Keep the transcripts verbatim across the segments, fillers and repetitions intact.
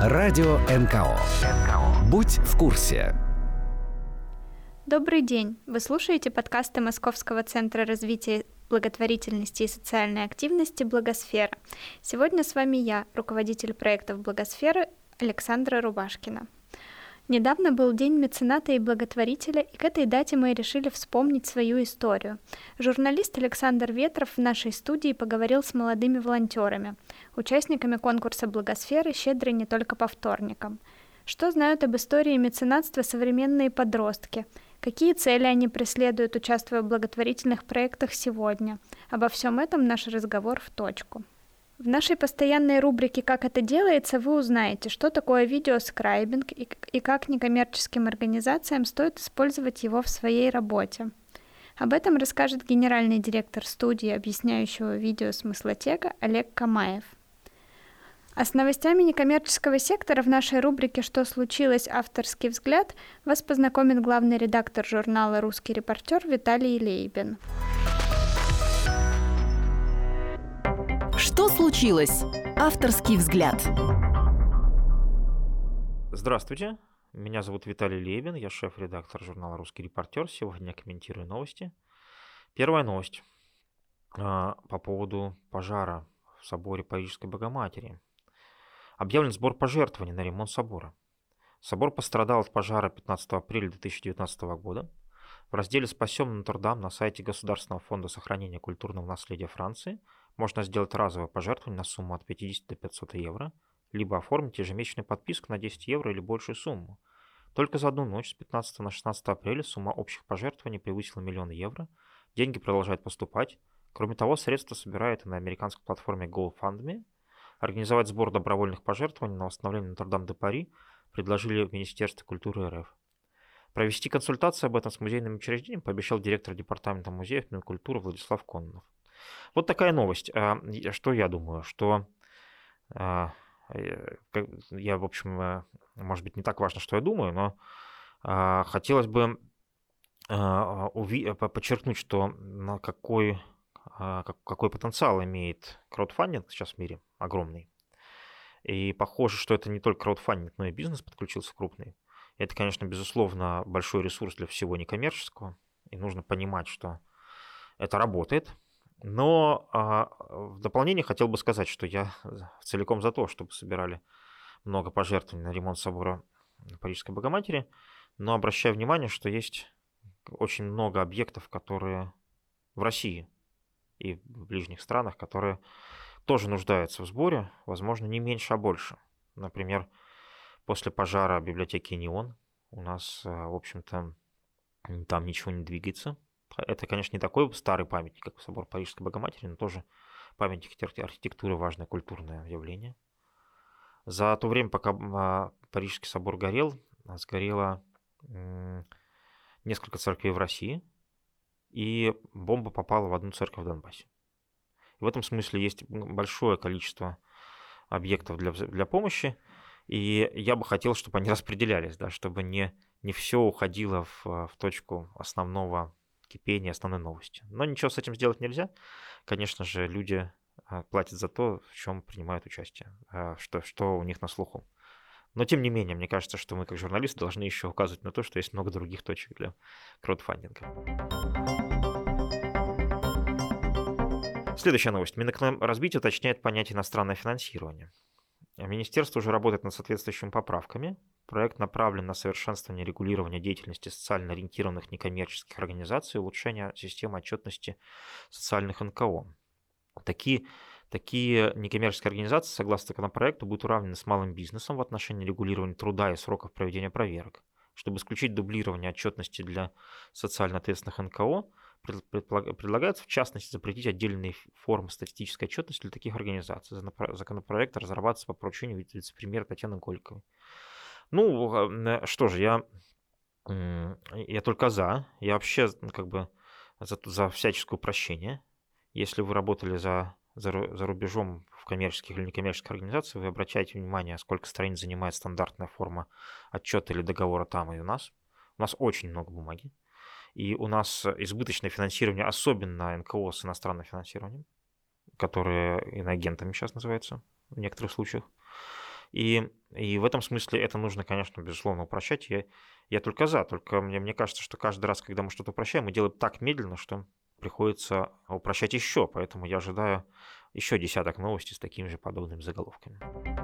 Радио эн ка о. Будь в курсе. Добрый день! Вы слушаете подкасты Московского центра развития благотворительности и социальной активности «Благосфера». Сегодня с вами я, руководитель проектов «Благосферы» Александра Рубашкина. Недавно был День мецената и благотворителя, и к этой дате мы решили вспомнить свою историю. Журналист Александр Ветров в нашей студии поговорил с молодыми волонтерами, участниками конкурса «Благосферы», щедрой не только по вторникам. Что знают об истории меценатства современные подростки? Какие цели они преследуют, участвуя в благотворительных проектах сегодня? Обо всем этом наш разговор в точку. В нашей постоянной рубрике «Как это делается» вы узнаете, что такое видеоскрайбинг и, и как некоммерческим организациям стоит использовать его в своей работе. Об этом расскажет генеральный директор студии объясняющего видео «Смыслотека» Олег Камаев. А с новостями некоммерческого сектора в нашей рубрике «Что случилось? Авторский взгляд» вас познакомит главный редактор журнала «Русский репортер» Виталий Лейбин. Что случилось? Авторский взгляд. Здравствуйте, меня зовут Виталий Лейбин, я шеф-редактор журнала «Русский репортер». Сегодня я комментирую новости. Первая новость а, по поводу пожара в соборе Парижской Богоматери. Объявлен сбор пожертвований на ремонт собора. Собор пострадал от пожара пятнадцатого апреля две тысячи девятнадцатого года. В разделе «Спасем Нотр-Дам» на сайте Государственного фонда сохранения культурного наследия Франции можно сделать разовое пожертвование на сумму от пятидесяти до пятисот евро, либо оформить ежемесячную подписку на десять евро или большую сумму. Только за одну ночь с пятнадцатого на шестнадцатое апреля сумма общих пожертвований превысила миллион евро. Деньги продолжают поступать. Кроме того, средства собирают и на американской платформе GoFundMe. Организовать сбор добровольных пожертвований на восстановление Нотр-Дам-де-Пари предложили в Министерстве культуры эр эф. Провести консультации об этом с музейным учреждением пообещал директор департамента музеев Минкультуры Владислав Кононов. Вот такая новость. Что я думаю? Что я, в общем, может быть, не так важно, что я думаю, но хотелось бы подчеркнуть, что на какой, какой потенциал имеет краудфандинг сейчас в мире, огромный. И похоже, что это не только краудфандинг, но и бизнес подключился крупный. Это, конечно, безусловно, большой ресурс для всего некоммерческого, и нужно понимать, что это работает. Но а, в дополнение хотел бы сказать, что я целиком за то, чтобы собирали много пожертвований на ремонт собора Парижской Богоматери, но обращаю внимание, что есть очень много объектов, которые в России и в ближних странах, которые тоже нуждаются в сборе, возможно, не меньше, а больше. Например, после пожара библиотеки «Неон» у нас, в общем-то, там ничего не двигается. Это, конечно, не такой старый памятник, как собор Парижской Богоматери, но тоже памятник архитектуры, важное культурное явление. За то время, пока Парижский собор горел, сгорело несколько церквей в России, и бомба попала в одну церковь в Донбассе. И в этом смысле есть большое количество объектов для, для помощи, и я бы хотел, чтобы они распределялись, да, чтобы не, не все уходило в, в точку основного кипения, основной новости. Но ничего с этим сделать нельзя. Конечно же, люди платят за то, в чем принимают участие, что, что у них на слуху. Но тем не менее, мне кажется, что мы как журналисты должны еще указывать на то, что есть много других точек для краудфандинга. Следующая новость. Минэкономразвитие уточняет понятие иностранное финансирование. Министерство уже работает над соответствующими поправками. Проект направлен на совершенствование регулирования деятельности социально ориентированных некоммерческих организаций и улучшение системы отчетности социальных эн ка о. Такие, такие некоммерческие организации, согласно законопроекту, будут уравнены с малым бизнесом в отношении регулирования труда и сроков проведения проверок. Чтобы исключить дублирование отчетности для социально ответственных эн ка о, предлагается, в частности, запретить отдельные формы статистической отчетности для таких организаций. Законопроект разрабатывается по поручению вице-премьера Татьяны Голиковой. Ну, что же, я, я только за. Я вообще как бы за, за всяческое упрощение. Если вы работали за, за, за рубежом в коммерческих или некоммерческих организациях, вы обращаете внимание, сколько страниц занимает стандартная форма отчета или договора там и у нас. У нас очень много бумаги. И у нас избыточное финансирование, особенно эн ка о с иностранным финансированием, которые иноагентами сейчас называются в некоторых случаях. И, и в этом смысле это нужно, конечно, безусловно, упрощать. Я, я только за. Только мне, мне кажется, что каждый раз, когда мы что-то упрощаем, мы делаем так медленно, что приходится упрощать еще. Поэтому я ожидаю еще десяток новостей с такими же подобными заголовками.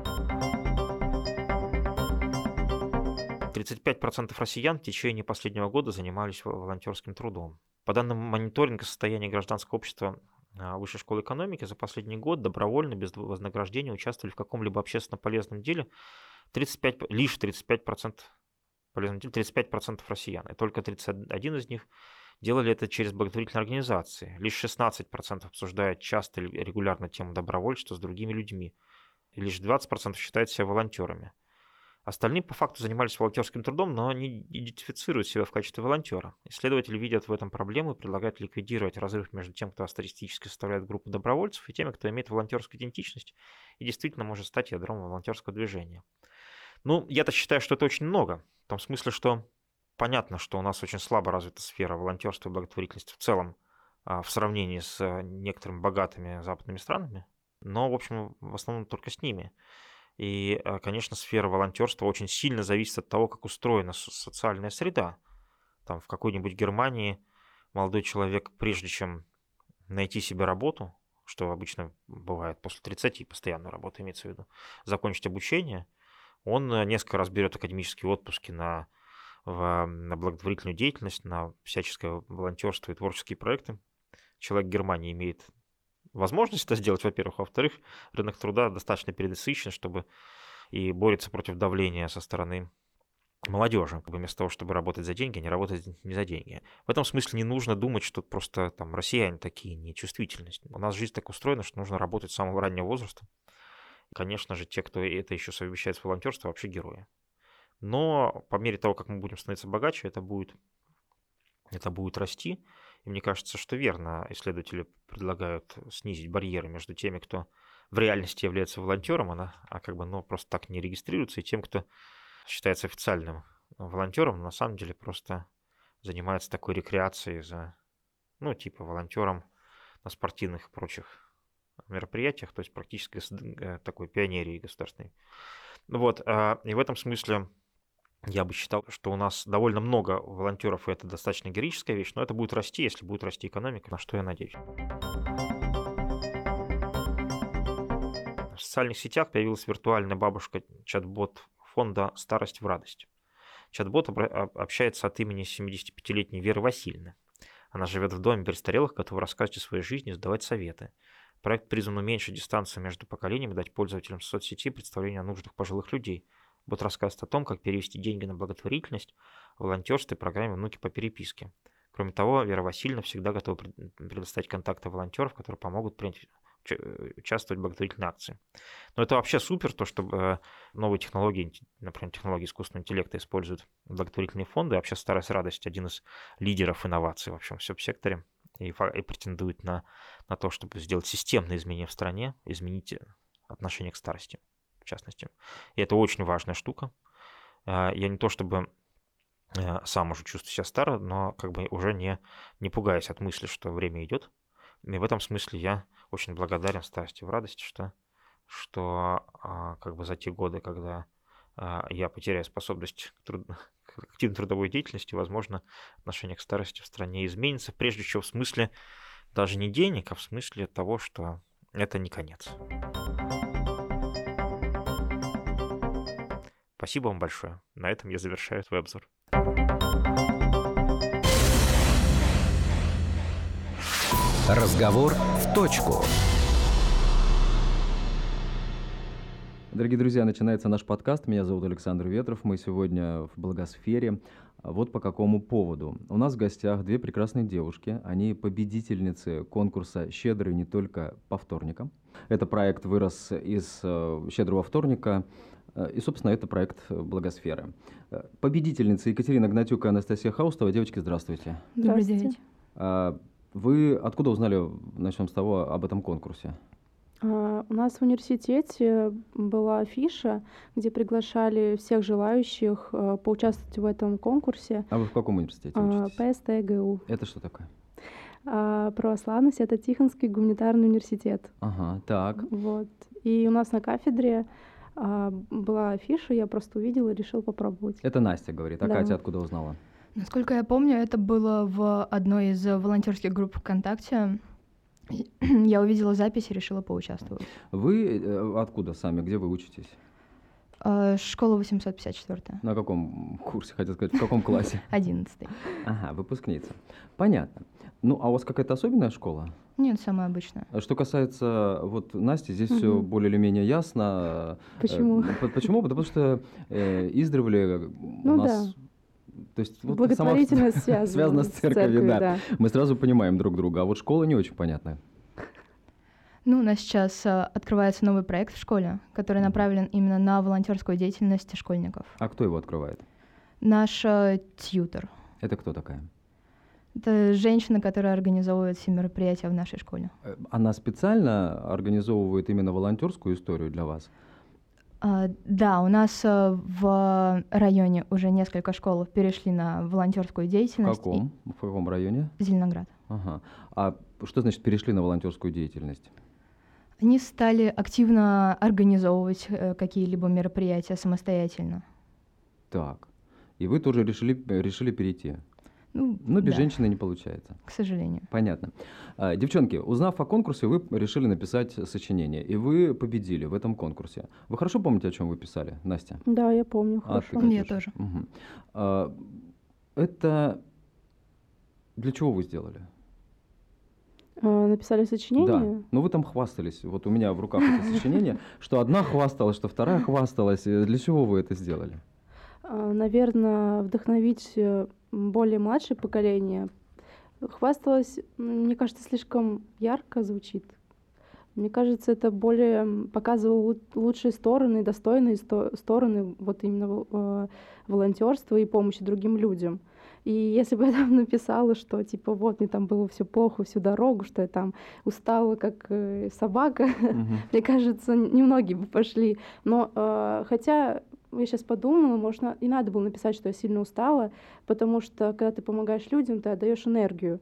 тридцать пять процентов россиян в течение последнего года занимались волонтерским трудом. По данным мониторинга состояния гражданского общества Высшей школы экономики, за последний год добровольно, без вознаграждения участвовали в каком-либо общественно полезном деле тридцать пять, лишь тридцать пять процентов полезных дел, тридцать пять процентов россиян. И только тридцать один из них делали это через благотворительные организации. Лишь шестнадцать процентов обсуждают часто и регулярно тему добровольчества с другими людьми. И лишь двадцать процентов считают себя волонтерами. Остальные по факту занимались волонтерским трудом, но не идентифицируют себя в качестве волонтера. Исследователи видят в этом проблему и предлагают ликвидировать разрыв между тем, кто статистически составляет группу добровольцев, и теми, кто имеет волонтерскую идентичность и действительно может стать ядром волонтерского движения. Ну, я-то считаю, что это очень много. В том смысле, что понятно, что у нас очень слабо развита сфера волонтерства и благотворительности в целом в сравнении с некоторыми богатыми западными странами, но, в общем, в основном только с ними. И, конечно, сфера волонтерства очень сильно зависит от того, как устроена социальная среда. Там в какой-нибудь Германии молодой человек, прежде чем найти себе работу, что обычно бывает после тридцати, постоянную работу имеется в виду, закончить обучение, он несколько раз берет академические отпуски на, в, на благотворительную деятельность, на всяческое волонтерство и творческие проекты. Человек в Германии имеет возможность это сделать, во-первых. Во-вторых, рынок труда достаточно перенасыщен, чтобы и борется против давления со стороны молодежи. Вместо того, чтобы работать за деньги, не работать не за деньги. В этом смысле не нужно думать, что просто там россияне такие нечувствительные. У нас жизнь так устроена, что нужно работать с самого раннего возраста. Конечно же, те, кто это еще совмещает с волонтерством, вообще герои. Но по мере того, как мы будем становиться богаче, это будет, это будет расти. И мне кажется, что верно исследователи предлагают снизить барьеры между теми, кто в реальности является волонтером, а, а как бы ну, просто так не регистрируется, и тем, кто считается официальным волонтером, но на самом деле просто занимается такой рекреацией за, ну, типа волонтером на спортивных и прочих мероприятиях, то есть практически такой пионерии государственной. Вот, и в этом смысле я бы считал, что у нас довольно много волонтеров, и это достаточно героическая вещь, но это будет расти, если будет расти экономика, на что я надеюсь. В социальных сетях появилась виртуальная бабушка-чат-бот фонда «Старость в радость». Чат-бот общается от имени семидесятипятилетней Веры Васильевны. Она живет в доме престарелых, готова рассказывать о своей жизни и сдавать советы. Проект призван уменьшить дистанцию между поколениями, дать пользователям соцсети представление о нуждах пожилых людей. Бот рассказывает о том, как перевести деньги на благотворительность, волонтерство и программе «Внуки по переписке». Кроме того, Вера Васильевна всегда готова предоставить контакты волонтеров, которые помогут принять, участвовать в благотворительной акции. Но это вообще супер, то, что новые технологии, например, технологии искусственного интеллекта используют благотворительные фонды. Вообще «Старость радость» один из лидеров инноваций во всем секторе и, и претендует на, на то, чтобы сделать системные изменения в стране, изменить отношение к старости. В частности. И это очень важная штука. Я не то чтобы сам уже чувствую себя старым, но как бы уже не, не пугаюсь от мысли, что время идет. И в этом смысле я очень благодарен «Старости в радости», что, что как бы за те годы, когда я потеряю способность к, труд... к активной трудовой деятельности, возможно, отношение к старости в стране изменится, прежде всего в смысле даже не денег, а в смысле того, что это не конец. Спасибо вам большое. На этом я завершаю свой обзор. Разговор в точку. Дорогие друзья, начинается наш подкаст. Меня зовут Александр Ветров. Мы сегодня в Благосфере. Вот по какому поводу. У нас в гостях две прекрасные девушки. Они победительницы конкурса «Щедрый не только по вторникам». Это проект вырос из «Щедрого вторника». И, собственно, это проект «Благосфера». Победительницы Екатерина Гнатюк и Анастасия Хаустова. Девочки, здравствуйте. Добрый день. Вы откуда узнали, начнем с того, об этом конкурсе? Uh, у нас в университете была афиша, где приглашали всех желающих uh, поучаствовать в этом конкурсе. А вы в каком университете uh, учитесь? ПСТ-ГУ. Это что такое? Uh, православность — это Тихонский гуманитарный университет. Ага, так. Вот. И у нас на кафедре А, была афиша, я просто увидела и решила попробовать. Это Настя говорит. А Да. Катя откуда узнала? Насколько я помню, это было в одной из волонтерских групп ВКонтакте. Я увидела запись и решила поучаствовать. Вы э, откуда сами? Где вы учитесь? А, Школа восемьсот пятьдесят четыре. На каком курсе, хотел сказать, в каком классе? Одиннадцатый. Ага, выпускница. Понятно. Ну, а у вас какая-то особенная школа? Нет, самая обычная. А Что касается вот Насти, здесь все Мгм. более или менее ясно. Э, Почему? по- Почему? Потому что э, издревле у Ну нас... То есть вот сама Благотворительность связана, связана с церковью, да. да. мы сразу понимаем друг друга, а вот школа не очень понятная. Ну, у нас сейчас а, открывается новый проект в школе, который направлен именно на волонтерскую деятельность школьников. А кто его открывает? Наш а, тьютор. Это кто такая? Это женщина, которая организовывает все мероприятия в нашей школе. Э, Она специально организовывает именно волонтерскую историю для вас? А, да, у нас а, в районе уже несколько школ перешли на волонтерскую В деятельность. каком? В каком районе? И- Зеленоград. Ага. А что значит перешли на волонтерскую деятельность? Они стали активно организовывать э, какие-либо мероприятия самостоятельно. Так. И вы тоже решили, решили перейти? Ну, Ну, без да, женщины не получается. к сожалению. Понятно. А, Девчонки, узнав о конкурсе, вы решили написать сочинение, и вы победили в этом конкурсе. Вы хорошо помните, о чем вы писали, Настя? Да, я помню, А ты, хорошо. Я Катюша? тоже. Мгм. А, Это для чего вы сделали? А, написали Да. сочинение? Ну, вы там хвастались. Вот у меня в руках это сочинение, что одна хвасталась, что вторая хвасталась. Э, Для чего вы это сделали? Наверное, вдохновить э, более младшее поколение. Хвасталась, м, мне кажется, слишком ярко звучит. Мне кажется, это более м, показывало лу- лучшие стороны, достойные сто- стороны вот именно вол- э, волонтерства и помощи другим людям. И если бы я там написала, что типа вот мне там было все плохо всю дорогу, что я там устала как э, собака, Мгм. мне кажется, н- немногие бы пошли. Но э, хотя я сейчас подумала, можно и надо было написать, что я сильно устала, потому что когда ты помогаешь людям, ты отдаешь энергию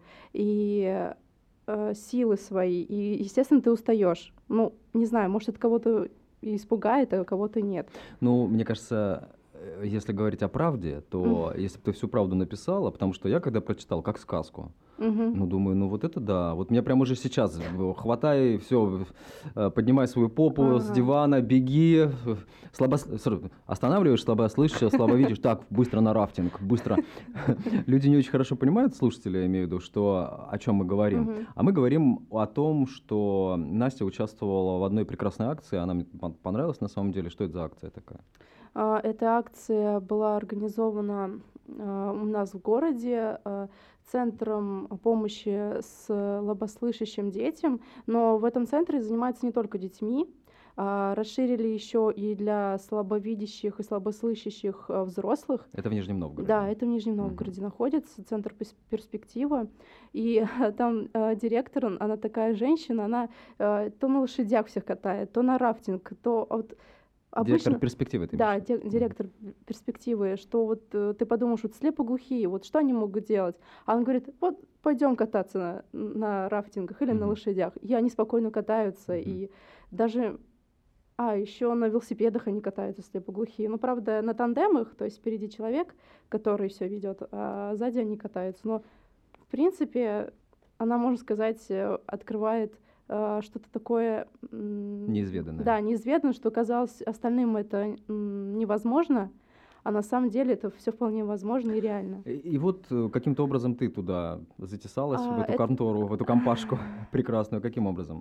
и э, силы свои, и естественно ты устаешь. Ну не знаю, может это кого-то и испугает, а кого-то нет. Ну, мне кажется, э, если говорить о правде, то если бы ты всю правду написала, потому что я когда прочитал, как сказку, Мгм. ну, думаю, ну вот это да. Вот меня прямо уже сейчас э, хватай, все, поднимай свою попу с Ага. дивана, беги, э, слабо, сор- останавливаешь слабослышащего, слабовидящего, так, быстро на рафтинг, быстро. Люди не очень хорошо понимают, слушатели, я имею в виду, что, о чем мы говорим. Мгм. А мы говорим о том, что Настя участвовала в одной прекрасной акции, она мне пон- понравилась на самом деле. Что это за акция такая? А, Эта акция была организована а, у нас в городе а, центром помощи с слабослышащим детям, но в этом центре занимаются не только детьми, а, расширили еще и для слабовидящих и слабослышащих а, взрослых. Это в Нижнем Новгороде. Да, это в Нижнем Мгм. Новгороде находится, центр пес- перспектива. И там а, директор, он- она такая женщина, она а, то на лошадях всех катает, то на рафтинг, то вот Директор обычно... перспективы, ты Да, имеешь в виду? ди- директор перспективы, что вот э, ты подумаешь, вот слепоглухие, вот что они могут делать? А он говорит, вот пойдем кататься на, на рафтингах или на Мгм. лошадях. И они спокойно катаются, Мгм. и даже... А, еще на велосипедах они катаются слепоглухие. Ну, правда, на тандемах, то есть впереди человек, который все ведет, а сзади они катаются. Но, в принципе, она, можно сказать, э, открывает э, что-то такое... м, Неизведанное. Да, неизведанное, что казалось остальным это м, невозможно, а на самом деле это все вполне возможно и реально. И, и вот э, каким-то образом ты туда затесалась, в А, эту это- контору, в эту компашку прекрасную. Каким образом?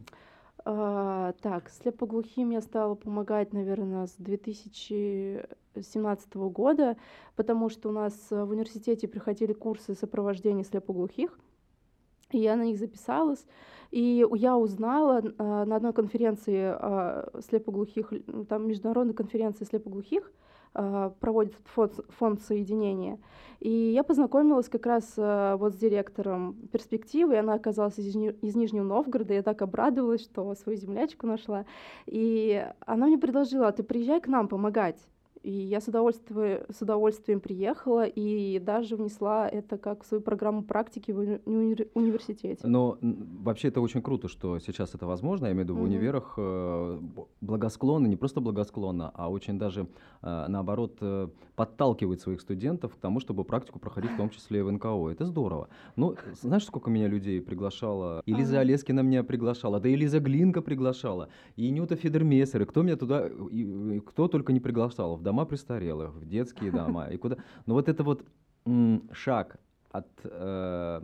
А, так, слепоглухим я стала помогать, наверное, с две тысячи семнадцатого года, потому что у нас э, в университете приходили курсы сопровождения слепоглухих, и я на них записалась. И я узнала э, на одной конференции э, слепоглухих, м, там международной конференции слепоглухих, э, проводит фонд, фонд соединения. И я познакомилась как раз э, вот с директором перспективы, и она оказалась из, Ни- из Нижнего Новгорода. Я так обрадовалась, что свою землячку нашла. И она мне предложила, а ты приезжай к нам помогать. И я с удовольствием, с удовольствием приехала и даже внесла это как в свою программу практики в уни- уни- университете. Но м, вообще это очень круто, что сейчас это возможно. Я имею в виду, в Мгм. универах э, б- благосклонно, не просто благосклонно, а очень даже, э, наоборот, э, подталкивают своих студентов к тому, чтобы практику проходить в том числе и в эн ка о. Это здорово. Ну, знаешь, сколько меня людей приглашала? И Лиза Ага. Олескина меня приглашала, да и Лиза Глинка приглашала, и Нюта Федермессер, и кто меня туда, и, и кто только не приглашал, в дома престарелых, в детские дома, и куда. Но вот это вот м, шаг от... э,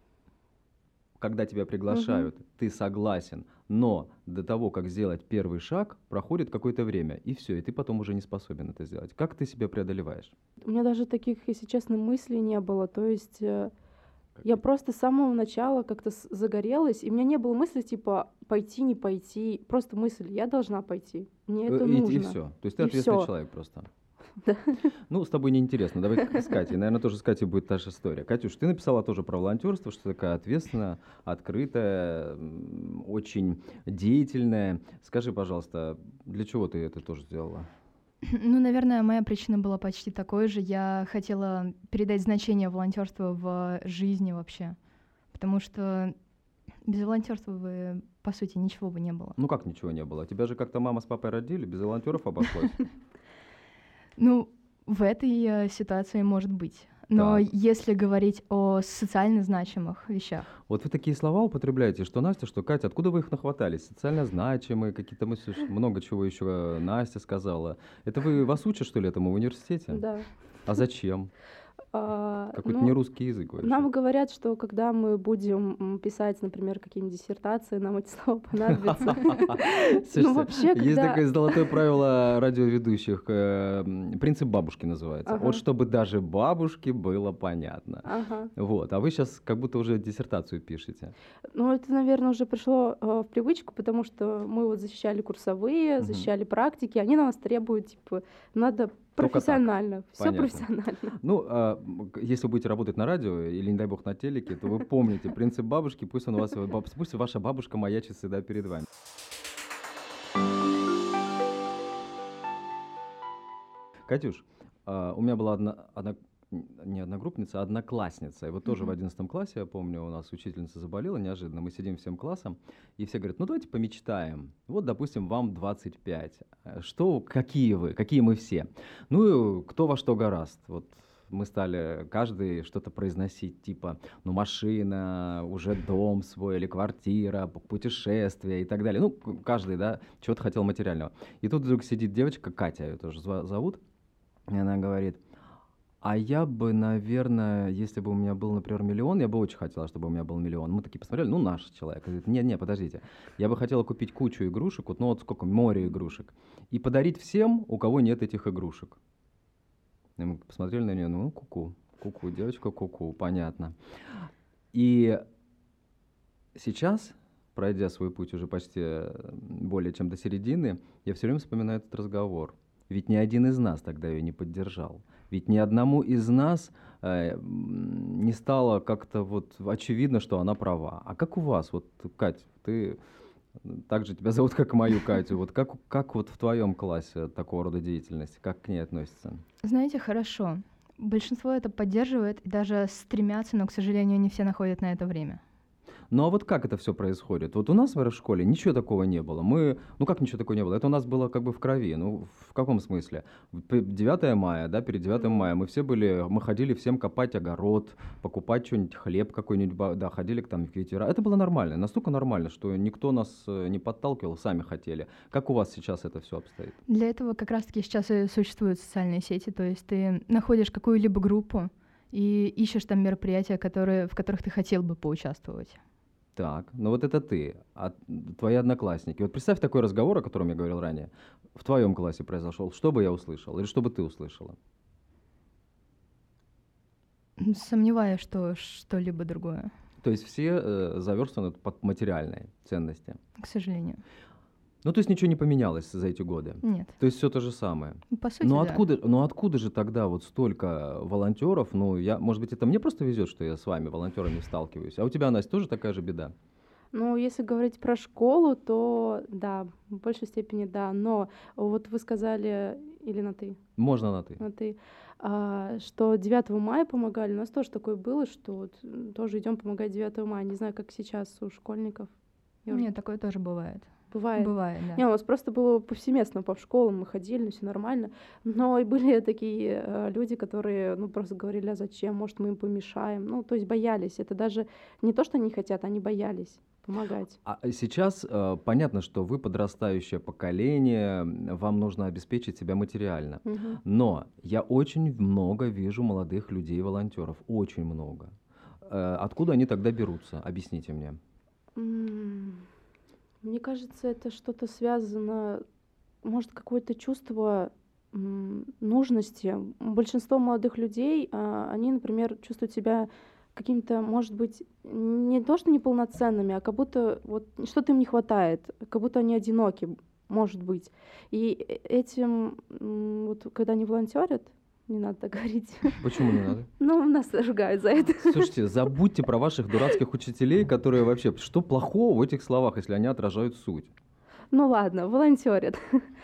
когда тебя приглашают, ты согласен, но до того, как сделать первый шаг, проходит какое-то время, и все, и ты потом уже не способен это сделать. Как ты себя преодолеваешь? У меня даже таких, если честно, мыслей не было. То есть э, я просто с самого начала как-то с- загорелась, и у меня не было мысли типа пойти, не пойти. Просто мысль, я должна пойти. Мне это Э, и, нужно. все. То есть ты И ответственный всё. человек просто. Да. Ну, с тобой неинтересно. Давай с Катей. Наверное, тоже с Катей будет та же история. Катюш, ты написала тоже про волонтерство, что такая ответственная, открытая, м, очень деятельная. Скажи, пожалуйста, для чего ты это тоже сделала? Ну, наверное, моя причина была почти такой же. Я хотела передать значение волонтерства в жизни вообще. Потому что без волонтерства бы, по сути, ничего бы не было. Ну, как ничего не было? Тебя же как-то мама с папой родили, без волонтеров обошлось. Ну, в этой э, ситуации может быть. Но Так. если говорить о социально значимых вещах, Вот вы такие слова употребляете, что Настя, что Катя, откуда вы их нахватались? Социально значимые, какие-то мысли, ш- много чего еще Настя сказала. Это вы вас учат, что ли, этому в университете? Да. А зачем? А, Какой-то ну, не русский язык вообще. нам говорят, что когда мы будем м, писать, например, какие-нибудь диссертации, нам эти слова понадобятся. Ну, Слушайте, вообще, есть когда... такое золотое правило радиоведущих, э, м, принцип бабушки называется. Ага. Вот чтобы даже бабушке было понятно. Ага. Вот, а вы сейчас как будто уже диссертацию пишете. Ну, это, наверное, уже пришло э, в привычку, потому что мы вот защищали курсовые, Мгм. защищали практики, они на нас требуют, типа, надо Только так. профессионально, все Понятно. профессионально. Ну, а, м, к- если вы будете работать на радио или, не дай бог, на телеке, то вы помните принцип бабушки, пусть он у вас, баб- пусть ваша бабушка маячит всегда перед вами. Катюш, а, у меня была одна, одна- н- не одногруппница, а одноклассница. И вот тоже в Мгм. одиннадцатом классе, я помню, у нас учительница заболела неожиданно. Мы сидим всем классом, и все говорят, ну давайте помечтаем. Вот, допустим, вам двадцать пять. Э, Что, какие вы, какие мы все? Ну, кто во что гораст. Вот мы стали каждый что-то произносить, типа, ну, машина, уже дом свой или квартира, п- путешествие и так далее. Ну, к- каждый, да, чего-то хотел материального. И тут вдруг сидит девочка, Катя ее тоже зва- зовут, и она говорит, а я бы, наверное, если бы у меня был, например, миллион, я бы очень хотела, чтобы у меня был миллион. Мы такие посмотрели, ну, наш человек. Говорит, не-не, подождите. Я бы хотела купить кучу игрушек, вот, ну, вот сколько, море игрушек, и подарить всем, у кого нет этих игрушек. И мы посмотрели на нее, ну, ку-ку, ку-ку, девочка, ку-ку, понятно. И сейчас, пройдя свой путь уже почти э, более чем до середины, я все время вспоминаю этот разговор. Ведь ни один из нас тогда ее не поддержал. Ведь ни одному из нас э, м, не стало как-то вот очевидно, что она права. А как у вас? Вот, Кать, ты также тебя зовут, как и мою Катю. Вот как, как вот в твоем классе такого рода деятельности? Как к ней относятся? знаете, хорошо. Большинство это поддерживает и даже стремятся, но, к сожалению, не все находят на это время. Ну а вот как это все происходит? Вот у нас в школе ничего такого не было. Мы, ну как ничего такого не было? Это у нас было как бы в крови. Ну в каком смысле? П- девятое мая, да, перед девятым мая мы все были, мы ходили всем копать огород, покупать что-нибудь, хлеб какой-нибудь, ба- да, ходили к там к ветера. Это было нормально, настолько нормально, что никто нас э, не подталкивал, сами хотели. Как у вас сейчас это все обстоит? Для этого как раз-таки сейчас и существуют социальные сети, то есть ты находишь какую-либо группу и ищешь там мероприятия, которые, в которых ты хотел бы поучаствовать. Так, ну вот это ты, а твои одноклассники. Вот представь такой разговор, о котором я говорил ранее, в твоем классе произошел. Что бы я услышал или что бы ты услышала? М, Сомневаюсь, что что-либо другое, То есть все э, заверстаны под материальные ценности. к сожалению. Ну, то есть ничего не поменялось за эти годы. Нет. То есть все то же самое. По сути, Но да. откуда, но откуда же тогда вот столько волонтеров? Ну, я, может быть, это мне просто везет, что я с вами, волонтерами, сталкиваюсь. А у тебя, Настя, тоже такая же беда? Ну, если говорить про школу, то да, в большей степени да. Но вот вы сказали, или на ты? Можно на «ты». На ты. А, что девятого мая помогали. У нас тоже такое было, что вот м, тоже идем помогать девятого мая. Не знаю, как сейчас у школьников. Я уже- Нет, такое тоже бывает. Бывает. Бывает, да. Не, у нас просто было повсеместно по школам, мы ходили, все нормально. Но и были такие э, люди, которые, ну, просто говорили, а зачем, может, мы им помешаем. Ну, то есть боялись. Это даже не то, что они хотят, они боялись помогать. А сейчас э, понятно, что вы подрастающее поколение, м, вам нужно обеспечить себя материально. Мгм. Но я очень много вижу молодых людей-волонтеров, очень много. Э, Откуда они тогда берутся? Объясните мне. М, Мне кажется, это что-то связано, может, какое-то чувство м, нужности. Большинство молодых людей, а, они, например, чувствуют себя какими-то, может быть, не то, что неполноценными, а как будто вот что-то им не хватает, как будто они одиноки, может быть. И э- этим, м, вот когда они волонтерят, не надо так говорить, Почему не надо? ну, нас ругают за это. Слушайте, забудьте про ваших дурацких учителей, которые вообще... Что плохого в этих словах, если они отражают суть? Ну ладно, волонтерят,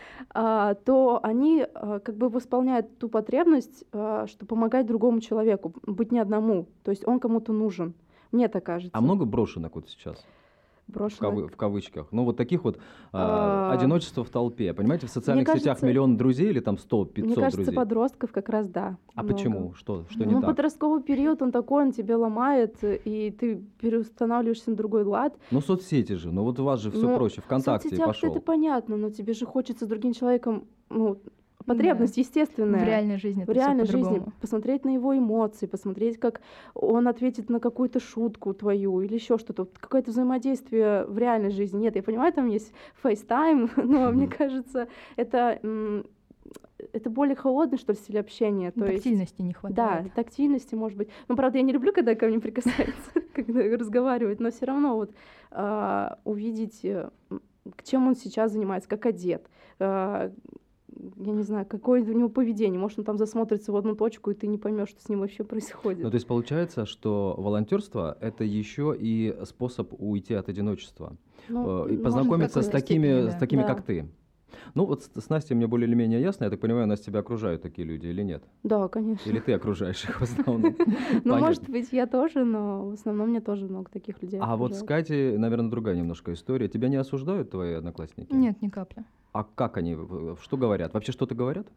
а, то они а, как бы восполняют ту потребность, а, что помогать другому человеку, быть не одному. То есть он кому-то нужен. Мне так кажется. А много брошенок вот сейчас? В, Брошенок. кавы- в кавычках. Ну, вот таких вот а, А, одиночество в толпе. Понимаете, в социальных сетях кажется- миллион друзей или там сто Мне пятьсот кажется, друзей. подростков как раз да. А много. почему? Что, что Ну, не так? подростковый период, он такой, он тебя ломает, и ты переустанавливаешься на другой лад. Ну, соцсети же. Ну, вот у вас же все Ну, проще. В ВКонтакте и соцсетях пошел. это понятно, но тебе же хочется с другим человеком, ну, потребность естественная. В реальной жизни В это всё реальной жизни по-другому. посмотреть на его эмоции, посмотреть, как он ответит на какую-то шутку твою или еще что-то. Вот какое-то взаимодействие в реальной жизни. Нет, я понимаю, там есть FaceTime, но мне Мгм. кажется, это, м, это более холодный, что ли, стиль общения. То есть, Тактильности не да, хватает. тактильности, может быть. Ну, правда, я не люблю, когда ко мне прикасаются, когда разговаривают, но все равно вот а, увидеть, э, м, к чем он сейчас занимается, как одет, а, я не знаю, какое у него поведение. Может, он там засмотрится в одну точку, и ты не поймешь, что с ним вообще происходит. Ну, то есть получается, что волонтерство это еще и способ уйти от одиночества. Ну, Э, и может, познакомиться в с какой-то такими, степени, с да. такими, Да. как ты. Ну, вот с, с Настей мне более или менее ясно. Я так понимаю, Настя, тебя окружают такие люди или нет? Да, конечно. Или ты окружаешь их в основном? Ну, Понятно. может быть, я тоже, но в основном мне тоже много таких людей А вот с окружает. Катей, наверное, другая немножко история. Тебя не осуждают твои одноклассники? Нет, ни капли. А как они, в- что говорят? Вообще что-то говорят?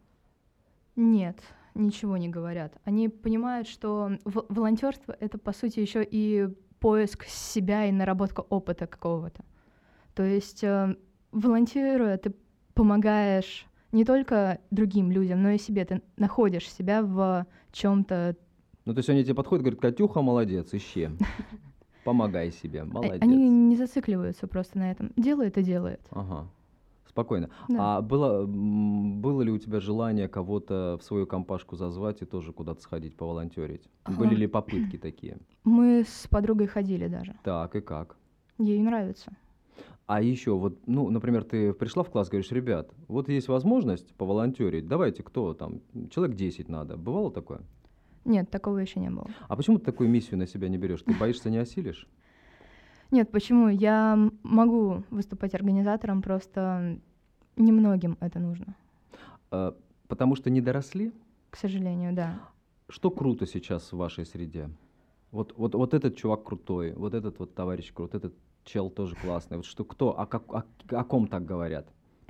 Нет, ничего не говорят. Они понимают, что в- волонтерство это по сути еще и поиск себя и наработка опыта какого-то. То есть э, волонтируя, ты помогаешь не только другим людям, но и себе. Ты находишь себя в чем-то. Ну, то есть они тебе подходят и говорят: Катюха, молодец, ищи. Помогай себе, молодец. Они не зацикливаются просто на этом. Делает и делает. Ага. Спокойно. Да. А было, м, было ли у тебя желание кого-то в свою компашку зазвать и тоже куда-то сходить, поволонтерить? Были Ага. ли попытки такие? Мы с подругой ходили даже. Так, и как? Ей нравится. А еще вот, ну, например, ты пришла в класс, говоришь: ребят, вот есть возможность поволонтерить, давайте, кто там, человек десять надо. Бывало такое? Нет, такого еще не было. А почему ты такую миссию на себя не берешь? Ты боишься, не осилишь? Нет, почему? Я м- могу выступать организатором, просто немногим это нужно. А, потому что не доросли? К сожалению, да. Что круто сейчас в вашей среде? Вот, вот, вот этот чувак крутой, вот этот вот товарищ крутой, этот чел тоже классный. Вот что, кто, о, как, о, о ком так говорят?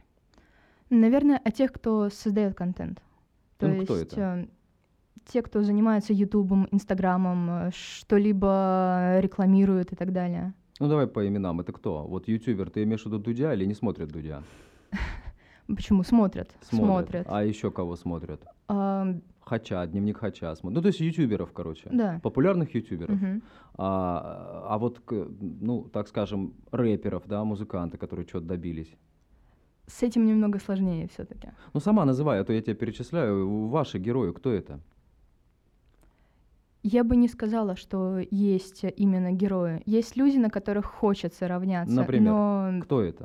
Наверное, о тех, кто создает контент. То Ну, есть кто это? э, те, кто занимается Ютубом, Инстаграмом, э, что-либо рекламирует и так далее. Ну, давай по именам. Это кто? Вот ютубер, ты имеешь в виду Дудя или не смотрят Дудя? Почему? Смотрят. Смотрят. А еще кого смотрят? А, Хача, дневник Хача смотрят. Ну, то есть ютуберов, короче. да. Популярных ютуберов. Мгм. А, а вот, к- ну, так скажем, рэперов, да, музыканты, которые что-то добились. С этим немного сложнее все-таки. Ну, сама называй, а то я тебе перечисляю. Ваши герои, кто это? Я бы не сказала, что есть именно герои. Есть люди, на которых хочется равняться. Например? Но Кто это?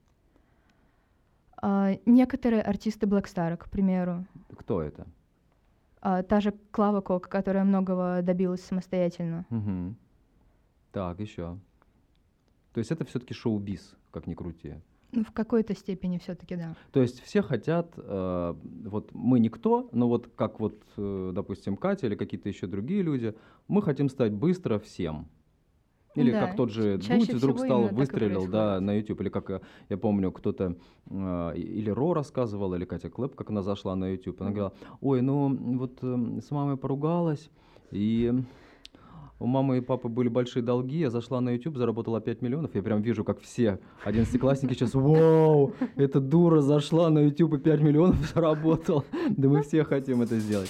а, некоторые артисты Блэкстара, к примеру, Кто это? а, та же Клава Кока, которая многого добилась самостоятельно. Мгм. Так, еще. То есть это все-таки шоу-биз, как ни крути. Ну, в какой-то степени все-таки, да. То есть все хотят, э, вот мы никто, но вот как вот, э, допустим, Катя или какие-то еще другие люди, мы хотим стать быстро всем. Или Да, как тот же ч- чаще Дудь вдруг всего стал, именно так и выстрелил, да, происходит. на YouTube. Или как э, я помню, кто-то, э, или Ро рассказывала, или Катя Клэп, как она зашла на YouTube. Она Мгм. говорила, ой, ну вот э, с мамой поругалась, и у мамы и папы были большие долги, я зашла на YouTube, заработала пять миллионов. Я прям вижу, как все одиннадцатиклассники сейчас, вау, эта дура зашла на YouTube и пять миллионов заработала. Да мы все хотим это сделать.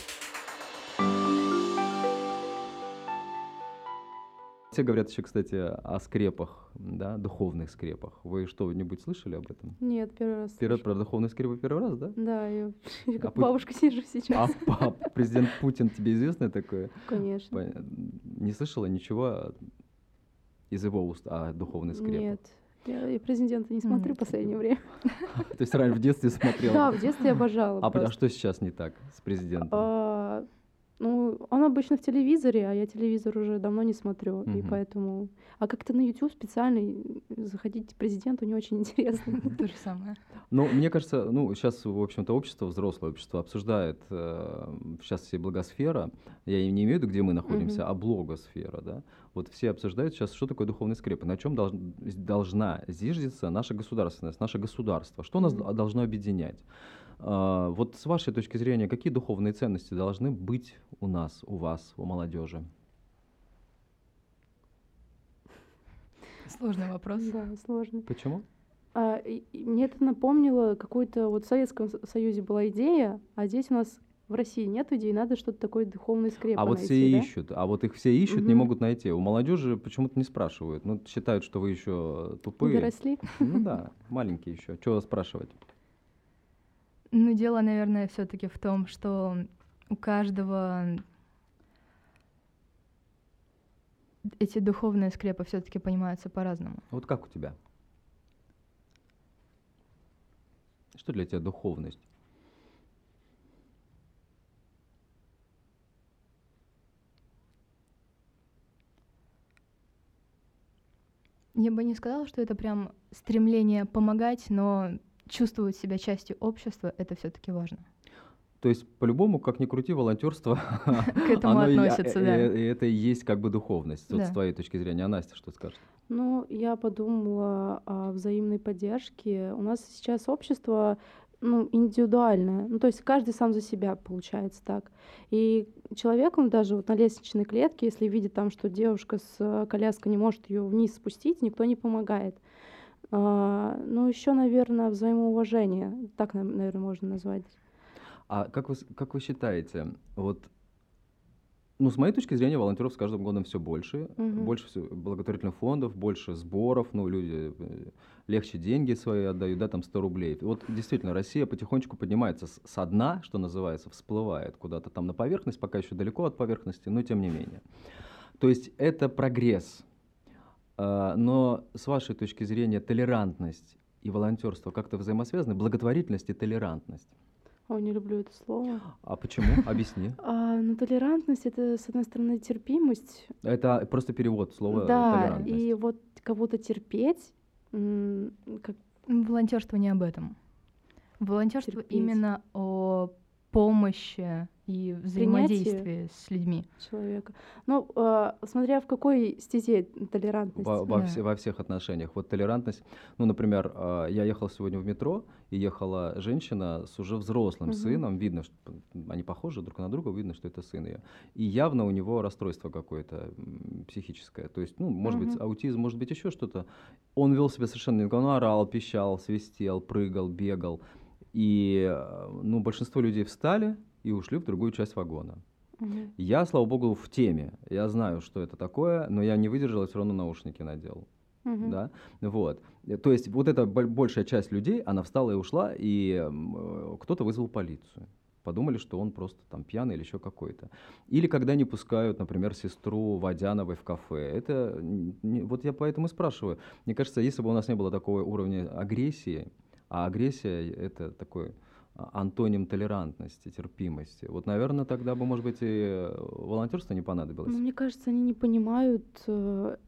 Все говорят еще, кстати, о скрепах, да, духовных скрепах. Вы что-нибудь слышали об этом? Нет, первый раз. Первый, слышу. про духовные скрепы первый раз, да? Да, я я А как Пу- бабушка сижу А сейчас. пап, президент Путин, тебе известно такое? Конечно. Пон- Не слышала ничего из его уст о духовных скрепах? Нет. Я и президента не смотрю в Нет. последнее время. То есть раньше в детстве смотрела? Да, в детстве я обожала. А, а просто. что сейчас не так с президентом? А, Ну, он обычно в телевизоре, а я телевизор уже давно не смотрю, и Мгм. поэтому... А как-то на YouTube специально и заходить к президенту не очень интересно. То же самое. Ну, мне кажется, ну, сейчас, в общем-то, общество, взрослое общество обсуждает, э, сейчас все благосфера, я и не имею в виду, где мы находимся, Мгм. а блогосфера, да, вот все обсуждают сейчас, что такое духовные скрепы, на чем долж- должна зиждется наша государственность, наше государство, что нас Мгм. должно объединять. А, вот с вашей точки зрения, какие духовные ценности должны быть у нас, у вас, у молодежи? Сложный вопрос. Да, сложно. Почему? А, и- и мне это напомнило, какую-то вот в Советском Со- Союзе была идея, а здесь у нас в России нет идей, надо что-то такое духовное скрепа А вот найти, все и да? ищут, а вот их все ищут, не Мгм. могут найти. У молодежи почему-то не спрашивают. Ну, считают, что вы еще Не тупые. доросли? Ну да, маленькие еще. Чего спрашивать? Ну, дело, наверное, все-таки в том, что у каждого эти духовные скрепы все-таки понимаются по-разному. Вот как у тебя? Что для тебя духовность? Я бы не сказала, что это прям стремление помогать, но чувствовать себя частью общества — это все-таки важно. То есть, по-любому, как ни крути, волонтерство К этому оно и- относится, и- да. и это и есть как бы духовность. Вот Да. с твоей точки зрения. А Настя что скажет? Ну, я подумала о взаимной поддержке. У нас сейчас общество, ну, индивидуальное. Ну, то есть каждый сам за себя, получается так. И человек, он даже вот на лестничной клетке, если видит там, что девушка с э, коляской не может ее вниз спустить, никто не помогает. А, ну, еще, наверное, взаимоуважение. Так, наверное, можно назвать. А как вы, с- как вы считаете, вот, ну, с моей точки зрения, волонтеров с каждым годом все больше, Мгм. больше всё благотворительных фондов, больше сборов, ну, люди э, легче деньги свои отдают, да, там сто рублей. Вот действительно, Россия потихонечку поднимается с, со дна, что называется, всплывает куда-то там на поверхность, пока еще далеко от поверхности, но тем не менее. То есть это прогресс. А, но с вашей точки зрения, толерантность и волонтерство как-то взаимосвязаны? Благотворительность и толерантность. О, не люблю это слово. А почему? Объясни. А, ну, толерантность — это, с одной стороны, терпимость. Это просто перевод слова Да, толерантность. и вот кого-то терпеть, м, как Волонтерство не об этом. Волонтерство Терпеть. именно о помощи и взаимодействии с людьми. человека. Ну, а, смотря в какой стезе толерантность. Во, во Да. все- во всех отношениях. Вот толерантность. Ну, например, а, я ехал сегодня в метро, и ехала женщина с уже взрослым Мгм. сыном. Видно, что они похожи друг на друга, видно, что это сын ее. И явно у него расстройство какое-то м, психическое. То есть, ну, может быть, Мгм. аутизм, может быть, еще что-то. Он вел себя совершенно не... Он орал, пищал, свистел, прыгал, бегал. И, э, ну, большинство людей встали и ушли в другую часть вагона. Мгм. Я, слава богу, в теме. Я знаю, что это такое, но я не выдержал и все равно наушники надел. Мгм. Да? Вот. Э, То есть вот эта боль- большая часть людей, она встала и ушла, и м, э, кто-то вызвал полицию. Подумали, что он просто там пьяный или еще какой-то. Или когда не пускают, например, сестру Водяновой в кафе. Это н- не- вот я поэтому и спрашиваю. Мне кажется, если бы у нас не было такого уровня агрессии, а агрессия — это такой а, антоним толерантности, терпимости. Вот, наверное, тогда бы, может быть, и волонтерство не понадобилось. Ну, мне кажется, они не понимают э,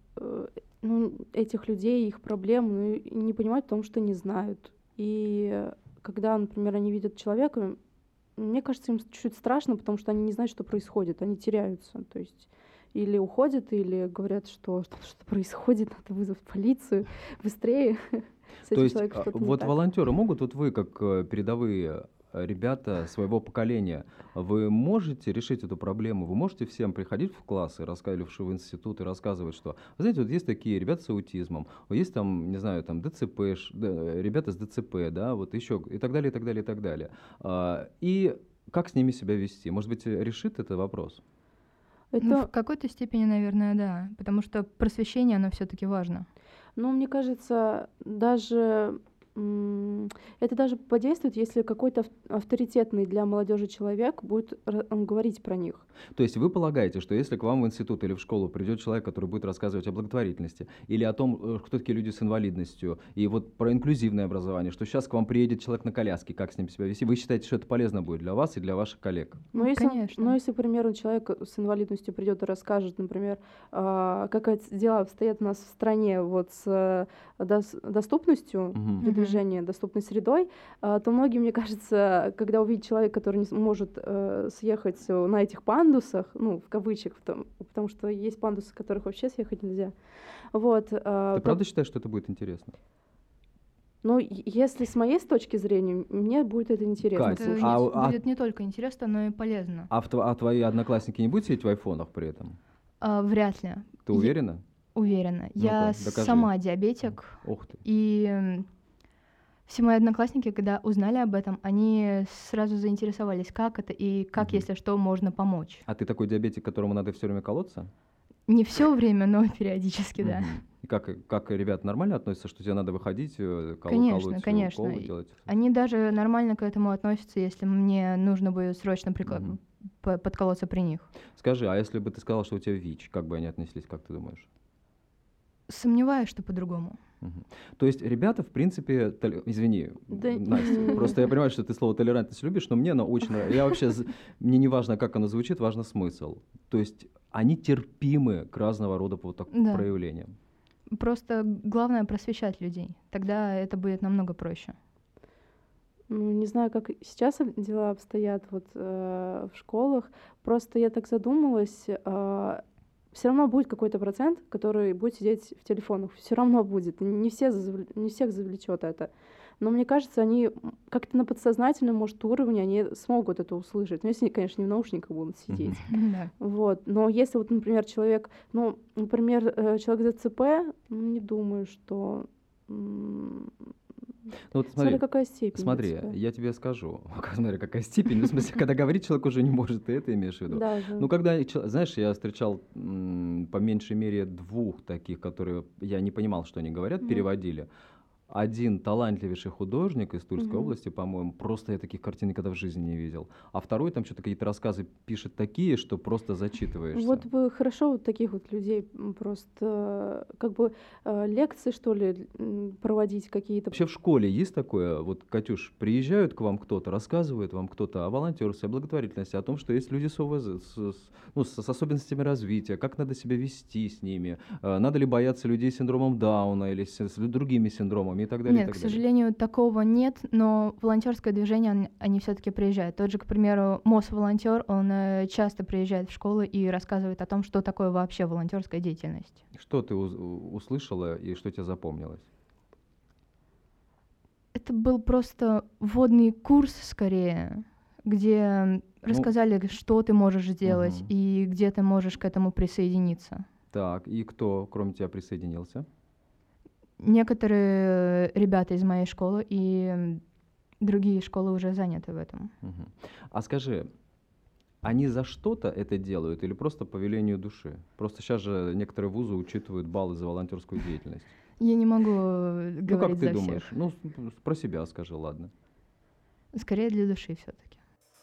э, ну, этих людей, их проблем, ну, и не понимают, потому что не знают. И когда, например, они видят человека, мне кажется, им чуть-чуть страшно, потому что они не знают, что происходит, они теряются. То есть или уходят, или говорят, что что-то происходит, надо вызвать полицию быстрее. С То этим есть человеком а, что-то не вот так. волонтеры могут, вот вы как э, передовые э, ребята своего поколения, вы можете решить эту проблему? Вы можете всем приходить в класс и рассказывать, в институт и рассказывать, что, вы знаете, вот есть такие ребята с аутизмом, вот есть там, не знаю, там ДЦП, ш- д- ребята с ДЦП, да, вот еще и так далее, и так далее, и так далее. А, и как с ними себя вести? Может быть, э, решит этот вопрос? Ну, Это, в какой-то степени, наверное, да, потому что просвещение, оно все-таки важно. ну, мне кажется, даже м, это даже подействует, если какой-то ав- авторитетный для молодежи человек будет ра- м, говорить про них. То есть вы полагаете, что если к вам в институт или в школу придет человек, который будет рассказывать о благотворительности или о том, э, кто такие люди с инвалидностью, и вот про инклюзивное образование, что сейчас к вам приедет человек на коляске, как с ним себя вести, вы считаете, что это полезно будет для вас и для ваших коллег? Но Ну, если, он- конечно. но если, к примеру, человек с инвалидностью придет и расскажет, например, а, как эти дела обстоят у нас в стране вот с э, дос- доступностью Мгм. для Мгм. движения, доступной средой, а, то многие, мне кажется, когда увидят человека, который не сможет э, съехать э, на этих пандусах, ну, в кавычках, потому, потому что есть пандусы, с которых вообще съехать нельзя, вот, а, Ты то- правда считаешь, что это будет интересно? ну, е- если с моей с точки зрения, мне будет это интересно Кать, Это слушать. а- не- а- будет не только интересно, но и полезно. А, в тв- а твои одноклассники не будут сидеть в айфонах при этом? А, вряд ли. Ты Я- уверена? Уверена. Я Ну-ка, докажи. сама диабетик, Ух ты. и м, все мои одноклассники, когда узнали об этом, они сразу заинтересовались, как это и как, Мгм. если что, можно помочь. А ты такой диабетик, которому надо все время колоться? Не все время, но периодически, да. Мгм. И как, как ребята нормально относятся, что тебе надо выходить, э, кол- Конечно, колоть конечно. уколы И делать? Они даже нормально к этому относятся, если мне нужно будет срочно прикла- Мгм. по- подколоться при них. Скажи, а если бы ты сказал, что у тебя ВИЧ, как бы они отнеслись, как ты думаешь? Сомневаюсь, что по-другому. Мгм. То есть ребята, в принципе, толе- извини, Да Настя, просто я понимаю, что ты слово толерантность любишь, но мне оно очень нравится. Я вообще, з- мне не важно, как оно звучит, важно смысл. То есть они терпимы к разного рода вот так Да. проявлениям. Просто главное просвещать людей. Тогда это будет намного проще. Ну, не знаю, как сейчас об- дела обстоят вот э, в школах. Просто я так задумалась, все равно будет какой-то процент, который будет сидеть в телефонах. Все равно будет. Не, все, завл- не всех завлечет это. Но мне кажется, они м, как-то на подсознательном, может, уровне они смогут это услышать. Ну, если, они, конечно, не в наушниках будут сидеть. Да. Вот. Но если вот, например, человек, ну, например, э, человек с ДЦП, ну, не думаю, что... м, Ну, вот Смотри, смотри, какая степень. смотри, ДЦП. я тебе скажу, смотри, какая степень, ну, в смысле, когда говорить человек уже не может, ты это имеешь в виду? Да, да. Ну, когда, чел- знаешь, я встречал м, по меньшей мере двух таких, которые я не понимал, что они говорят, Мгм. переводили. Один талантливейший художник из Тульской Мгм. области, по-моему, просто я таких картин никогда в жизни не видел. А второй там что-то какие-то рассказы пишет такие, что просто зачитываешься. Вот бы хорошо вот таких вот людей м, просто э, как бы э, лекции, что ли, м, проводить какие-то. Вообще в школе есть такое, вот, Катюш, приезжают к вам кто-то, рассказывает вам кто-то о волонтерстве, о благотворительности, о том, что есть люди с ОВЗ, с, с- ну, с, с особенностями развития, как надо себя вести с ними, э, надо ли бояться людей с синдромом Дауна или с, с другими синдромами и так далее. и Нет, так к далее. сожалению, такого нет, но волонтерское движение, он- они все-таки приезжают. Тот же, к примеру, МОС-волонтер, он э, часто приезжает в школы и рассказывает о том, что такое вообще волонтерская деятельность. Что ты уз- у- услышала и что тебе запомнилось? Это был просто вводный курс скорее, где рассказали, что ты можешь сделать мгм. и где ты можешь к этому присоединиться. Так, и кто, кроме тебя, присоединился? Некоторые ребята из моей школы и м, другие школы уже заняты в этом. Мгм. А скажи, они за что-то это делают или просто по велению души? Просто сейчас же некоторые вузы учитывают баллы за волонтерскую деятельность. Я не могу э, Ну, как говорить ты за думаешь? всех. Ну, с- про себя скажи, ладно. Скорее для души все-таки.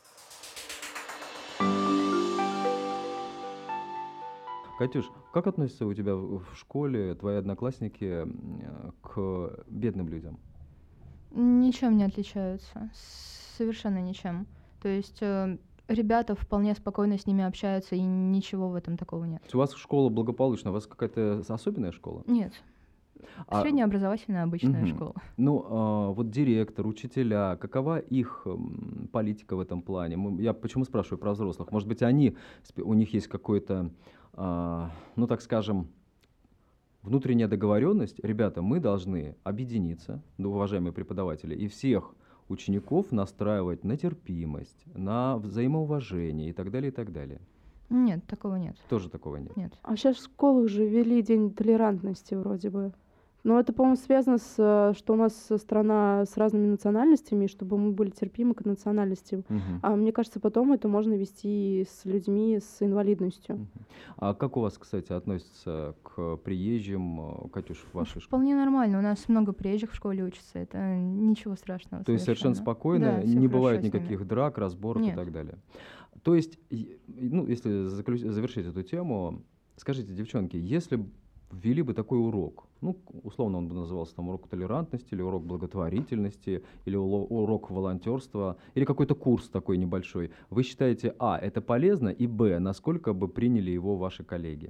Катюш, как относятся у тебя в в школе твои одноклассники м, э, к бедным людям? Ничем не отличаются. Совершенно ничем. То есть э, ребята вполне спокойно с ними общаются, и ничего в этом такого нет. У вас школа благополучная, у вас какая-то особенная школа? Нет. А, Среднеобразовательная обычная мгм. школа. Ну, а, вот директор, учителя, какова их м, политика в этом плане? Мы- Я почему спрашиваю про взрослых? Может быть, они, спе- у них есть какой-то, а, ну, так скажем, внутренняя договоренность. Ребята, мы должны объединиться, ну, уважаемые преподаватели, и всех учеников настраивать на терпимость, на взаимоуважение и так далее, и так далее. Нет, такого нет. Тоже такого нет. Нет. А сейчас в школах же ввели день толерантности вроде бы. Но это, по-моему, связано с, э, что у нас страна с разными национальностями, и чтобы мы были терпимы к национальности. Мгм. А мне кажется, потом это можно вести и с людьми с инвалидностью. Мгм. А как у вас, кстати, относятся к приезжим, э, Катюш, в вашей школе? Вполне нормально. У нас много приезжих в школе учатся. Это ничего страшного. То есть совершенно спокойно, Да, всё не хорошо бывает с ними. никаких драк, разборок и Нет. так далее. То есть, и- и, ну, если заключ- завершить эту тему, скажите, девчонки, если б ввели бы такой урок, ну, к- условно он бы назывался там урок толерантности, или урок благотворительности, или уло- урок волонтерства, или какой-то курс такой небольшой, вы считаете, а, это полезно, и б, насколько бы приняли его ваши коллеги?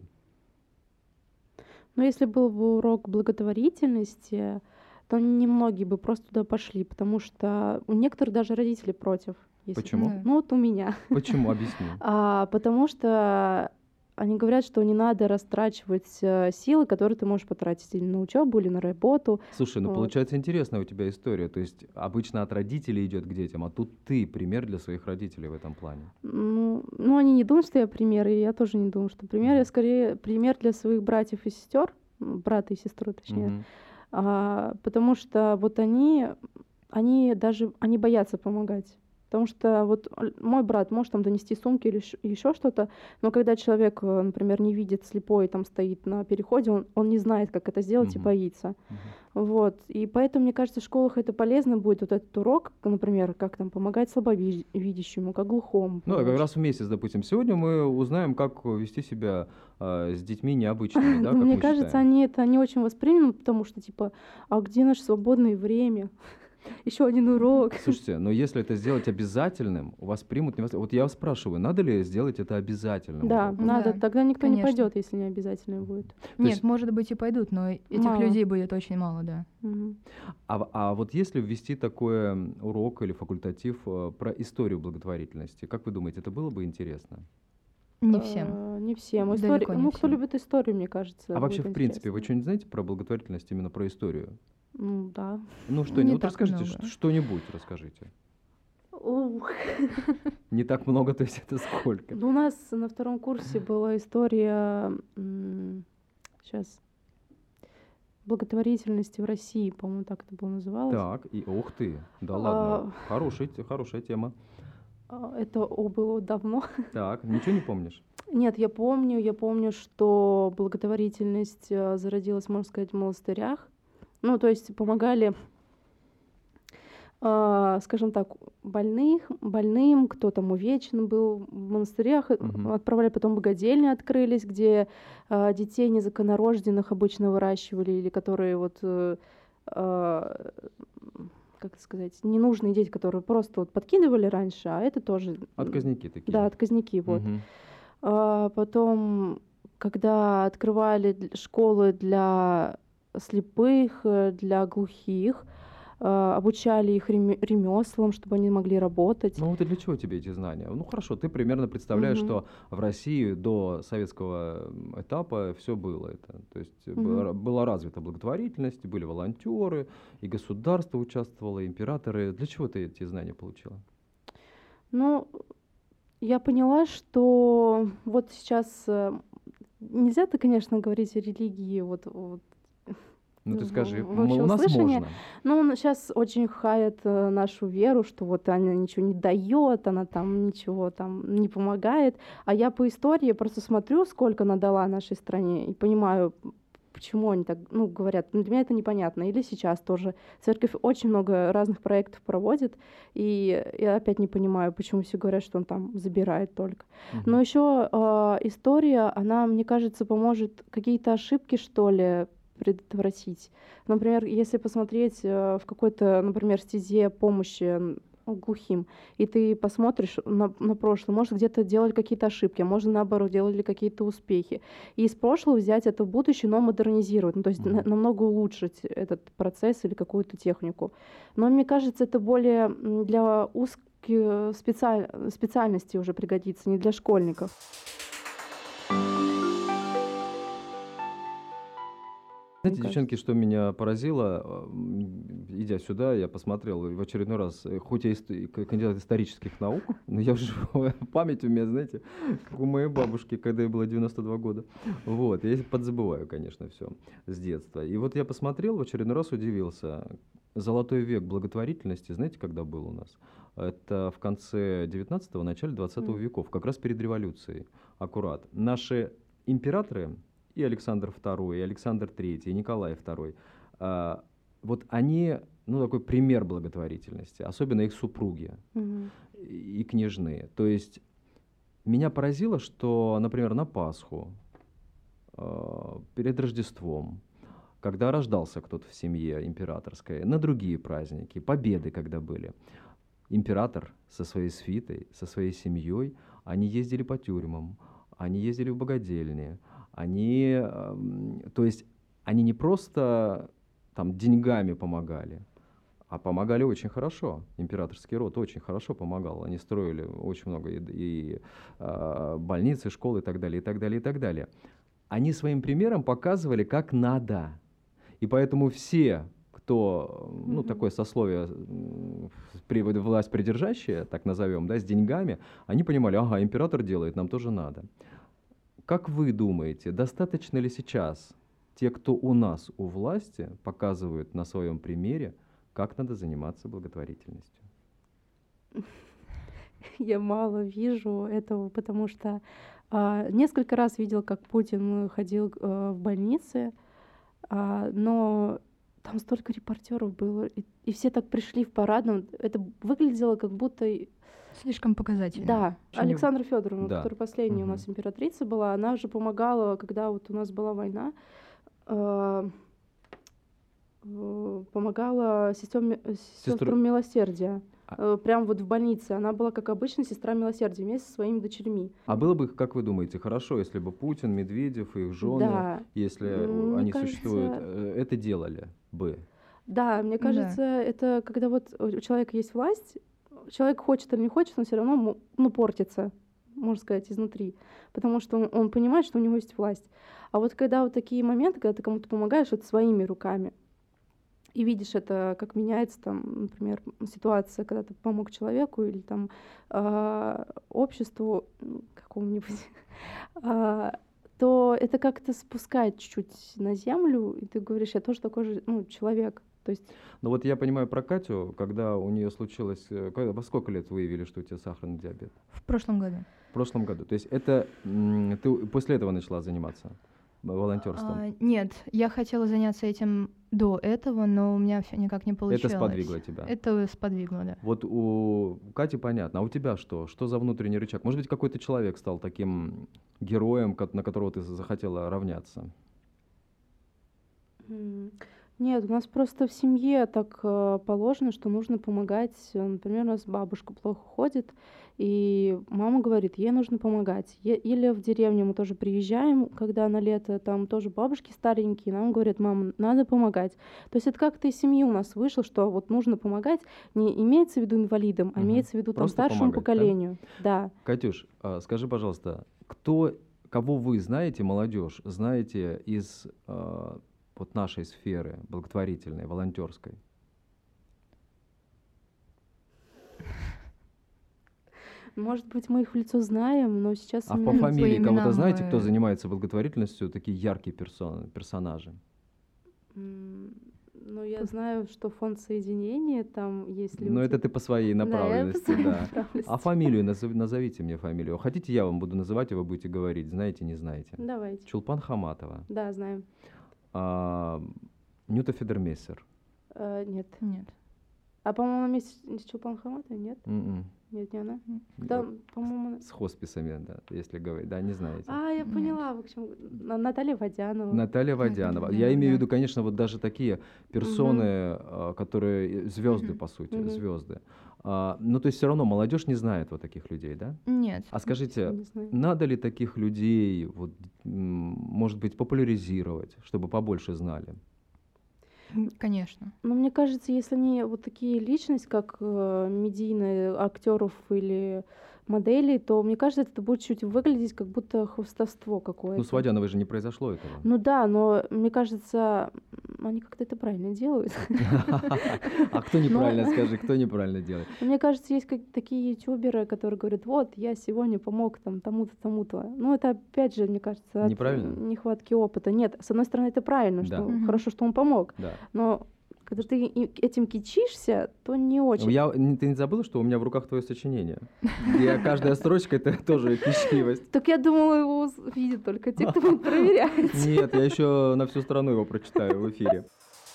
Но если был бы урок благотворительности, то немногие бы просто туда пошли, потому что у некоторых даже родители против. если- Почему? Да. Ну вот у меня. Почему? Объясни. А, потому что они говорят, что не надо растрачивать э, силы, которые ты можешь потратить или на учебу, или на работу. Слушай, ну Вот. получается интересная у тебя история. То есть обычно от родителей идет к детям, а тут ты пример для своих родителей в этом плане. Ну, ну, они не думают, что я пример, и я тоже не думаю, что пример. Я скорее пример для своих братьев и сестер, брата и сестры, точнее. Мгм. А, потому что вот они, они даже, они боятся помогать. Потому что вот л- мой брат может там донести сумки или еще что-то, но когда человек, э, например, не видит, слепой, там стоит на переходе, он, он не знает, как это сделать и Мгм. боится. Мгм. Вот. И поэтому, мне кажется, в школах это полезно будет, вот этот урок, к- например, как там помогать слабовидящему, как глухому. Ну, а как помочь. раз в месяц, допустим. Сегодня мы узнаем, как вести себя а, с детьми необычными, да, Ну, как мне мы кажется, считаем. они это не очень воспримут, потому что, типа, а где наше свободное время? Еще один урок. Слушайте, но если это сделать обязательным, у вас примут... не вас- Вот я вас спрашиваю, надо ли сделать это обязательным? Да, уроком? надо. Да, Тогда никто не конечно. пойдет, если не обязательно будет. Нет, есть- может быть, и пойдут, но этих Мало. людей будет очень мало, да. Мгм. А, в- а вот если ввести такой м, урок или факультатив э, про историю благотворительности, как вы думаете, это было бы интересно? Не всем. А, Не всем. Далеко История- не Ну, кто всем. любит историю, мне кажется. А вообще, будет в принципе, вы интересно. что-нибудь знаете про благотворительность, именно про историю? Ну, да. Ну, что-нибудь, Не вот так расскажите, много. ш- что-нибудь расскажите. Ух. Не так много, то есть это сколько? Ну, у нас на втором курсе была история сейчас благотворительности в России, по-моему, так это было называлось. Так, и ух ты, да А. ладно, хорошая, те- хорошая тема. А, Это о, было давно. Так, ничего не помнишь? Нет, я помню, я помню, что благотворительность э, зародилась, можно сказать, в монастырях. Ну, то есть помогали, а, скажем так, больных, больным, кто там увечен был в монастырях, э, Мгм. отправляли, потом богадельни открылись, где а, детей незаконнорожденных обычно выращивали, или которые вот, э, а, как это сказать, ненужные дети, которые просто вот подкидывали раньше, а это тоже... м, Отказники такие. Да, отказники, вот. Мгм. А потом, когда открывали дл- школы для слепых, э, для глухих, а, обучали их реме- ремеслам, чтобы они могли работать. Ну вот и для чего тебе эти знания? Ну хорошо, ты примерно представляешь, Мгм. что в России до советского м, этапа все было это. То есть э, Мгм. была была развита благотворительность, были волонтеры, и государство участвовало, и императоры. Для чего ты эти знания получила? Ну, я поняла, что вот сейчас э, нельзя-то, конечно, говорить о религии вот, вот. Ну ты В- скажи, в м, у нас общеуслышание. можно. Ну, сейчас очень хаят э, нашу веру, что вот она ничего не дает, она там ничего там не помогает. А я по истории просто смотрю, сколько она дала нашей стране, и понимаю, почему они так, ну, говорят. Ну, для меня это непонятно. Или сейчас тоже. Церковь очень много разных проектов проводит, и я опять не понимаю, почему все говорят, что он там забирает только. Мгм. Но еще история, она, мне кажется, поможет какие-то ошибки, что ли, предотвратить. Например, если посмотреть э, в какой-то, например, стезе помощи м, глухим, и ты посмотришь на, на прошлое, может, где-то делали какие-то ошибки, а может, наоборот, делали какие-то успехи. И из прошлого взять это в будущее, но модернизировать, ну, то есть Мгм. на- намного улучшить этот процесс или какую-то технику. Но мне кажется, это более м, для узких специаль... специальностей уже пригодится, не для школьников. Знаете, Мне девчонки, что меня поразило, м, идя сюда, я посмотрел и в очередной раз, э, хоть я ист- к- кандидат исторических наук, но я уже память у меня, знаете, как у моей бабушки, когда ей было девяносто два года. Вот, я подзабываю, конечно, все с детства. И вот я посмотрел, в очередной раз удивился. Золотой век благотворительности, знаете, когда был у нас? Это в конце девятнадцатого, начале двадцатого М. веков, как раз перед революцией, аккурат. Наши императоры, и Александр второй, и Александр третий, и Николай второй, а, вот они, ну, такой пример благотворительности, особенно их супруги Мгм. и княжны. То есть меня поразило, что, например, на Пасху, а, перед Рождеством, когда рождался кто-то в семье императорской, на другие праздники, победы, когда были, император со своей свитой, со своей семьей, они ездили по тюрьмам, они ездили в богадельни, они, эм, то есть они не просто там деньгами помогали, а помогали очень хорошо. Императорский род очень хорошо помогал. Они строили очень много и, и а, больниц, и школ, и так далее, и так далее, и так далее. Они своим примером показывали, как надо. И поэтому все, кто, ну, Мгм. такое сословие, м, при- власть придержащее, так назовем, да, с деньгами, они понимали, ага, император делает, нам тоже надо. Как вы думаете, достаточно ли сейчас те, кто у нас у власти, показывают на своем примере, как надо заниматься благотворительностью? Я мало вижу этого, потому что а, несколько раз видел, как Путин ходил э, в больницы, а, но там столько репортеров было, и, и все так пришли в парадном. Это выглядело как будто... и- Слишком показательно. Да, Что не- Александра Федоровна, Да. которая последняя у Мгм. нас императрица была, она же помогала, когда вот у нас была война, э, э, помогала сестрам, Сестры- сестрам милосердия. А- Э, Прям вот в больнице. Она была, как обычно, сестра милосердия вместе со своими дочерьми. А было бы, как вы думаете, хорошо, если бы Путин, Медведев и их жены, Да. если М, мне они кажется- существуют, э, это делали бы? Да, мне Да. кажется, это когда вот у у человека есть власть, человек хочет или не хочет, он все равно му- ну, портится, можно сказать, изнутри. Потому что он, он понимает, что у него есть власть. А вот когда вот такие моменты, когда ты кому-то помогаешь вот своими руками, и видишь это, как меняется там, например, ситуация, когда ты помог человеку или там а, обществу м, какому-нибудь, а, то это как-то спускает чуть-чуть на землю, и ты говоришь, я тоже такой же, ну, человек. То есть Ну вот я понимаю про Катю, когда у нее случилось, э, когда- во сколько лет выявили, что у тебя сахарный диабет? В прошлом году. В прошлом году. То есть это м, ты после этого начала заниматься волонтерством? А, нет, я хотела заняться этим до этого, но у меня все никак не Это получилось. сподвигло тебя? Это сподвигло, да. Вот у Кати понятно, а у тебя что? Что за внутренний рычаг? Может быть, какой-то человек стал таким героем, ко- на которого ты захотела равняться? М, нет, у нас просто в семье так э, положено, что нужно помогать. Э, Например, у нас бабушка плохо ходит, и мама говорит, ей нужно помогать. Е- Или в деревню мы тоже приезжаем, когда на лето, там тоже бабушки старенькие, нам говорят, мама, надо помогать. То есть это как-то из семьи у нас вышло, что вот нужно помогать, не имеется в виду инвалидам, а Мгм. имеется в виду там Просто старшему помогать, да? поколению. Да. Катюш, а, скажи, пожалуйста, кто, кого вы знаете, молодежь, знаете из а, вот нашей сферы благотворительной, волонтерской? Может быть, мы их в лицо знаем, но сейчас А по именно- фамилии именам кого-то знаете, кто мы- занимается благотворительностью, такие яркие персон- персонажи? М, Ну, я знаю, что фонд соединения, там есть люди. Ну, это ты по своей Да, я направленности, по своей да. направленности. А фамилию назов- назовите мне фамилию. Хотите, я вам буду называть, и вы будете говорить, знаете, не знаете. Давайте. Чулпан Хаматова, Да, знаем. а, Нюта Федермессер. Э, нет. Нет. А, по-моему, на месте с Чулпан Хаматовой? Нет? М-м. Нет, не она. Вот Там, по-моему... она- С хосписами, да, если говорить, да, не знаете. А, я Нет. поняла, в общем, На- Наталья Водянова. Наталья Водянова. Водянова, Я имею в да. виду, конечно, вот даже такие персоны, а, которые звезды, Мгм. по сути, Мгм. звезды. А, ну, то есть все равно молодежь не знает вот таких людей, да? Нет. А скажите, Не знаю. надо ли таких людей, вот, м, может быть, популяризировать, чтобы побольше знали? М, Конечно. Но мне кажется, если они вот такие личности, как э, медийные актеров или моделей, то мне кажется, это будет чуть выглядеть как будто хвастовство Ну, какое-то. с Водяновой же не произошло этого. Ну да, но мне кажется, м, они как-то это правильно делают. А кто неправильно, скажи, кто неправильно делает? Мне кажется, есть как такие ютуберы, которые говорят, вот, я сегодня помог там тому-то, тому-то. Ну, это опять же, мне кажется, от Неправильно? нехватки опыта. Нет, с одной стороны, это правильно, Да. что Мгм. хорошо, что он помог. Да. Но когда ты и- этим кичишься, то не очень. Я, не- ты не забыла, что у меня в руках твое сочинение? Где каждая строчка — это тоже кичливость. Так я думала, его с- видят только те, кто будет проверять. Нет, я еще на всю страну его прочитаю в эфире.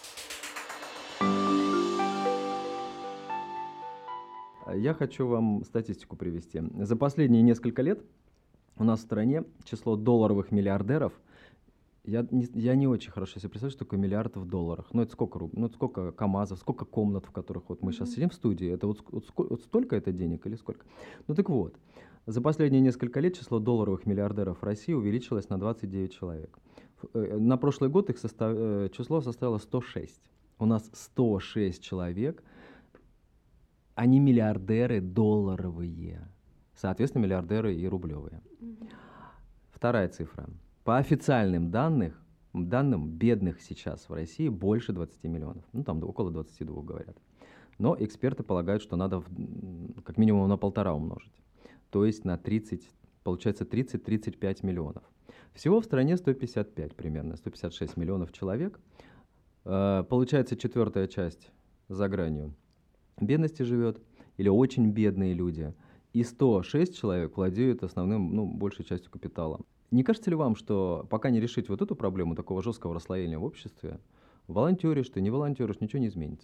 Я хочу вам статистику привести. За последние несколько лет у нас в стране число долларовых миллиардеров, я не, я не очень хорошо себе представляю, что такое миллиард в долларах. Ну, это сколько рублей, ну, это сколько КАМАЗов, сколько комнат, в которых вот мы сейчас Мгм. сидим в студии, это вот, ск- вот ско- вот столько это денег или сколько? Ну, так вот, за последние несколько лет число долларовых миллиардеров в России увеличилось на двадцать девять человек. Ф- э, На прошлый год их состав- э, число составило сто шесть. У нас сто шесть человек, они миллиардеры долларовые. Соответственно, миллиардеры и рублевые. Вторая цифра. По официальным данным, данным, бедных сейчас в России больше двадцати миллионов. Ну, там около двадцати двух говорят. Но эксперты полагают, что надо в- м, как минимум на полтора умножить. То есть на тридцать, получается тридцать-тридцать пять миллионов. Всего в стране сто пятьдесят пять примерно, сто пятьдесят шесть миллионов человек. Э, Получается четвертая часть за гранью бедности живет, или очень бедные люди. И сто шесть человек владеют основным, ну, большей частью капитала. Не кажется ли вам, что пока не решить вот эту проблему такого жесткого расслоения в обществе, волонтеришь ты, не волонтеришь, ничего не изменится?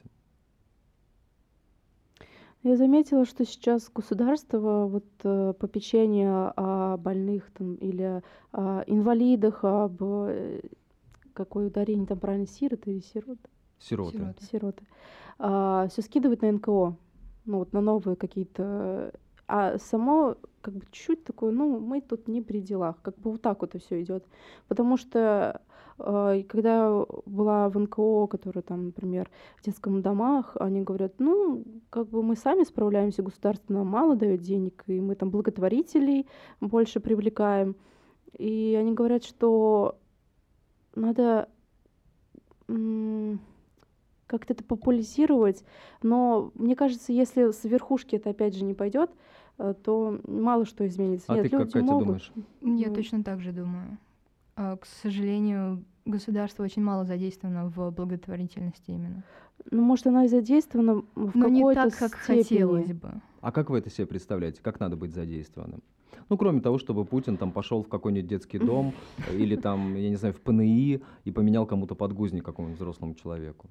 Я заметила, что сейчас государство вот э, попечение о больных там, или о инвалидах, об э, какое ударение там правильно, сироты или сироты, Сироты. Сироты. сироты, все скидывает на эн ка о, ну вот на новые какие-то, а само как бы чуть-чуть такое, ну мы тут не при делах, как бы вот так вот и все идет, потому что э, когда была в эн ка о, которая там, например, в детском домах, они говорят, ну как бы мы сами справляемся, государство нам мало дает денег, и мы там благотворителей больше привлекаем, и они говорят, что надо м, как-то это популяризировать, но мне кажется, если с верхушки это опять же не пойдет, э, то мало что изменится. А Нет, ты как, люди Катя, могут. думаешь? Я Ну. точно так же думаю. А, К сожалению, государство очень мало задействовано в благотворительности именно. Ну, может, она и задействована в Но не какой-то так, как степени. хотелось бы. А как вы это себе представляете? Как надо быть задействованным? Ну, кроме того, чтобы Путин там пошел в какой-нибудь детский дом или там, я не знаю, в пэ эн и и поменял кому-то подгузник какому-нибудь взрослому человеку.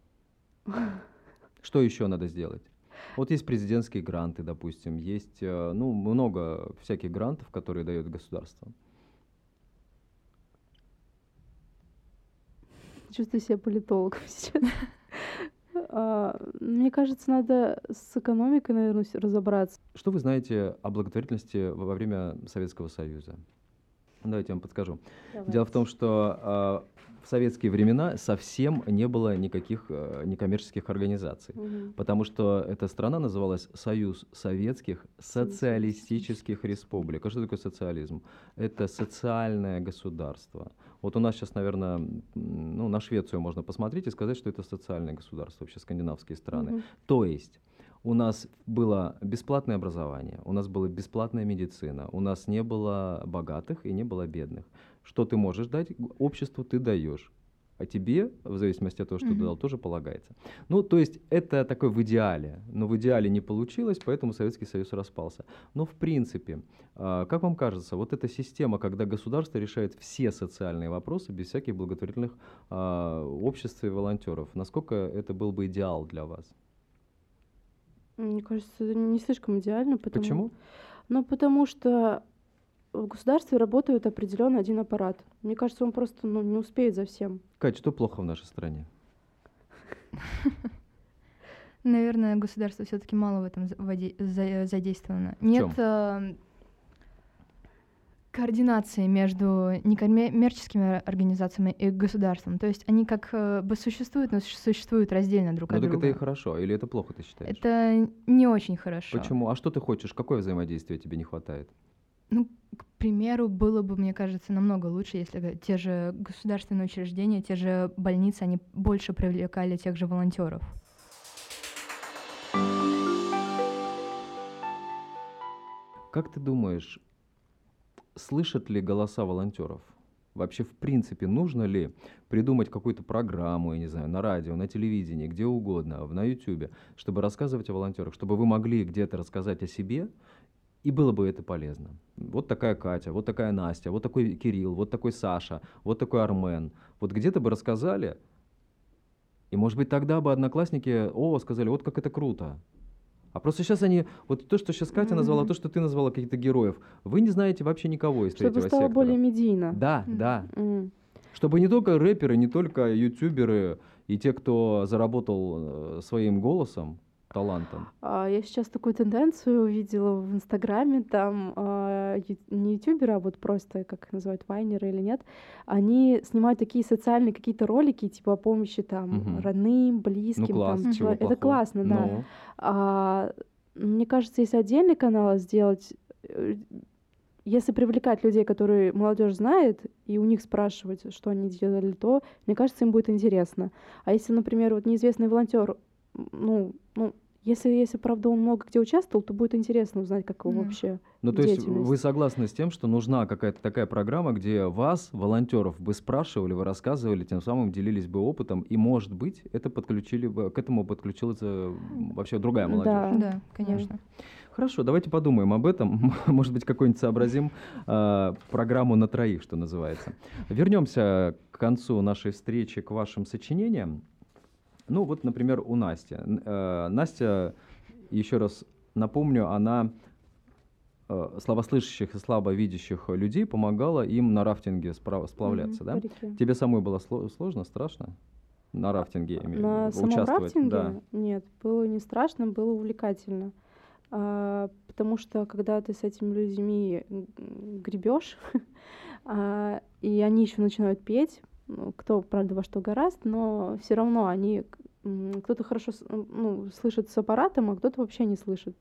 Что еще надо сделать? Вот есть президентские гранты, допустим, есть, э, ну, много всяких грантов, которые дает государство. Чувствую себя политологом сейчас. А, Мне кажется, надо с экономикой, наверное, разобраться. Что вы знаете о благотворительности во во время Советского Союза? Давайте я вам подскажу. Дело в том, что а, в советские времена совсем не было никаких а, некоммерческих организаций, Мгм. потому что эта страна называлась Союз Советских Социалистических Республик. А что такое социализм? Это социальное государство. Вот у нас сейчас, наверное, ну, на Швецию можно посмотреть и сказать, что это социальное государство, вообще скандинавские страны. Мгм. То есть у нас было бесплатное образование, у нас была бесплатная медицина, у нас не было богатых и не было бедных. Что ты можешь дать обществу, ты даешь. А тебе, в зависимости от того, что ты Мгм. дал, тоже полагается. Ну, то есть это такое в идеале. Но в идеале не получилось, поэтому Советский Союз распался. Но в принципе, а, как вам кажется, вот эта система, когда государство решает все социальные вопросы без всяких благотворительных а, обществ и волонтеров, насколько это был бы идеал для вас? Мне кажется, это не слишком идеально. Потому... Почему? Ну, потому что в государстве работает определенный один аппарат. Мне кажется, он просто ну, не успеет за всем. Кать, что плохо в нашей стране? Наверное, государство все-таки мало в этом заводе- за- задействовано. Нет э, координации между некоммерческими организациями и государством. То есть они как э, бы существуют, но существуют раздельно друг Ну от так друга. это и хорошо, или это плохо, ты считаешь? Это не очень хорошо. Почему? А что ты хочешь? Какое взаимодействие тебе не хватает? Ну, к примеру, было бы, мне кажется, намного лучше, если те же государственные учреждения, те же больницы, они больше привлекали тех же волонтеров. Как ты думаешь, слышат ли голоса волонтеров? Вообще, в принципе, нужно ли придумать какую-то программу, я не знаю, на радио, на телевидении, где угодно, в- на Ютубе, чтобы рассказывать о волонтерах, чтобы вы могли где-то рассказать о себе, и было бы это полезно. Вот такая Катя, вот такая Настя, вот такой Кирилл, вот такой Саша, вот такой Армен. Вот где-то бы рассказали, и, может быть, тогда бы одноклассники, о, сказали, вот как это круто. А просто сейчас они, вот то, что сейчас Катя назвала, Мгм. то, что ты назвала каких-то героев, вы не знаете вообще никого из Чтобы третьего стало сектора. более медийно. Да, Мгм. да. М. Чтобы не только рэперы, не только ютуберы и те, кто заработал э, своим голосом, талантом. А, Я сейчас такую тенденцию увидела в Инстаграме, там а, ю- не ютуберы, а вот просто, как их называют, вайнеры или нет, они снимают такие социальные какие-то ролики, типа о помощи там Мгм. родным, Ну близким, класс, там, чего чело- Это плохого? классно, да. Ну, А, мне кажется, если отдельный канал сделать, э, если привлекать людей, которые молодежь знает, и у них спрашивать, что они делали, то, мне кажется, им будет интересно. А если, например, вот неизвестный волонтер, м, ну, ну, если, если, правда, он много где участвовал, то будет интересно узнать, как его Мгм. вообще ну то есть деятельность. вы согласны с тем, что нужна какая-то такая программа, где вас, волонтеров, бы спрашивали, вы рассказывали, тем самым делились бы опытом, и, может быть, это подключили бы, к этому подключилась э, вообще другая молодежь. Да. Да, конечно. Хорошо, давайте подумаем об этом. Может быть, какой-нибудь сообразим э, программу на троих, что называется. Вернемся к концу нашей встречи к вашим сочинениям. Ну, вот, например, у Насти. Н- э, Настя, еще раз напомню, она э, слабослышащих и слабовидящих людей помогала им на рафтинге спра- сплавляться, Мгм, да? по реке. Тебе самой было сло- сложно, страшно на рафтинге я имею в На виду, самом участвовать? рафтинге Да. нет, было не страшно, было увлекательно. А, потому что когда ты с этими людьми гребешь, и они еще начинают петь, ну, кто, правда, во что гораст, но все равно они, м, кто-то хорошо с- ну, слышит с аппаратом, а кто-то вообще не слышит.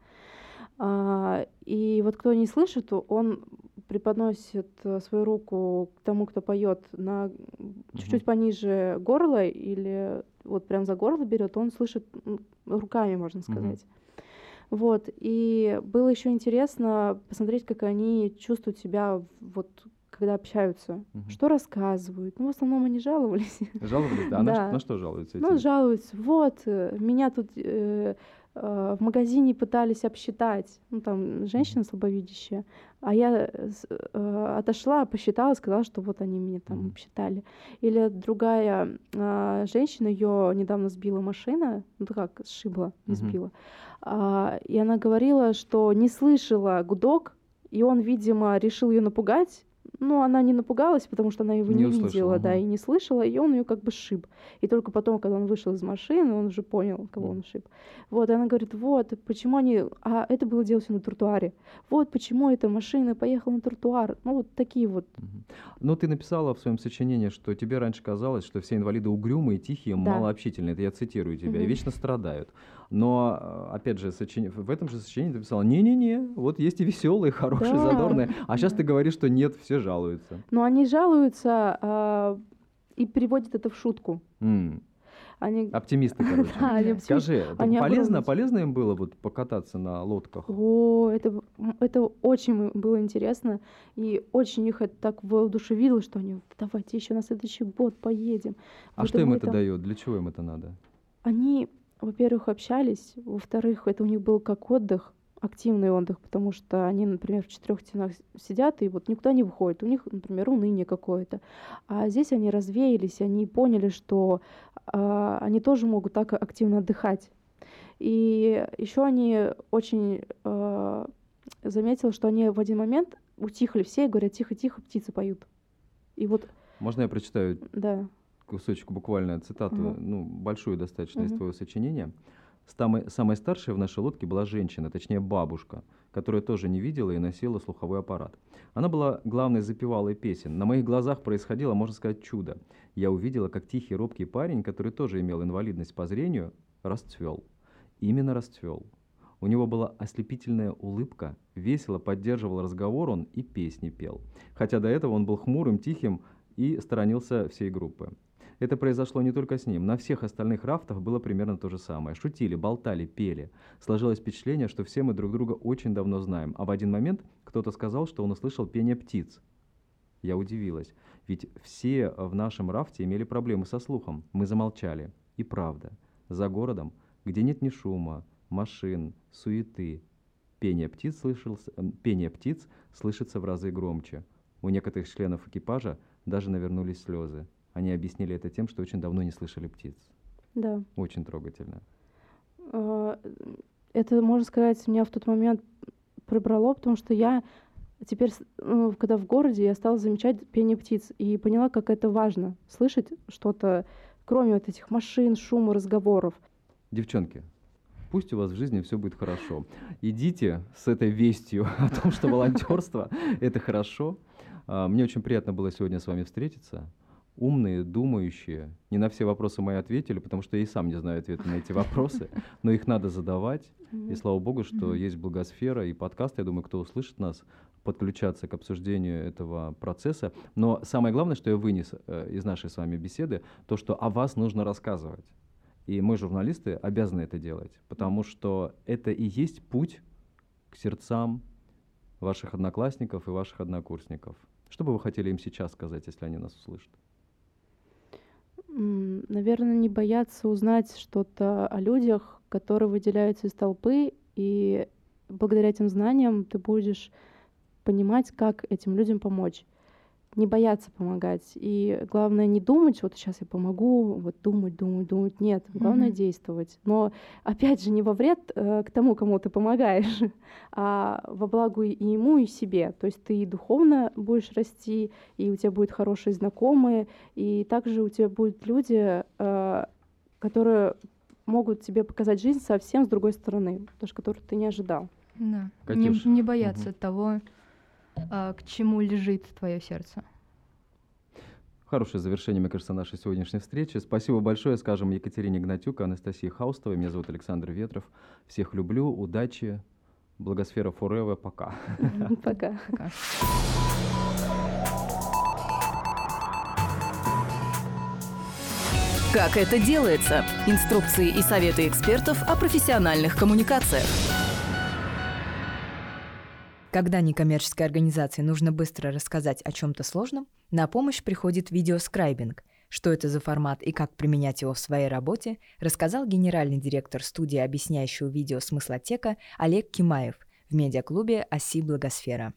А, И вот кто не слышит, то он преподносит э, свою руку к тому, кто поет, на чуть-чуть пониже горла или вот прям за горло берет, он слышит м, руками, можно Мгм. сказать. Вот, и было еще интересно посмотреть, как они чувствуют себя, в- вот, когда общаются, Мгм. что рассказывают. Ну, в основном они жаловались. Жаловались, да? А на, Да. ш- на что жалуются эти Ну, люди? жалуются, вот, э, меня тут э, э, в магазине пытались обсчитать, ну, там, женщина слабовидящая, а я э, с- э, отошла, посчитала, сказала, что вот они меня там Мгм. обсчитали. Или другая а, женщина, ее недавно сбила машина, ну, как, сшибла, не Мгм. сбила, А, и она говорила, что не слышала гудок, и он, видимо, решил ее напугать. Но она не напугалась, потому что она его Не не, услышала, видела, да, ага. и не слышала, и он ее как бы шиб. И только потом, когда он вышел из машины, он уже понял, кого он шиб. Вот, и она говорит, вот, почему они... А это было дело всё на тротуаре. Вот почему эта машина поехала на тротуар. Ну, вот такие вот. Мгм. Ну, ты написала в своем сочинении, что тебе раньше казалось, что все инвалиды угрюмые, тихие, Да. малообщительные. Это я цитирую тебя. И Мгм. вечно страдают. Но, э, опять же, сочини- в этом же сочинении ты писала, не-не-не, вот есть и веселые, хорошие, Да, задорные. А сейчас да. ты говоришь, что нет, все жалуются. Но они жалуются а, и переводят это в шутку. М, Они... Оптимисты, короче. Да, они оптимисты. Скажи, это Они полезно, огромные. полезно им было вот покататься на лодках? О, это, б- м, это очень было интересно. И очень их это так воодушевило, что они, давайте еще на следующий год поедем. А Вот что и им мы это там- дает? Для чего им это надо? Они, во-первых, общались, во-вторых, это у них был как отдых, активный отдых, потому что они, например, в четырех стенах с- сидят и вот никуда не выходят. У них, например, уныние какое-то. А здесь они развеялись, они поняли, что а, они тоже могут так активно отдыхать. И еще они очень а, заметила, что они в один момент утихли все и говорят, тихо-тихо, птицы поют. И вот, Можно я прочитаю да. кусочек, буквально цитату, Ага. ну, большую достаточно из Мгм. твоего сочинения. Самой, самой старшей в нашей лодке была женщина, точнее бабушка, которая тоже не видела и носила слуховой аппарат. Она была главной запевалой песен. На моих глазах происходило, можно сказать, чудо. Я увидела, как тихий, робкий парень, который тоже имел инвалидность по зрению, расцвел. Именно расцвел. У него была ослепительная улыбка, весело поддерживал разговор он и песни пел. Хотя до этого он был хмурым, тихим и сторонился всей группы. Это произошло не только с ним. На всех остальных рафтах было примерно то же самое. Шутили, болтали, пели. Сложилось впечатление, что все мы друг друга очень давно знаем. А в один момент кто-то сказал, что он услышал пение птиц. Я удивилась. Ведь все в нашем рафте имели проблемы со слухом. Мы замолчали. И правда, за городом, где нет ни шума, машин, суеты, пение птиц, слышался, пение птиц слышится в разы громче. У некоторых членов экипажа даже навернулись слезы. Они объяснили это тем, что очень давно не слышали птиц. Да. Очень трогательно. Это, можно сказать, меня в тот момент пробрало, потому что я теперь, когда в городе, я стала замечать пение птиц и поняла, как это важно, слышать что-то, кроме вот этих машин, шума, разговоров. Девчонки, пусть у вас в жизни все будет хорошо. Идите с этой вестью о том, что волонтерство — это хорошо. Мне очень приятно было сегодня с вами встретиться. Умные, думающие. Не на все вопросы мои ответили, потому что я и сам не знаю ответы на эти вопросы, но их надо задавать. И слава богу, что есть Благосфера и подкаст. Я думаю, кто услышит нас, подключаться к обсуждению этого процесса. Но самое главное, что я вынес э, из нашей с вами беседы, то, что о вас нужно рассказывать. И мы, журналисты, обязаны это делать, потому что это и есть путь к сердцам ваших одноклассников и ваших однокурсников. Что бы вы хотели им сейчас сказать, если они нас услышат? Наверное, не бояться узнать что-то о людях, которые выделяются из толпы, и благодаря этим знаниям ты будешь понимать, как этим людям помочь. Не бояться помогать. И главное не думать, вот сейчас я помогу, вот думать, думать, думать. Нет, главное mm-hmm. действовать. Но опять же не во вред э, к тому, кому ты помогаешь, а во благо и ему, и себе. То есть ты и духовно будешь расти, и у тебя будут хорошие знакомые, и также у тебя будут люди, э, которые могут тебе показать жизнь совсем с другой стороны, потому что которую ты не ожидал. Да. Не, не бояться mm-hmm. того, а, к чему лежит твое сердце. Хорошее завершение, мне кажется, нашей сегодняшней встречи. Спасибо большое, скажем, Екатерине Гнатюк, Анастасии Хаустовой. Меня зовут Александр Ветров. Всех люблю, удачи, Благосфера forever, пока. Пока. Как это делается? Инструкции и советы экспертов о профессиональных коммуникациях. Когда некоммерческой организации нужно быстро рассказать о чем-то сложном, на помощь приходит видеоскрайбинг. Что это за формат и как применять его в своей работе, рассказал генеральный директор студии объясняющего видео смыслотека Олег Кимаев в медиаклубе «Оси Благосфера».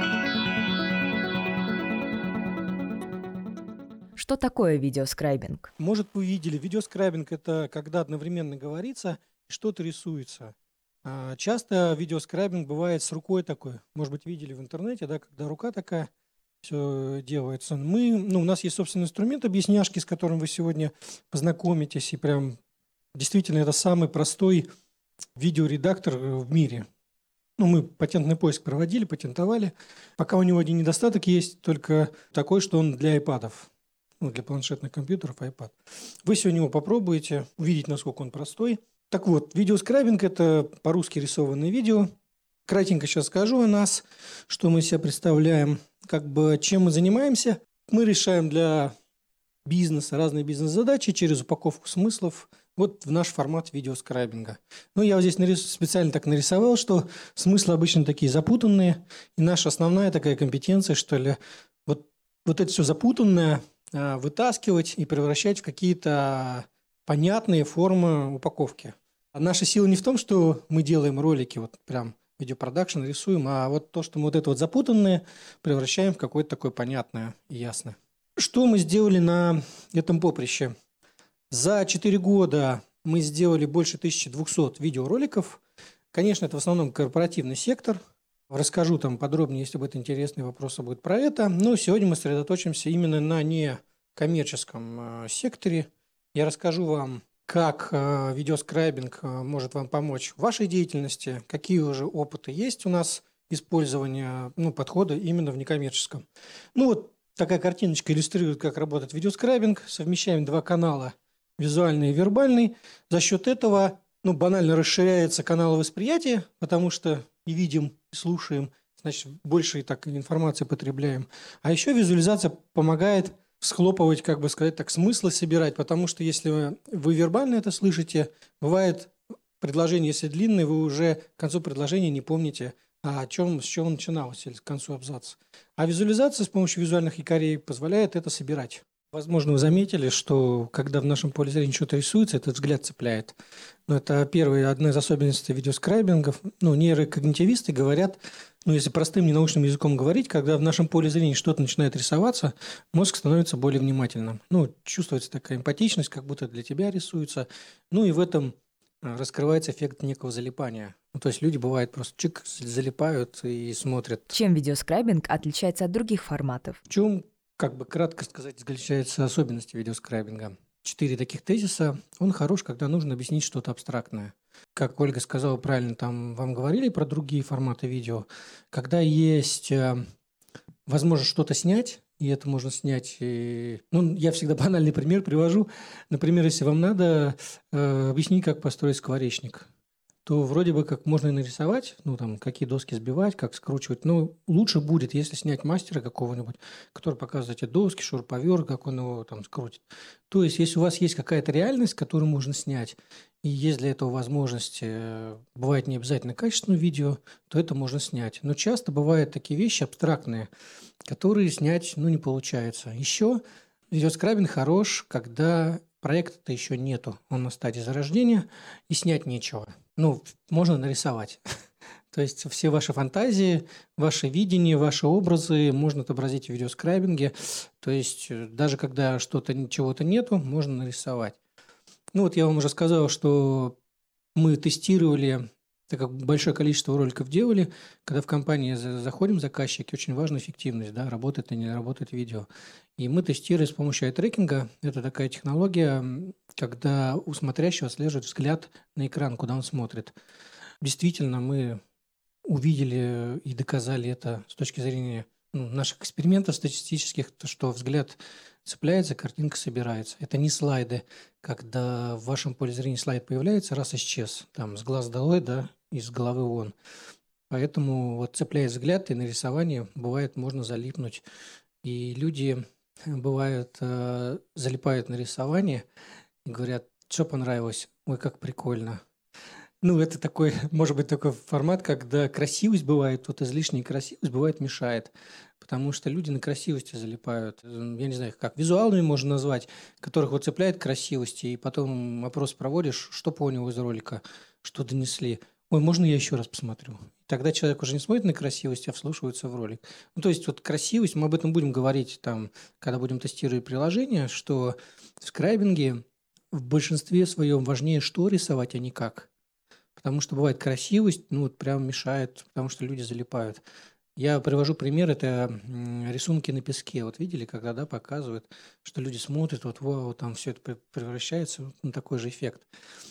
Что такое видеоскрайбинг? Может, вы видели, видеоскрайбинг – это когда одновременно говорится и что-то рисуется. А часто видеоскрайбинг бывает с рукой такой. Может быть, видели в интернете, да, когда рука такая, все делается. Мы, ну, у нас есть собственный инструмент объясняшки, с которым вы сегодня познакомитесь. И прям действительно это самый простой видеоредактор в мире. Ну, мы патентный поиск проводили, патентовали. Пока у него один недостаток есть, только такой, что он для айпадов. Ну, для планшетных компьютеров iPad. Вы сегодня его попробуете, увидеть, насколько он простой. Так вот, видеоскрайбинг – это по-русски рисованное видео. Кратенько сейчас скажу о нас, что мы себя представляем, как бы чем мы занимаемся. Мы решаем для бизнеса разные бизнес-задачи через упаковку смыслов. Вот в наш формат видеоскрайбинга. Ну, я вот здесь нарис... специально так нарисовал, что смыслы обычно такие запутанные. И наша основная такая компетенция, что ли, вот, вот это все запутанное а, вытаскивать и превращать в какие-то понятные формы упаковки. А наша сила не в том, что мы делаем ролики, вот прям видеопродакшн рисуем, а вот то, что мы вот это вот запутанное превращаем в какое-то такое понятное и ясное. Что мы сделали на этом поприще? За четыре года мы сделали больше тысячи двухсот видеороликов. Конечно, это в основном корпоративный сектор. Расскажу там подробнее, если будет интересный вопрос, будет про это. Но сегодня мы сосредоточимся именно на некоммерческом секторе. Я расскажу вам, как э, видеоскрайбинг э, может вам помочь в вашей деятельности, какие уже опыты есть у нас использования, ну, подхода именно в некоммерческом. Ну, вот такая картиночка иллюстрирует, как работает видеоскрайбинг. Совмещаем два канала, визуальный и вербальный. За счет этого, ну, банально расширяется канал восприятия, потому что и видим, и слушаем, значит, больше и так информации потребляем. А еще визуализация помогает схлопывать, как бы сказать так, смыслы собирать, потому что если вы, вы вербально это слышите, бывает предложение, если длинное, вы уже к концу предложения не помните, а о чем, с чего начиналось, или к концу абзаца. А визуализация с помощью визуальных якорей позволяет это собирать. Возможно, вы заметили, что когда в нашем поле зрения что-то рисуется, этот взгляд цепляет. Но это первая, одна из особенностей видеоскрайбингов. Ну, нейрокогнитивисты говорят, ну, если простым ненаучным языком говорить, когда в нашем поле зрения что-то начинает рисоваться, мозг становится более внимательным. Ну, чувствуется такая эмпатичность, как будто для тебя рисуется. Ну, и в этом раскрывается эффект некого залипания. Ну, то есть люди, бывает, просто чик, залипают и смотрят. Чем видеоскрайбинг отличается от других форматов? В чем, как бы кратко сказать, заключаются особенности видеоскрайбинга? Четыре таких тезиса. Он хорош, когда нужно объяснить что-то абстрактное. Как Ольга сказала правильно, там вам говорили про другие форматы видео. Когда есть э, возможность что-то снять, и это можно снять. И... Ну, я всегда банальный пример привожу. Например, если вам надо э, объяснить, как построить скворечник, то вроде бы как можно и нарисовать, ну, там, какие доски сбивать, как скручивать. Но лучше будет, если снять мастера какого-нибудь, который показывает эти доски, шуруповерт, как он его там скрутит. То есть, если у вас есть какая-то реальность, которую можно снять, и есть для этого возможность, бывает не обязательно качественное видео, то это можно снять. Но часто бывают такие вещи абстрактные, которые снять, ну, не получается. Еще видеоскрайбинг хорош, когда проекта-то еще нету, он на стадии зарождения, и снять нечего. Ну, можно нарисовать. То есть все ваши фантазии, ваше видение, ваши образы можно отобразить в видеоскрайбинге. То есть даже когда что-то, чего-то нету, можно нарисовать. Ну вот я вам уже сказал, что мы тестировали, так как большое количество роликов делали, когда в компании заходим, заказчики, очень важна эффективность, да, работает или не работает видео. И мы тестируем с помощью ай-трекинга. Это такая технология, когда у смотрящего отслеживает взгляд на экран, куда он смотрит. Действительно, мы увидели и доказали это с точки зрения ну, наших экспериментов статистических, то, что взгляд цепляется, картинка собирается. Это не слайды, когда в вашем поле зрения слайд появляется, раз исчез, там с глаз долой, да, из головы вон. Поэтому вот цепляет взгляд, и на рисовании бывает можно залипнуть. И люди, бывает, э, залипают на рисование и говорят, что понравилось, ой, как прикольно. Ну, это такой, может быть, такой формат, когда красивость бывает, вот излишняя красивость бывает мешает, потому что люди на красивости залипают. Я не знаю, как визуалами можно назвать, которых вот цепляет красивость, и потом опрос проводишь, что понял из ролика, что донесли. Ой, можно я еще раз посмотрю? Тогда человек уже не смотрит на красивость, а вслушивается в ролик. Ну, то есть вот красивость, мы об этом будем говорить, там, когда будем тестировать приложение, что в скрайбинге в большинстве своем важнее, что рисовать, а не как. Потому что бывает красивость, ну вот прям мешает, потому что люди залипают. Я привожу пример, это рисунки на песке. Вот видели, когда да, показывают, что люди смотрят, вот вау, там все это превращается на такой же эффект.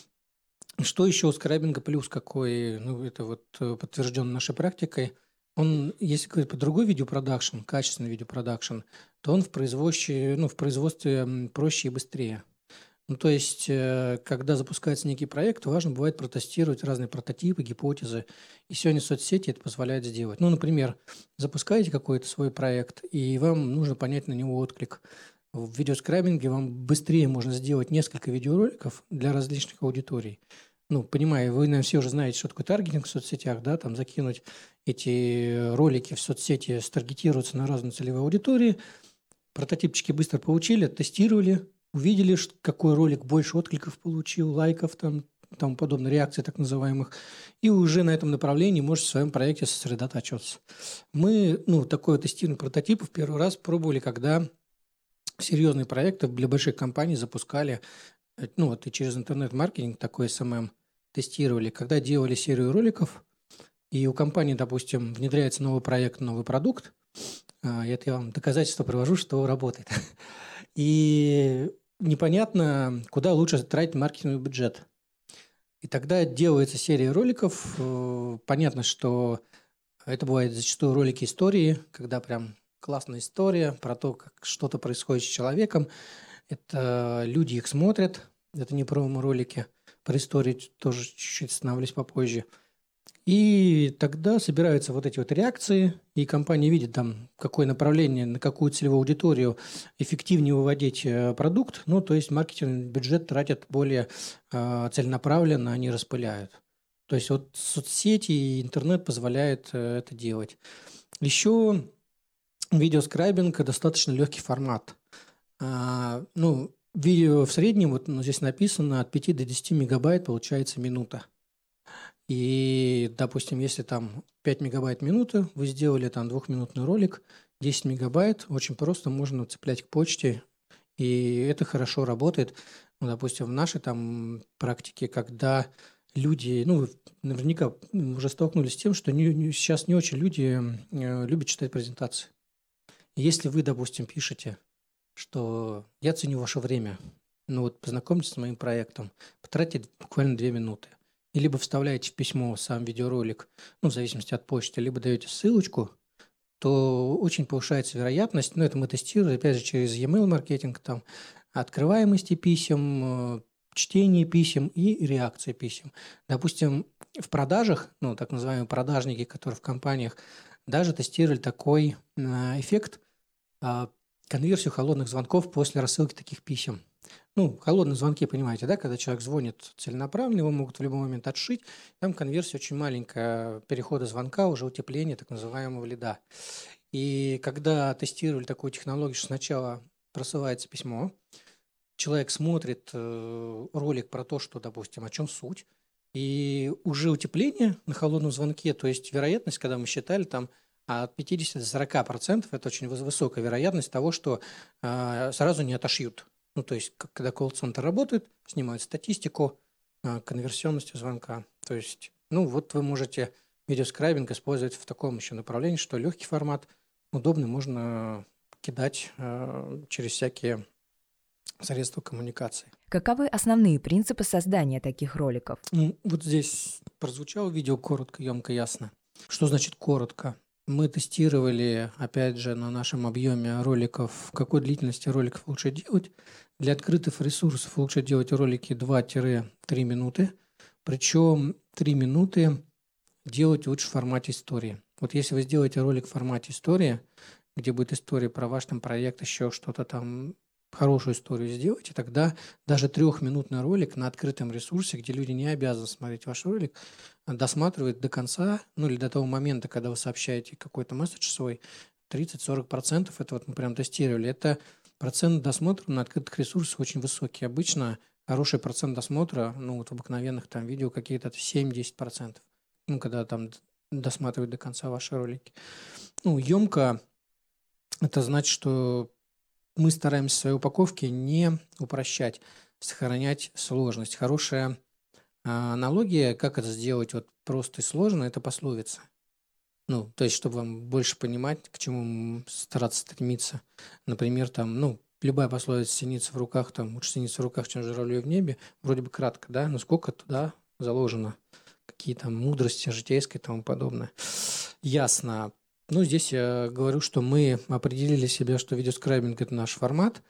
Что еще у скрайбинга плюс какой, ну это вот подтверждено нашей практикой, он, если говорить про другой видеопродакшн, качественный видеопродакшн, то он в производстве, ну, в производстве проще и быстрее. Ну, то есть, когда запускается некий проект, важно бывает протестировать разные прототипы, гипотезы. И сегодня соцсети это позволяют сделать. Ну, например, запускаете какой-то свой проект, и вам нужно понять на него отклик. В видеоскрайбинге вам быстрее можно сделать несколько видеороликов для различных аудиторий. Ну, понимаю, вы, наверное, все уже знаете, что такое таргетинг в соцсетях, да, там закинуть эти ролики в соцсети, старгетироваться на разные целевые аудитории. Прототипчики быстро получили, тестировали, увидели, какой ролик больше откликов получил, лайков, там, тому подобное, реакций так называемых, и уже на этом направлении можете в своем проекте сосредотачиваться. Мы, ну, такое тестирование прототипов первый раз пробовали, когда серьезные проекты для больших компаний запускали, ну, вот и через интернет-маркетинг такой эс эм эм тестировали, когда делали серию роликов, и у компании, допустим, внедряется новый проект, новый продукт, это я вам доказательство привожу, что работает. И непонятно, куда лучше тратить маркетинговый бюджет. И тогда делается серия роликов. Понятно, что это бывает зачастую ролики истории, когда прям классная история про то, как что-то происходит с человеком. Это люди их смотрят. Это не промо-ролики. Про историю тоже чуть-чуть остановлюсь попозже. И тогда собираются вот эти вот реакции, и компания видит там, какое направление, на какую целевую аудиторию эффективнее выводить продукт. Ну, то есть маркетинговый бюджет тратят более э, целенаправленно, они распыляют. То есть вот соцсети и интернет позволяют э, это делать. Еще видеоскрайбинг – достаточно легкий формат. А, ну, видео в среднем, вот ну, здесь написано, от пяти до десяти мегабайт получается минута. И, допустим, если там пять мегабайт в минуту, вы сделали там двухминутный ролик, десять мегабайт, очень просто можно цеплять к почте, и это хорошо работает. Ну, допустим, в нашей там практике, когда люди, ну, наверняка уже столкнулись с тем, что не, не, сейчас не очень люди э, любят читать презентации. Если вы, допустим, пишете, что я ценю ваше время, ну вот познакомьтесь с моим проектом, потратьте буквально две минуты. И либо вставляете в письмо сам видеоролик, ну, в зависимости от почты, либо даете ссылочку, то очень повышается вероятность, ну, это мы тестируем, опять же, через e-mail маркетинг, там, открываемости писем, чтение писем и реакция писем. Допустим, в продажах, ну, так называемые продажники, которые в компаниях, даже тестировали такой эффект, конверсию холодных звонков после рассылки таких писем. Ну, холодные звонки, понимаете, да, когда человек звонит целенаправленно, его могут в любой момент отшить. Там конверсия очень маленькая, перехода звонка, уже утепление так называемого лида. И когда тестировали такую технологию, что сначала просылается письмо, человек смотрит э, ролик про то, что, допустим, о чем суть, и уже утепление на холодном звонке, то есть вероятность, когда мы считали, там от пятидесяти до сорока процентов, это очень высокая вероятность того, что э, сразу не отошьют. Ну, то есть, когда колл-центр работает, снимают статистику э, конверсионности звонка. То есть, ну, вот вы можете видеоскрайбинг использовать в таком еще направлении, что легкий формат, удобный, можно кидать э, через всякие средства коммуникации. Каковы основные принципы создания таких роликов? Ну, вот здесь прозвучало видео коротко, емко, ясно. Что значит коротко? Мы тестировали, опять же, на нашем объеме роликов, в какой длительности роликов лучше делать. Для открытых ресурсов лучше делать ролики два-три минуты. Причем три минуты делать лучше в формате истории. Вот если вы сделаете ролик в формате истории, где будет история про ваш там проект, еще что-то там, хорошую историю сделайте, тогда даже трехминутный ролик на открытом ресурсе, где люди не обязаны смотреть ваш ролик, досматривает до конца, ну или до того момента, когда вы сообщаете какой-то месседж свой, тридцать-сорок процентов, это вот мы прям тестировали, это процент досмотра на открытых ресурсах очень высокий. Обычно хороший процент досмотра, ну вот в обыкновенных там видео какие-то семь-десять процентов, ну когда там досматривают до конца ваши ролики. Ну, емко, это значит, что мы стараемся в своей упаковке не упрощать, сохранять сложность. Хорошая а, аналогия, как это сделать вот просто и сложно, это пословица. Ну, то есть, чтобы вам больше понимать, к чему стараться стремиться. Например, там, ну, любая пословица «синица в руках», там, лучше синица в руках, чем журавлей в небе, вроде бы кратко, да, но сколько туда заложено, какие там мудрости житейские и тому подобное. Ясно. Ну, здесь я говорю, что мы определили себе, что видеоскрайбинг – это наш формат.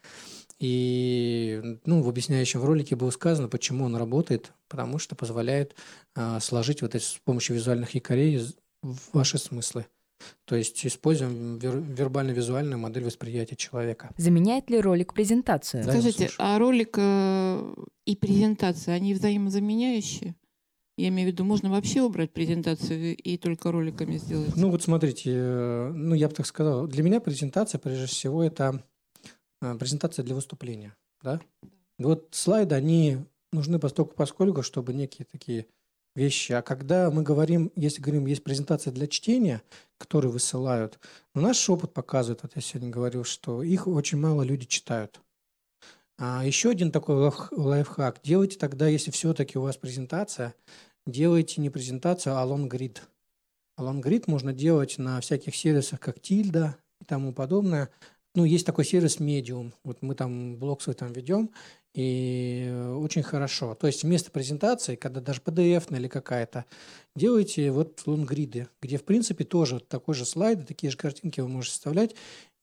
И ну, в объясняющем ролике было сказано, почему он работает, потому что позволяет а, сложить вот эти, с помощью визуальных якорей ваши смыслы. То есть используем вер- вербально-визуальную модель восприятия человека. Заменяет ли ролик презентацию? Да, Скажите, а ролик э, и презентация, они взаимозаменяющие? Я имею в виду, можно вообще убрать презентацию и только роликами сделать? Ну вот смотрите, ну я бы так сказал, для меня презентация, прежде всего, это презентация для выступления. Да? Вот слайды, они нужны постольку поскольку, чтобы некие такие вещи. А когда мы говорим, если говорим, есть презентация для чтения, которые высылают, но наш опыт показывает, вот я сегодня говорил, что их очень мало люди читают. А еще один такой лайф- лайфхак. Делайте тогда, если все-таки у вас презентация, делайте не презентацию, а лонгрид. А лонгрид можно делать на всяких сервисах, как Тильда и тому подобное. ну, есть такой сервис Medium. Вот мы там блог свой там ведем, и очень хорошо. То есть вместо презентации, когда даже пи ди эф или какая-то, делайте вот лонгриды, где, в принципе, тоже такой же слайд, такие же картинки вы можете вставлять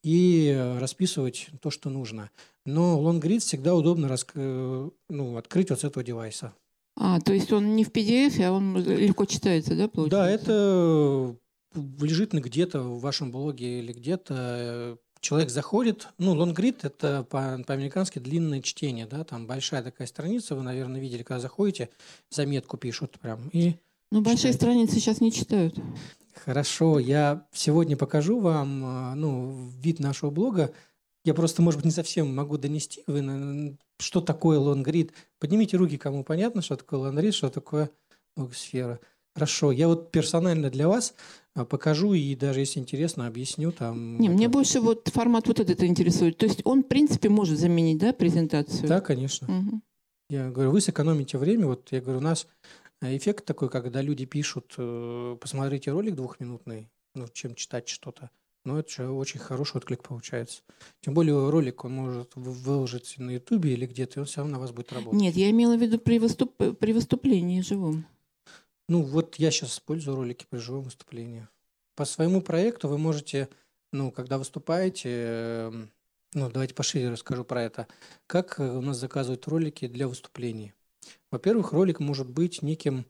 и расписывать то, что нужно. Но лонгрид всегда удобно раск- ну, открыть вот с этого девайса. А, то есть он не в пи ди эф, а он легко читается, да, получается? Да, это лежит где-то в вашем блоге или где-то. Человек заходит, ну, лонгрид – это по- по-американски длинное чтение, да, там большая такая страница, вы, наверное, видели, когда заходите, заметку пишут прям и Ну, большие читаете. страницы сейчас не читают. Хорошо, я сегодня покажу вам, а, ну, вид нашего блога. Я просто, может быть, не совсем могу донести, вы, на- что такое лонгрид. Поднимите руки, кому понятно, что такое лонгрид, что такое логосфера. Хорошо, я вот персонально для вас а, покажу и даже, если интересно, объясню там. Не, мне это. больше вот формат вот этот интересует. То есть он, в принципе, может заменить, да, презентацию? Да, конечно. Мгм. Я говорю, вы сэкономите время. Вот я говорю, у нас а, эффект такой, когда люди пишут, э, посмотрите ролик двухминутный, ну, чем читать что-то. Но это же очень хороший отклик получается. Тем более ролик он может вы- выложить на Ютубе или где-то, и он все равно на вас будет работать. Нет, я имела в виду при, выступ- при выступлении живом. Ну, вот я сейчас использую ролики при живом выступлении. По своему проекту вы можете, ну, когда выступаете, эм, ну, давайте пошире расскажу про это, как э, у нас заказывают ролики для выступлений. Во-первых, ролик может быть неким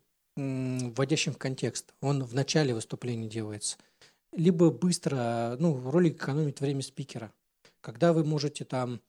м, вводящим в контекст. Он в начале выступления делается. Либо быстро, ну, ролик экономит время спикера. Когда вы можете там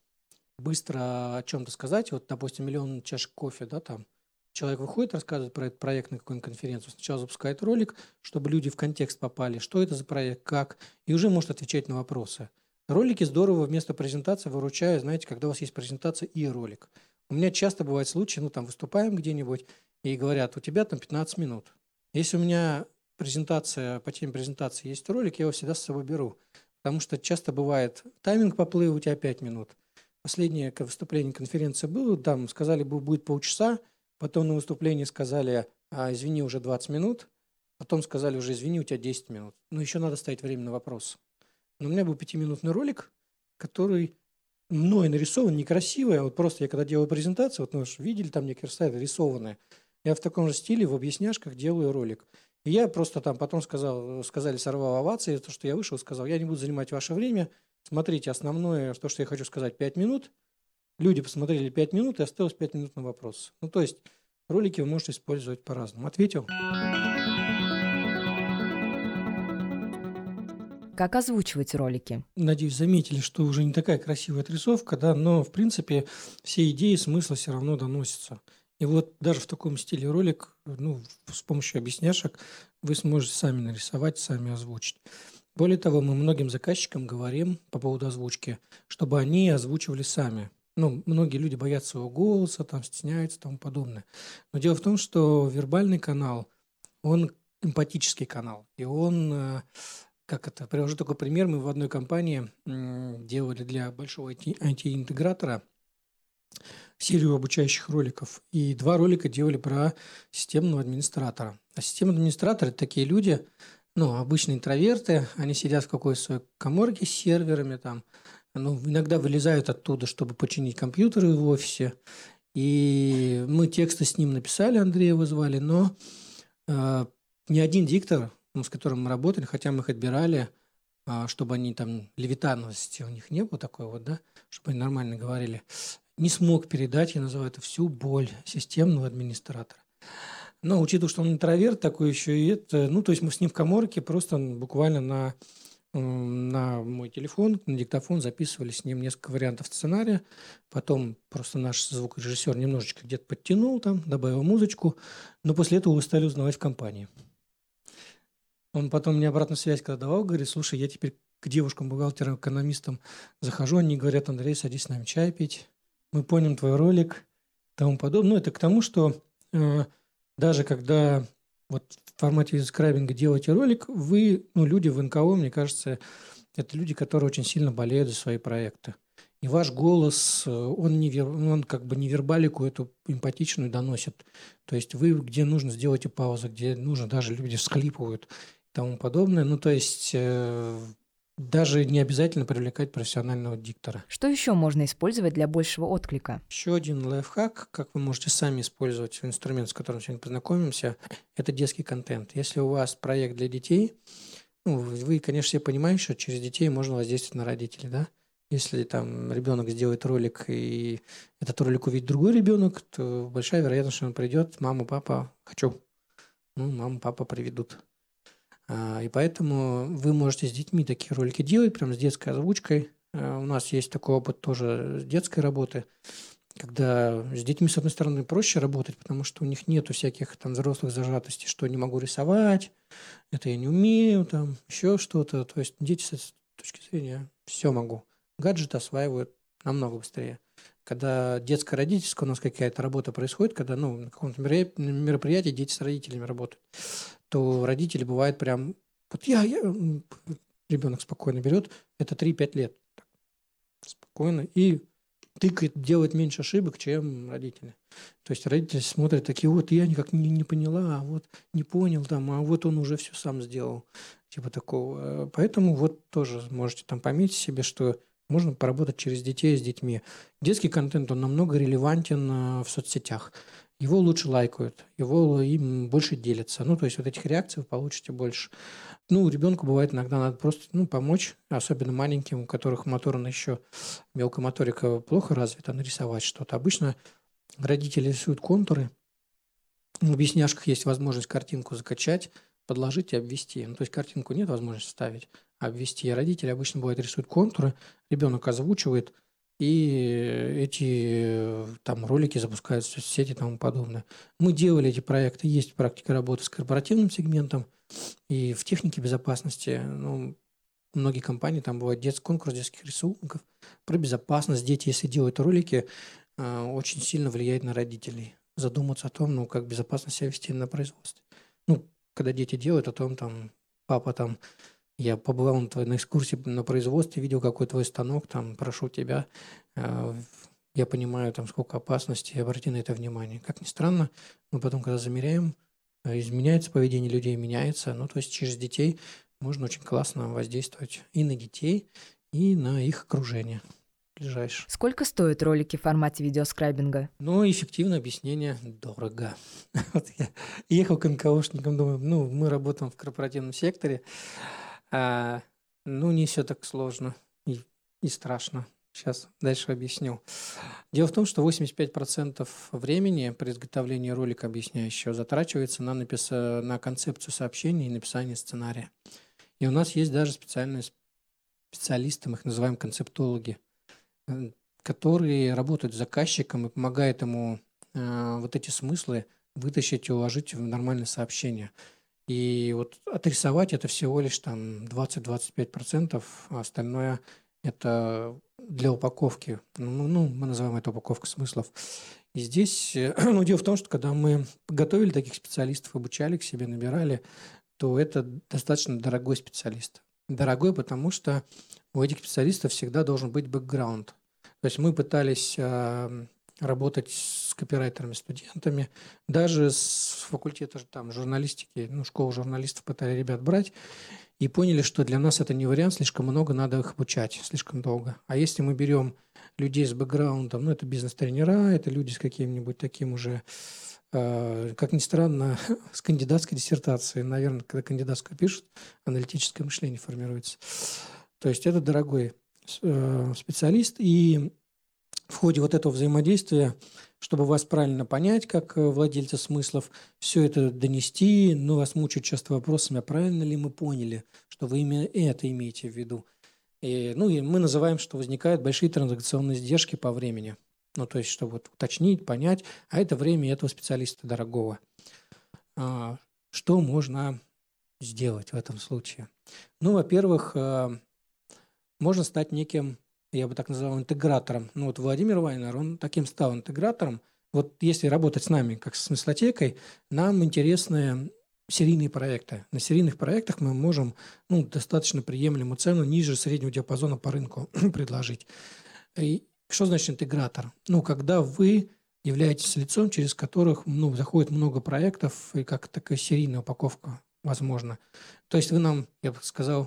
быстро о чем-то сказать, вот, допустим, миллион чашек кофе, да, там, человек выходит, рассказывает про этот проект на какую-нибудь конференцию, сначала запускает ролик, чтобы люди в контекст попали, что это за проект, как, и уже может отвечать на вопросы. Ролики здорово вместо презентации выручают, знаете, когда у вас есть презентация и ролик. У меня часто бывают случаи, ну, там, выступаем где-нибудь, и говорят, у тебя там пятнадцать минут. Если у меня презентация, по теме презентации есть ролик, я его всегда с собой беру, потому что часто бывает, тайминг поплыл, у тебя пять минут. Последнее выступление конференции было, там сказали, будет полчаса, потом на выступлении сказали, а, извини, уже двадцать минут, потом сказали уже, извини, у тебя десять минут. Ну, еще надо ставить время на вопрос. Но у меня был пятиминутный ролик, который мной нарисован некрасивый, а вот просто я когда делаю презентацию, вот, ну, вы видели там некие слайды рисованные, я в таком же стиле в объясняшках делаю ролик. И я просто там потом сказал, сказали, сорвал овации, то, что я вышел, сказал, я не буду занимать ваше время, смотрите, основное, то, что я хочу сказать, пять минут. Люди посмотрели пять минут, и осталось пять минут на вопрос. Ну, то есть ролики вы можете использовать по-разному. Ответил? Как озвучивать ролики? Надеюсь, заметили, что уже не такая красивая отрисовка, да, но, в принципе, все идеи, смысла все равно доносятся. И вот даже в таком стиле ролик, ну, с помощью объясняшек вы сможете сами нарисовать, сами озвучить. Более того, мы многим заказчикам говорим по поводу озвучки, чтобы они озвучивали сами. Ну, многие люди боятся своего голоса, там, стесняются и тому подобное. Но дело в том, что вербальный канал, он эмпатический канал. И он, э, как это, привожу такой пример, мы в одной компании м, делали для большого ай ти-интегратора серию обучающих роликов. И два ролика делали про системного администратора. А системный администратор – это такие люди, ну, обычные интроверты, они сидят в какой-то своей каморке с серверами, там, ну, иногда вылезают оттуда, чтобы починить компьютеры в офисе. И мы тексты с ним написали, Андрея вызвали, но э, ни один диктор, ну, с которым мы работали, хотя мы их отбирали, э, чтобы они там, левитанности у них не было такой вот, да, чтобы они нормально говорили, не смог передать, я называю это, всю боль системного администратора. Но учитывая, что он интроверт такой еще, и это, ну, то есть мы с ним в каморке просто буквально на, на мой телефон, на диктофон записывали с ним несколько вариантов сценария, потом просто наш звукорежиссер немножечко где-то подтянул там, добавил музычку, но после этого вы стали узнавать в компании. Он потом мне обратную связь когда давал, говорит, слушай, я теперь к девушкам, бухгалтерам, экономистам захожу, они говорят, Андрей, садись с нами чай пить, мы поняли твой ролик, и тому подобное. Ну, это к тому, что э, даже когда вот в формате видеоскрайбинга делаете ролик, вы, ну, люди в эн ка о, мне кажется, это люди, которые очень сильно болеют за свои проекты. И ваш голос, он, не, он как бы не вербалику эту эмпатичную доносит. То есть вы, где нужно, сделайте паузу, где нужно, даже люди всхлипывают и тому подобное. Ну, то есть э, даже не обязательно привлекать профессионального диктора. Что еще можно использовать для большего отклика? Еще один лайфхак, как вы можете сами использовать инструмент, с которым сегодня познакомимся, это детский контент. Если у вас проект для детей, ну, вы, конечно, все понимаете, что через детей можно воздействовать на родителей, да? Если там ребенок сделает ролик, и этот ролик увидит другой ребенок, то большая вероятность, что он придет, мама, папа, хочу. Ну, мама, папа приведут. И поэтому вы можете с детьми такие ролики делать, прям с детской озвучкой. У нас есть такой опыт тоже с детской работы, когда с детьми, с одной стороны, проще работать, потому что у них нету всяких там взрослых зажатостей, что не могу рисовать, это я не умею, там еще что-то. То есть дети с точки зрения все могу. Гаджеты осваивают намного быстрее. Когда детско-родительская у нас какая-то работа происходит, когда ну, на каком-то мероприятии дети с родителями работают, то родители бывает прям, вот я, я ребенок спокойно берет, это три-пять лет, так, спокойно, и тыкает, делает меньше ошибок, чем родители. То есть родители смотрят такие, вот я никак не, не поняла, а вот не понял там, а вот он уже все сам сделал, типа такого. Поэтому вот тоже можете там пометить себе, что можно поработать через детей с детьми. Детский контент, он намного релевантен в соцсетях. Его лучше лайкают, его им больше делятся. Ну, то есть вот этих реакций вы получите больше. Ну, ребенку бывает иногда надо просто ну, помочь, особенно маленьким, у которых моторно еще мелкая моторика плохо развита, нарисовать что-то. Обычно родители рисуют контуры. В объясняшках есть возможность картинку закачать, подложить и обвести. Ну, то есть картинку нет возможности вставить, а обвести. И родители обычно бывает рисуют контуры, ребенок озвучивает, и эти там ролики запускаются в соцсети и тому подобное. Мы делали эти проекты, есть практика работы с корпоративным сегментом и в технике безопасности. Ну, многие компании, там бывает детский конкурс детских рисунков про безопасность. Дети, если делают ролики, очень сильно влияет на родителей. Задуматься о том, ну, как безопасно себя вести на производстве. Ну, когда дети делают о том, там, папа там, я побывал на, твоей, на экскурсии на производстве, видел, какой твой станок, там, прошу тебя, э, я понимаю, там, сколько опасности, обрати на это внимание. Как ни странно, мы потом, когда замеряем, э, изменяется поведение людей, меняется. Ну, то есть через детей можно очень классно воздействовать и на детей, и на их окружение ближайшее. Сколько стоят ролики в формате видеоскрайбинга? Ну, эффективное объяснение дорого. Вот я ехал к эн ка о-шникам, думаю, ну, мы работаем в корпоративном секторе, а, ну, не все так сложно и, и страшно. Сейчас дальше объясню. Дело в том, что восемьдесят пять процентов времени при изготовлении ролика объясняющего затрачивается на, напис... на концепцию сообщения и написание сценария. И у нас есть даже специальные специалисты, мы их называем концептологи, которые работают с заказчиком и помогают ему э, вот эти смыслы вытащить и уложить в нормальное сообщение. И вот отрисовать это всего лишь там двадцать-двадцать пять процентов, а остальное это для упаковки. Ну, ну, мы называем это упаковка смыслов. И здесь, ну, дело в том, что когда мы готовили таких специалистов, обучали к себе, набирали, то это достаточно дорогой специалист. Дорогой, потому что у этих специалистов всегда должен быть бэкграунд. То есть мы пытались э, работать с копирайтерами, студентами, даже с факультета там, журналистики, ну, школу журналистов пытались ребят брать, и поняли, что для нас это не вариант, слишком много надо их обучать, слишком долго. А если мы берем людей с бэкграундом, ну, это бизнес-тренера, это люди с каким-нибудь таким уже, э, как ни странно, с кандидатской диссертацией, наверное, когда кандидатскую пишут, аналитическое мышление формируется. То есть это дорогой э, специалист, и в ходе вот этого взаимодействия, чтобы вас правильно понять, как владельца смыслов, все это донести, ну, вас мучают часто вопросами, а правильно ли мы поняли, что вы именно это имеете в виду. И, ну, и мы называем, что возникают большие транзакционные издержки по времени. Ну, то есть, чтобы вот уточнить, понять, а это время этого специалиста дорогого. А, что можно сделать в этом случае? Ну, во-первых, можно стать неким, я бы так называл, интегратором. Ну вот Владимир Вайнер, он таким стал интегратором. Вот если работать с нами, как с смыслотекой, нам интересны серийные проекты. На серийных проектах мы можем ну, достаточно приемлемую цену ниже среднего диапазона по рынку предложить. И что значит интегратор? Ну, когда вы являетесь лицом, через которых ну, заходит много проектов, и как такая серийная упаковка возможна. То есть вы нам, я бы сказал,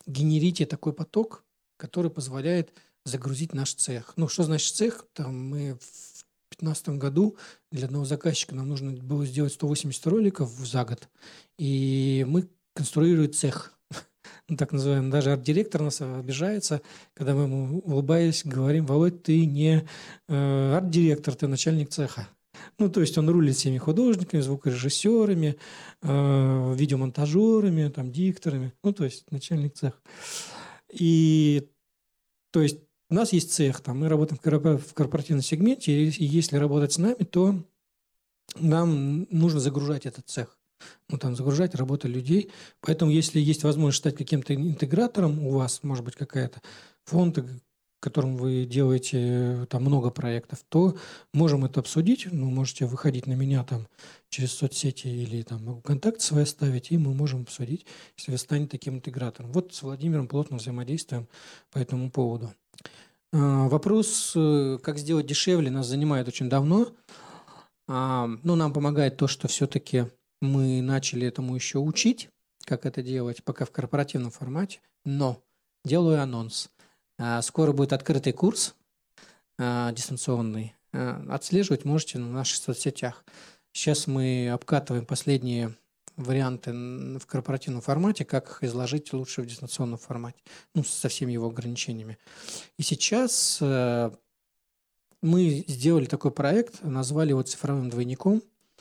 генерите такой поток, который позволяет загрузить наш цех. Ну, что значит цех? Там мы в две тысячи пятнадцатом году для одного заказчика нам нужно было сделать сто восемьдесят роликов за год, и мы конструируем цех. Ну, так называемый, даже арт-директор нас обижается, когда мы ему, улыбаясь, говорим: Володь, ты не э, арт-директор, ты начальник цеха. Ну, то есть он рулит всеми художниками, звукорежиссерами, э, видеомонтажерами, там, дикторами, ну, то есть начальник цеха. И, то есть, у нас есть цех, там, мы работаем в корпоративном сегменте, и если работать с нами, то нам нужно загружать этот цех. Ну, там, загружать работу людей. Поэтому, если есть возможность стать каким-то интегратором, у вас, может быть, какая-то фонд, которым вы делаете там много проектов, то можем это обсудить. Ну, можете выходить на меня там через соцсети или там могу контакт свой оставить, и мы можем обсудить, если вы станете таким интегратором. Вот с Владимиром плотно взаимодействуем по этому поводу. А, вопрос, как сделать дешевле, нас занимает очень давно. А, ну, нам помогает то, что все-таки мы начали этому еще учить, как это делать, пока в корпоративном формате. Но делаю анонс. Скоро будет открытый курс дистанционный. Отслеживать можете на наших соцсетях. Сейчас мы обкатываем последние варианты в корпоративном формате, как их изложить лучше в дистанционном формате, ну, со всеми его ограничениями. И сейчас мы сделали такой проект, назвали его «Цифровым двойником».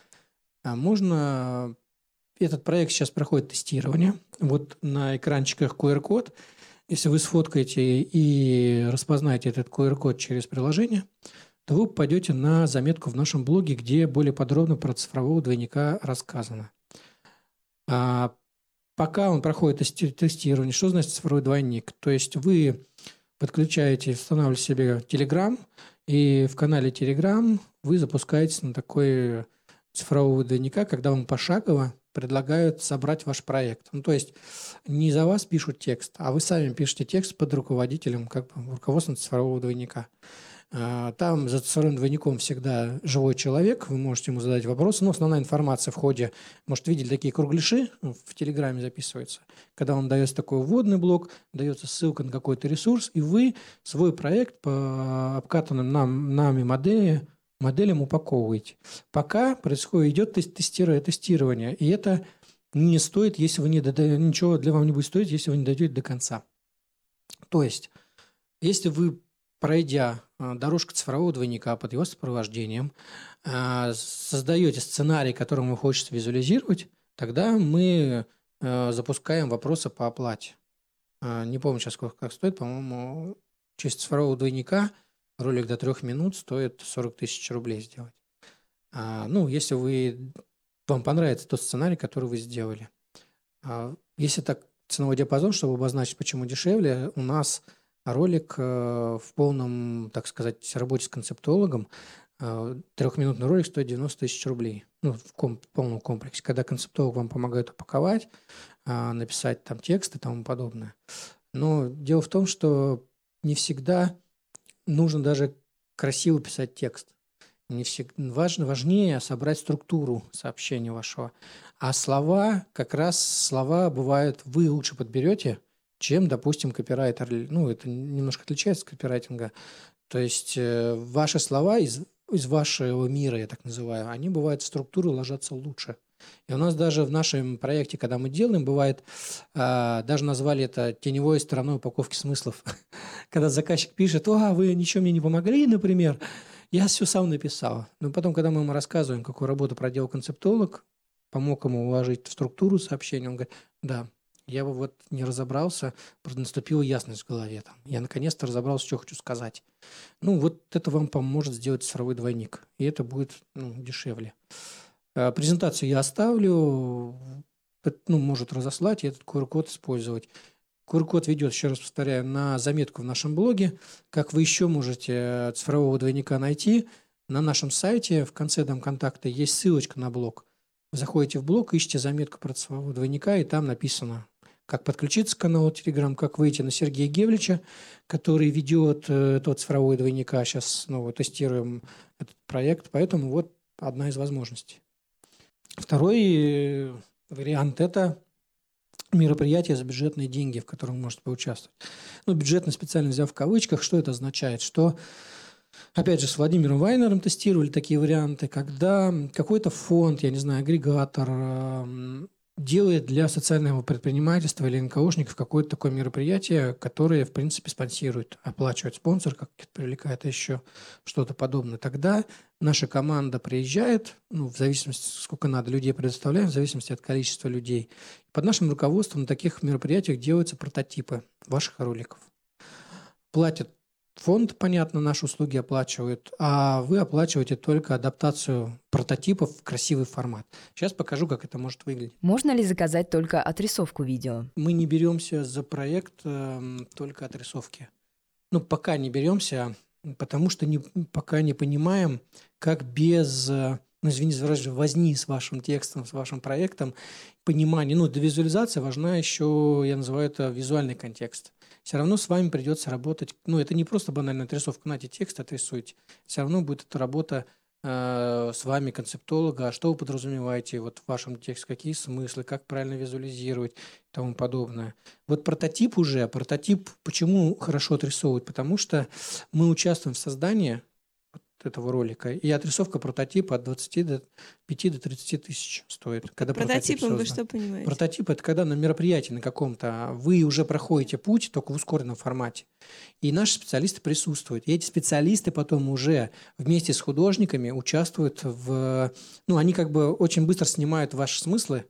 Можно... Этот проект сейчас проходит тестирование. Вот на экранчиках ку ар код. Если вы сфоткаете и распознаете этот ку ар код через приложение, то вы попадете на заметку в нашем блоге, где более подробно про цифрового двойника рассказано. А пока он проходит тестирование, что значит цифровой двойник? То есть вы подключаете, устанавливаете себе Telegram, и в канале Telegram вы запускаетесь на такой цифрового двойника, когда вам пошагово предлагают собрать ваш проект. Ну, то есть не за вас пишут текст, а вы сами пишете текст под руководителем, как бы руководством цифрового двойника. Там за цифровым двойником всегда живой человек, вы можете ему задать вопросы, но основная информация в ходе, может, видели такие кругляши, в Телеграме записываются, когда вам дается такой вводный блок, дается ссылка на какой-то ресурс, и вы свой проект по обкатанным нам, нами модели, моделям упаковываете. Пока происходит, идет тестирование, тестирование, и это не стоит, если вы не додаете, ничего для вам не будет стоить, если вы не дойдете до конца. То есть, если вы, пройдя дорожку цифрового двойника под его сопровождением, создаете сценарий, который вы хотите визуализировать, тогда мы запускаем вопросы по оплате. Не помню сейчас, сколько как стоит, по-моему, через цифрового двойника ролик до трех минут стоит сорок тысяч рублей сделать. А, ну, если вы, вам понравится тот сценарий, который вы сделали. А, если так ценовой диапазон, чтобы обозначить, почему дешевле, у нас ролик э, в полном, так сказать, работе с концептологом, э, трехминутный ролик стоит девяносто тысяч рублей. Ну, в ком, полном комплексе. Когда концептолог вам помогает упаковать, э, написать там текст и тому подобное. Но дело в том, что не всегда нужно даже красиво писать текст. Не всегда, важно, важнее собрать структуру сообщения вашего. А слова, как раз слова бывают, вы лучше подберете, чем, допустим, копирайтер. Ну, это немножко отличается от копирайтинга. То есть э, ваши слова из, из вашего мира, я так называю, они бывают в структуру ложатся лучше. И у нас даже в нашем проекте, когда мы делаем, бывает, э, даже назвали это теневой стороной упаковки смыслов. Когда заказчик пишет: «О, вы ничего мне не помогли, например, я все сам написал». Но потом, когда мы ему рассказываем, какую работу проделал концептолог, помог ему уложить в структуру сообщения, он говорит: да, я бы вот не разобрался, просто наступила ясность в голове. Там. Я наконец-то разобрался, что хочу сказать. Ну, вот это вам поможет сделать цифровой двойник, и это будет, ну, дешевле. Презентацию я оставлю, ну, может разослать и этот ку ар код использовать. ку ар код ведет, еще раз повторяю, на заметку в нашем блоге. Как вы еще можете цифрового двойника найти, на нашем сайте в конце там контакта есть ссылочка на блог. Вы заходите в блог, ищите заметку про цифрового двойника, и там написано, как подключиться к каналу Telegram, как выйти на Сергея Гевлича, который ведет э, тот цифровой двойника. Сейчас снова тестируем этот проект, поэтому вот одна из возможностей. Второй вариант – это мероприятие за бюджетные деньги, в котором вы можете поучаствовать. Ну, бюджетно специально взяв в кавычках, что это означает? Что, опять же, с Владимиром Вайнером тестировали такие варианты, когда какой-то фонд, я не знаю, агрегатор э, делает для социального предпринимательства или эн ка ошников какое-то такое мероприятие, которое, в принципе, спонсирует, оплачивает спонсор, как это привлекает, еще что-то подобное. Тогда наша команда приезжает, ну, в зависимости, сколько надо людей предоставляем, в зависимости от количества людей. Под нашим руководством на таких мероприятиях делаются прототипы ваших роликов. Платят фонд, понятно, наши услуги оплачивают, а вы оплачиваете только адаптацию прототипов в красивый формат. Сейчас покажу, как это может выглядеть. Можно ли заказать только отрисовку видео? Мы не беремся за проект э, только отрисовки. Ну, пока не беремся, потому что не, пока не понимаем, как без, ну, извините за выражение, возни с вашим текстом, с вашим проектом, понимание. Ну, для визуализации важна еще, я называю это, визуальный контекст. Все равно с вами придется работать. Ну, это не просто банальная отрисовка, нате текст, отрисуйте. Все равно будет эта работа э, с вами, концептолога. А что вы подразумеваете вот в вашем тексте, какие смыслы, как правильно визуализировать и тому подобное. Вот прототип уже, прототип почему хорошо отрисовывать? Потому что мы участвуем в создании этого ролика, и отрисовка прототипа от двадцати до пяти до тридцати тысяч стоит. Когда Прототипом вы что понимаете? Прототип – это когда на мероприятии на каком-то вы уже проходите путь, только в ускоренном формате, и наши специалисты присутствуют. И эти специалисты потом уже вместе с художниками участвуют в… Ну, они как бы очень быстро снимают ваши смыслы,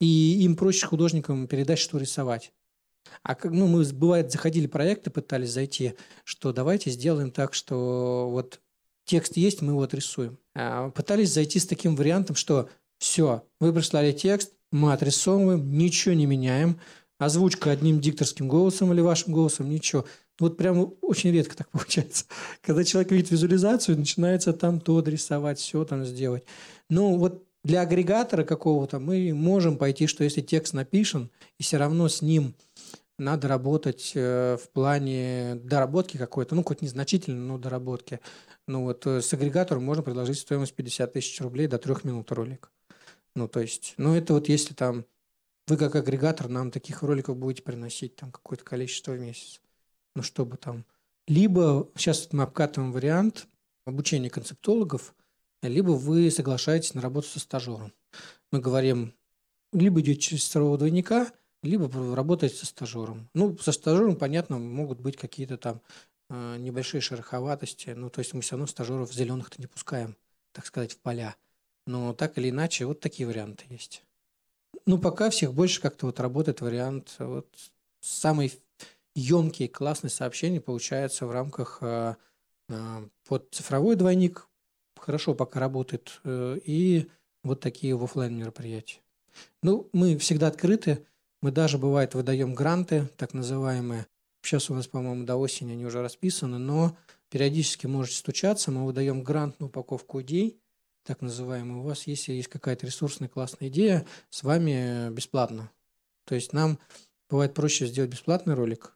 и им проще художникам передать, что рисовать. А как, ну, мы, бывает, заходили проекты, пытались зайти, что давайте сделаем так, что вот текст есть, мы его отрисуем. А, пытались зайти с таким вариантом, что все, вы прислали текст, мы отрисовываем, ничего не меняем, озвучка одним дикторским голосом или вашим голосом, ничего. Вот прямо очень редко так получается. Когда человек видит визуализацию, начинается там то рисовать, все там сделать. Ну вот для агрегатора какого-то мы можем пойти, что если текст напишен, и все равно с ним надо работать э, в плане доработки какой-то, ну, хоть незначительно, но доработки. Ну, вот э, с агрегатором можно предложить стоимость пятьдесят тысяч рублей до трех минут ролик. Ну, то есть, ну, это вот если там вы как агрегатор нам таких роликов будете приносить там какое-то количество в месяц. Ну, чтобы там… Либо, сейчас мы обкатываем вариант обучения концептологов, либо вы соглашаетесь на работу со стажером. Мы говорим, либо идете через цифрового двойника, либо работать со стажером. Ну, со стажером, понятно, могут быть какие-то там э, небольшие шероховатости. Ну, то есть мы все равно стажеров зеленых-то не пускаем, так сказать, в поля. Но так или иначе, вот такие варианты есть. Ну, пока всех больше как-то вот работает вариант. Вот самый емкий, классный сообщение получается в рамках э, э, под цифровой двойник. Хорошо пока работает. Э, и вот такие в офлайн мероприятия. Ну, мы всегда открыты. Мы даже, бывает, выдаем гранты, так называемые. Сейчас у нас, по-моему, до осени они уже расписаны, но периодически можете стучаться. Мы выдаем грант на упаковку идей, так называемую. У вас, если есть какая-то ресурсная классная идея, с вами бесплатно. То есть нам бывает проще сделать бесплатный ролик,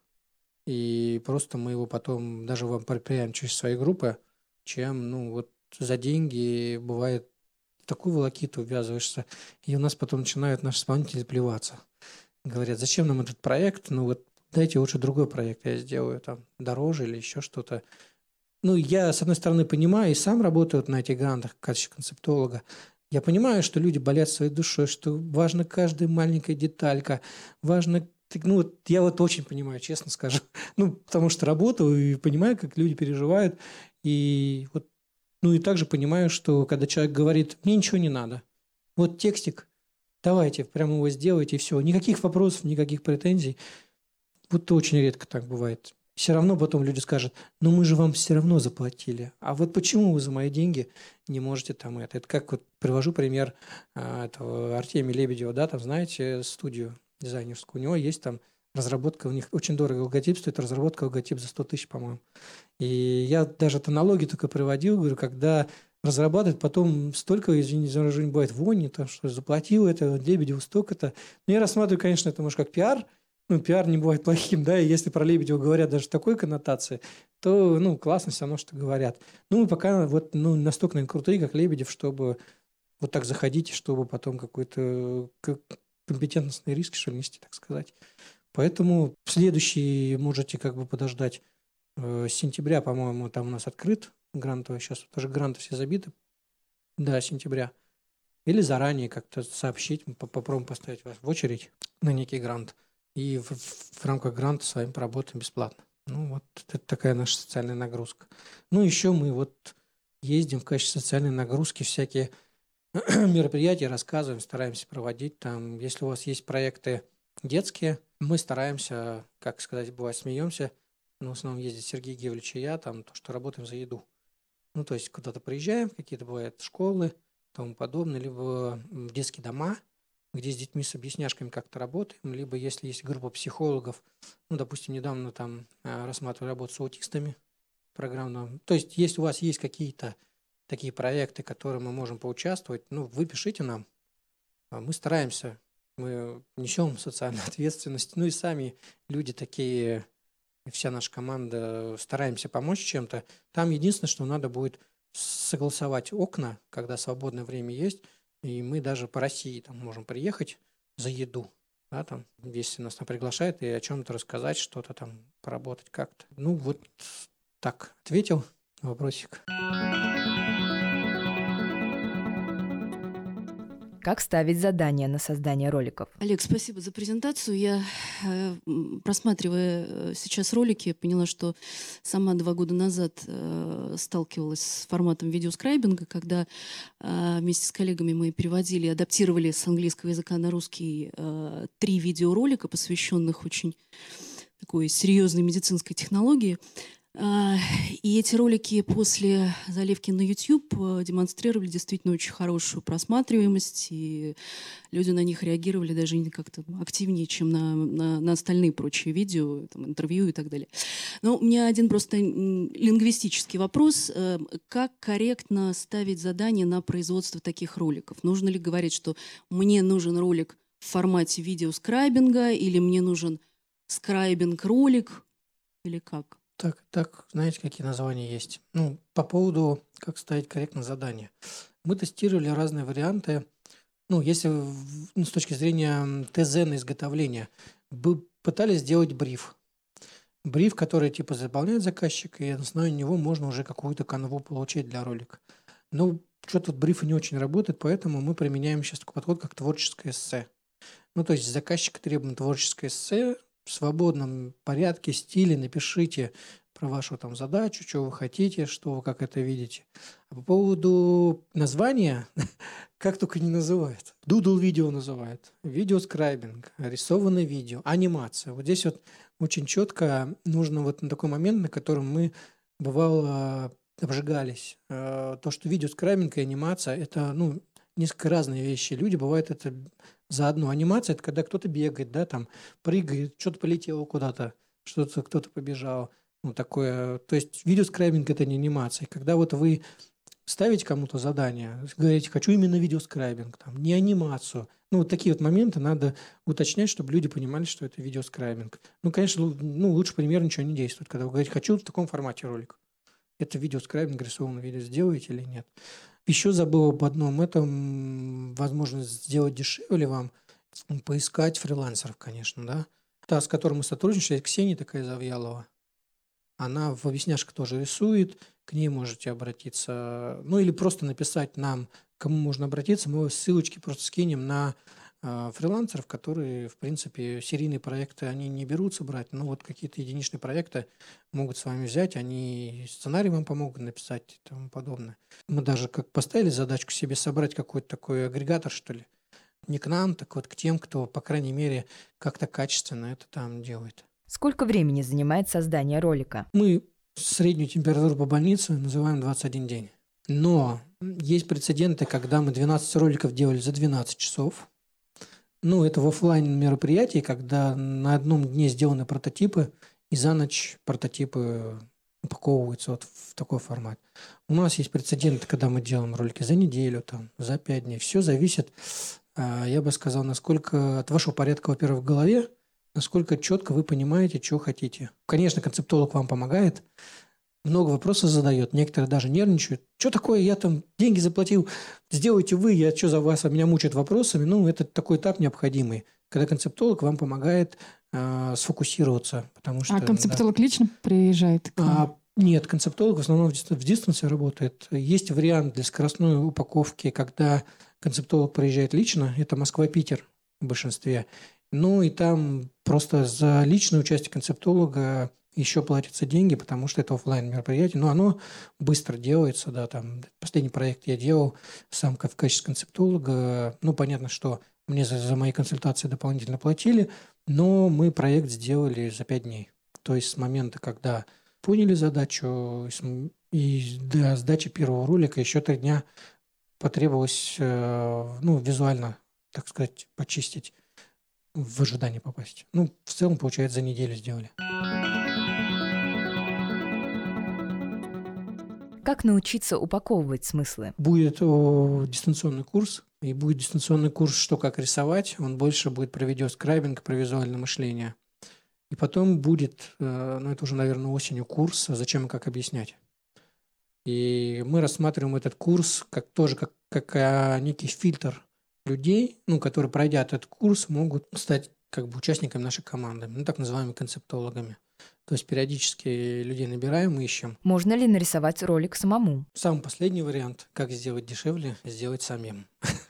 и просто мы его потом даже вам проверяем через свои группы, чем, ну, вот за деньги бывает такую волокиту ввязываешься, и у нас потом начинают наши исполнители плеваться. Говорят, зачем нам этот проект? Ну вот дайте лучше другой проект, я сделаю там дороже или еще что-то. Ну, я, с одной стороны, понимаю, и сам работаю вот на этих грантах в качестве концептолога. Я понимаю, что люди болят своей душой, что важна каждая маленькая деталька, важно… Ну, вот я вот очень понимаю, честно скажу. Ну, потому что работаю и понимаю, как люди переживают. И вот, ну, и также понимаю, что когда человек говорит, мне ничего не надо, вот текстик, давайте, прямо его сделайте, и все. Никаких вопросов, никаких претензий. Вот очень редко так бывает. Все равно потом люди скажут, ну мы же вам все равно заплатили. А вот почему вы за мои деньги не можете там это? Это как вот привожу пример а, этого Артемия Лебедева, да, там, знаете, студию дизайнерскую. У него есть там разработка, у них очень дорого логотип стоит, разработка логотип за сто тысяч, по-моему. И я даже от аналогии только приводил, говорю, когда разрабатывать, потом столько, извините за выражение, бывает вони, то, что заплатил это, Лебедеву столько-то. Но я рассматриваю, конечно, это, может, как пиар. Ну, пиар не бывает плохим, да, и если про Лебедева говорят даже в такой коннотации, то, ну, классно все равно, что говорят. Ну, мы пока вот, ну, настолько, наверное, крутые, как Лебедев, чтобы вот так заходить, чтобы потом какой-то, как, компетентностные риски, что ли, нести, так сказать. Поэтому следующий можете как бы подождать. С сентября, по-моему, там у нас открыт грантовый. Сейчас даже гранты все забиты. Да, сентября. Или заранее как-то сообщить, мы попробуем поставить вас в очередь на некий грант. И в, в рамках гранта с вами поработаем бесплатно. Ну, вот это такая наша социальная нагрузка. Ну, еще мы вот ездим в качестве социальной нагрузки всякие мероприятия, рассказываем, стараемся проводить. Там, если у вас есть проекты детские, мы стараемся, как сказать, бывает, смеемся. Но в основном ездит Сергей Гевлевич и я, там, то, что работаем за еду. Ну, то есть куда-то приезжаем, какие-то бывают школы, тому подобное, либо в детские дома, где с детьми с объясняшками как-то работаем, либо если есть группа психологов, ну, допустим, недавно там рассматривали работу с аутистами программную. То есть если у вас есть какие-то такие проекты, в которые мы можем поучаствовать, ну, вы пишите нам. Мы стараемся, мы несем социальную ответственность, ну и сами люди такие, вся наша команда, стараемся помочь чем-то. Там единственное, что надо будет согласовать окна, когда свободное время есть, и мы даже по России там можем приехать за еду, да, там, если нас там приглашают, и о чем-то рассказать, что-то там поработать как-то. Ну, вот так ответил на вопросик. Как ставить задания на создание роликов? Олег, спасибо за презентацию. Я, э, просматривая сейчас ролики, поняла, что сама два года назад э, сталкивалась с форматом видеоскрайбинга, когда э, вместе с коллегами мы переводили, адаптировали с английского языка на русский э, три видеоролика, посвященных очень такой серьезной медицинской технологии. И эти ролики после заливки на YouTube демонстрировали действительно очень хорошую просматриваемость, и люди на них реагировали даже как-то активнее, чем на, на, на остальные прочие видео, там, интервью и так далее. Но у меня один просто лингвистический вопрос. Как корректно ставить задание на производство таких роликов? Нужно ли говорить, что мне нужен ролик в формате видеоскрайбинга, или мне нужен скрайбинг-ролик, или как? Так, так, знаете, какие названия есть? Ну, по поводу, как ставить корректно задание. Мы тестировали разные варианты. Ну, если ну, с точки зрения ТЗ на изготовление, бы пытались сделать бриф. Бриф, который типа заполняет заказчик, и на основе него можно уже какую-то канву получить для ролика. Но что-то вот брифы не очень работает, поэтому мы применяем сейчас такой подход, как творческое эссе. Ну, то есть заказчик требует творческое эссе, в свободном порядке, стиле напишите про вашу там задачу, что вы хотите, что вы как это видите. А по поводу названия, как только не называют. Doodle видео называют, видеоскрайбинг, рисованное видео, анимация. Вот здесь вот очень четко нужно вот на такой момент, на котором мы, бывало, обжигались. То, что видеоскрайбинг и анимация – это, ну, несколько разные вещи. Люди, бывает, это заодно. Анимация – это когда кто-то бегает, да, там, прыгает, что-то полетело куда-то, что-то кто-то побежал. Ну, такое. То есть видеоскрайбинг – это не анимация. Когда вот вы ставите кому-то задание, говорите, хочу именно видеоскрайбинг, там, не анимацию. Ну, вот такие вот моменты надо уточнять, чтобы люди понимали, что это видеоскрайбинг. Ну, конечно, ну, лучше пример ничего не действует. Когда вы говорите, хочу в таком формате ролик. Это видеоскрайбинг, рисованное видео сделаете или нет. Еще забыл об одном. Это возможность сделать дешевле вам, поискать фрилансеров, конечно, да. Та, с которой мы сотрудничаем, Ксения такая Завьялова. Она в объясняшках тоже рисует, к ней можете обратиться. Ну, или просто написать нам, к кому можно обратиться. Мы ссылочки просто скинем на э, фрилансеров, которые, в принципе, серийные проекты, они не берутся брать. Но вот какие-то единичные проекты могут с вами взять, они сценарий вам помогут написать и тому подобное. Мы даже как поставили задачку себе собрать какой-то такой агрегатор, что ли. Не к нам, так вот к тем, кто, по крайней мере, как-то качественно это там делает. Сколько времени занимает создание ролика? Мы среднюю температуру по больнице называем двадцать один день. Но есть прецеденты, когда мы двенадцать роликов делали за двенадцать часов. Ну, это в офлайн мероприятии, когда на одном дне сделаны прототипы, и за ночь прототипы упаковываются вот в такой формат. У нас есть прецеденты, когда мы делаем ролики за неделю, там, за пять дней. Все зависит, я бы сказал, насколько от вашего порядка, во-первых, в голове, насколько четко вы понимаете, что хотите. Конечно, концептолог вам помогает, много вопросов задает. Некоторые даже нервничают. Что такое, я там деньги заплатил, сделайте вы, я что за вас, а меня мучают вопросами. Ну, это такой этап необходимый, когда концептолог вам помогает э, сфокусироваться. Потому что, а концептолог да. лично приезжает к вам? А, нет, концептолог в основном в, в дистанции работает. Есть вариант для скоростной упаковки, когда концептолог приезжает лично. Это Москва-Питер в большинстве. Ну, и там просто за личное участие концептолога еще платятся деньги, потому что это офлайн мероприятие. Но оно быстро делается, да, там последний проект я делал сам в качестве концептолога. Ну, понятно, что мне за, за мои консультации дополнительно платили, но мы проект сделали за пять дней. То есть с момента, когда поняли задачу, и до сдачи первого ролика еще три дня потребовалось, ну, визуально, так сказать, почистить, в ожидании попасть. Ну, в целом, получается, за неделю сделали. Как научиться упаковывать смыслы? Будет о, дистанционный курс, и будет дистанционный курс «Что, как рисовать». Он больше будет про видеоскрайбинг, про визуальное мышление. И потом будет, э, ну это уже, наверное, осенью, курс «Зачем и как объяснять». И мы рассматриваем этот курс как тоже как, как а, некий фильтр людей, ну, которые, пройдя этот курс, могут стать как бы участниками нашей команды, ну, так называемыми концептологами. То есть периодически людей набираем, ищем. Можно ли нарисовать ролик самому? Самый последний вариант, как сделать дешевле, сделать самим.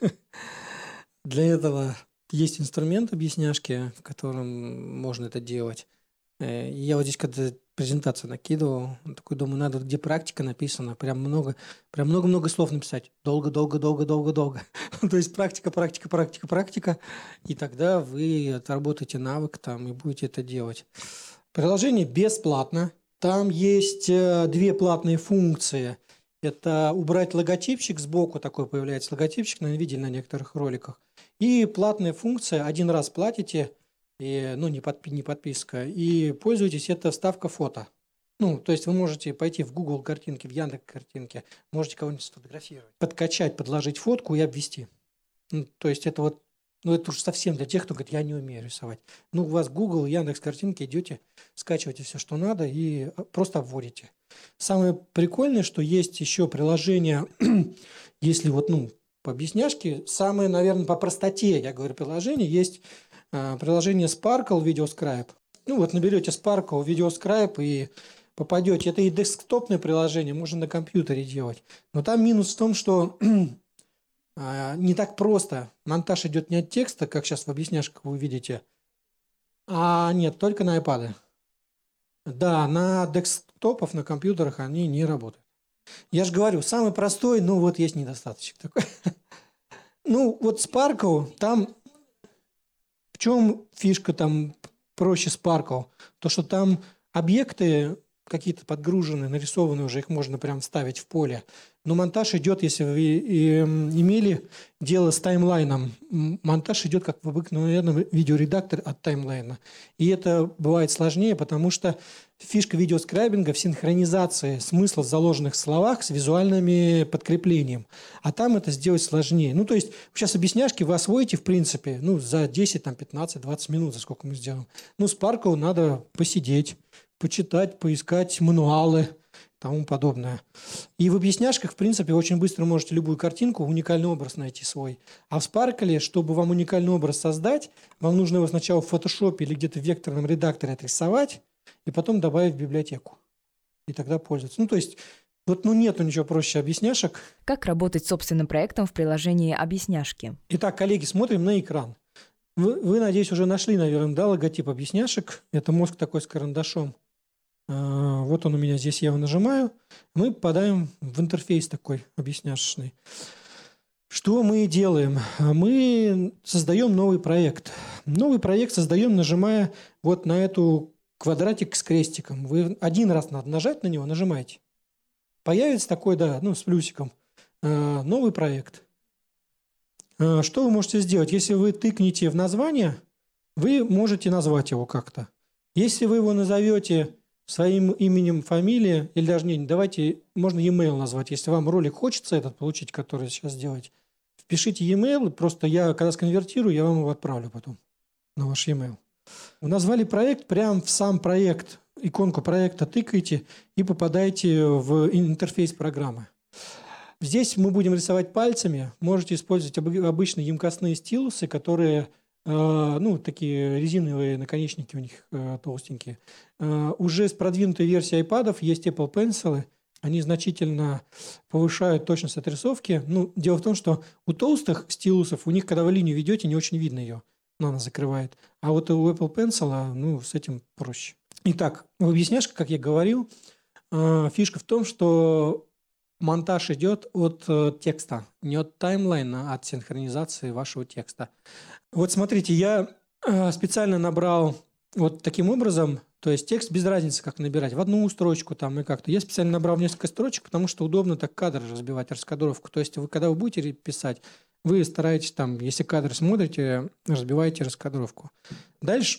Для этого есть инструмент объясняшки, в котором можно это делать. Я вот здесь, когда презентацию накидывал, такой думаю, надо, где практика написана, прям много, прям много-много слов написать. Долго, долго, долго, долго, долго. То есть практика, практика, практика, практика. И тогда вы отработаете навык там и будете это делать. Приложение бесплатно. Там есть две платные функции. Это убрать логотипчик сбоку, такой появляется логотипчик, наверное, видели на некоторых роликах. И платная функция, один раз платите, и, ну, не, подпи- не подписка, и пользуетесь, это вставка фото. Ну, то есть вы можете пойти в Google картинки, в Яндекс картинки, можете кого-нибудь сфотографировать, подкачать, подложить фотку и обвести. Ну, то есть это вот, ну, это уж совсем для тех, кто говорит, я не умею рисовать. Ну, у вас Google, Яндекс картинки, идете, скачиваете все, что надо, и просто обводите. Самое прикольное, что есть еще приложение, если вот, ну, по объясняшке, самое, наверное, по простоте, я говорю, приложение, есть э, приложение Sparkle VideoScribe. Ну, вот наберете Sparkle VideoScribe и попадете. Это и десктопное приложение, можно на компьютере делать. Но там минус в том, что э, не так просто. Монтаж идет не от текста, как сейчас в объясняшках вы видите, а нет, только на iPad. Да, на десктопах, на компьютерах они не работают. Я же говорю, самый простой, но вот есть недостаточек такой. Ну, вот Sparkle, там в чем фишка там проще Sparkle? То, что там объекты какие-то подгруженные, нарисованные уже, их можно прям вставить в поле. Но монтаж идет, если вы и, имели дело с таймлайном, монтаж идет как в обыкновенном видеоредакторе от таймлайна. И это бывает сложнее, потому что фишка видеоскрайбинга в синхронизации смысла в заложенных словах с визуальными подкреплением. А там это сделать сложнее. Ну, то есть, сейчас объясняшки вы освоите, в принципе, ну, за десять, там, пятнадцать, двадцать минут, за сколько мы сделаем. Ну, Sparkle надо посидеть, почитать, поискать мануалы и тому подобное. И в объясняшках, в принципе, очень быстро можете любую картинку, уникальный образ найти свой. А в Sparkle, чтобы вам уникальный образ создать, вам нужно его сначала в фотошопе или где-то в векторном редакторе отрисовать, и потом добавить в библиотеку. И тогда пользоваться. Ну, то есть, вот, ну, нету ничего проще объясняшек. Как работать с собственным проектом в приложении объясняшки? Итак, коллеги, смотрим на экран. Вы, вы, надеюсь, уже нашли, наверное, да, логотип объясняшек. Это мозг такой с карандашом. А, вот он у меня здесь, я его нажимаю. Мы попадаем в интерфейс такой объясняшечный. Что мы делаем? Мы создаем новый проект. Новый проект создаем, нажимая вот на эту квадратик с крестиком. Вы один раз надо нажать на него, нажимаете. Появится такой, да, ну, с плюсиком, э, новый проект. Э, что вы можете сделать? Если вы тыкнете в название, вы можете назвать его как-то. Если вы его назовете своим именем, фамилией, или даже не, давайте, можно e-mail назвать, если вам ролик хочется этот получить, который сейчас делаете, впишите e-mail, просто я, когда сконвертирую, я вам его отправлю потом на ваш e-mail. Назвали проект, прям в сам проект иконку проекта тыкаете и попадаете в интерфейс программы. Здесь мы будем рисовать пальцами. Можете использовать обычные емкостные стилусы, которые, ну, такие резиновые наконечники у них толстенькие. Уже с продвинутой версией iPad'ов есть Apple Pencil. Они значительно повышают точность отрисовки. Ну, дело в том, что у толстых стилусов, у них, когда вы линию ведете, не очень видно ее. Но она закрывает. А вот у Apple Pencil, ну, с этим проще. Итак, в объясняшках, как я говорил, фишка в том, что монтаж идет от текста, не от таймлайна, а от синхронизации вашего текста. Вот смотрите, я специально набрал вот таким образом, то есть текст без разницы, как набирать, в одну строчку там и как-то. Я специально набрал несколько строчек, потому что удобно так кадр разбивать, раскадровку. То есть вы, когда вы будете писать, вы стараетесь там, если кадр смотрите, разбиваете раскадровку. Дальше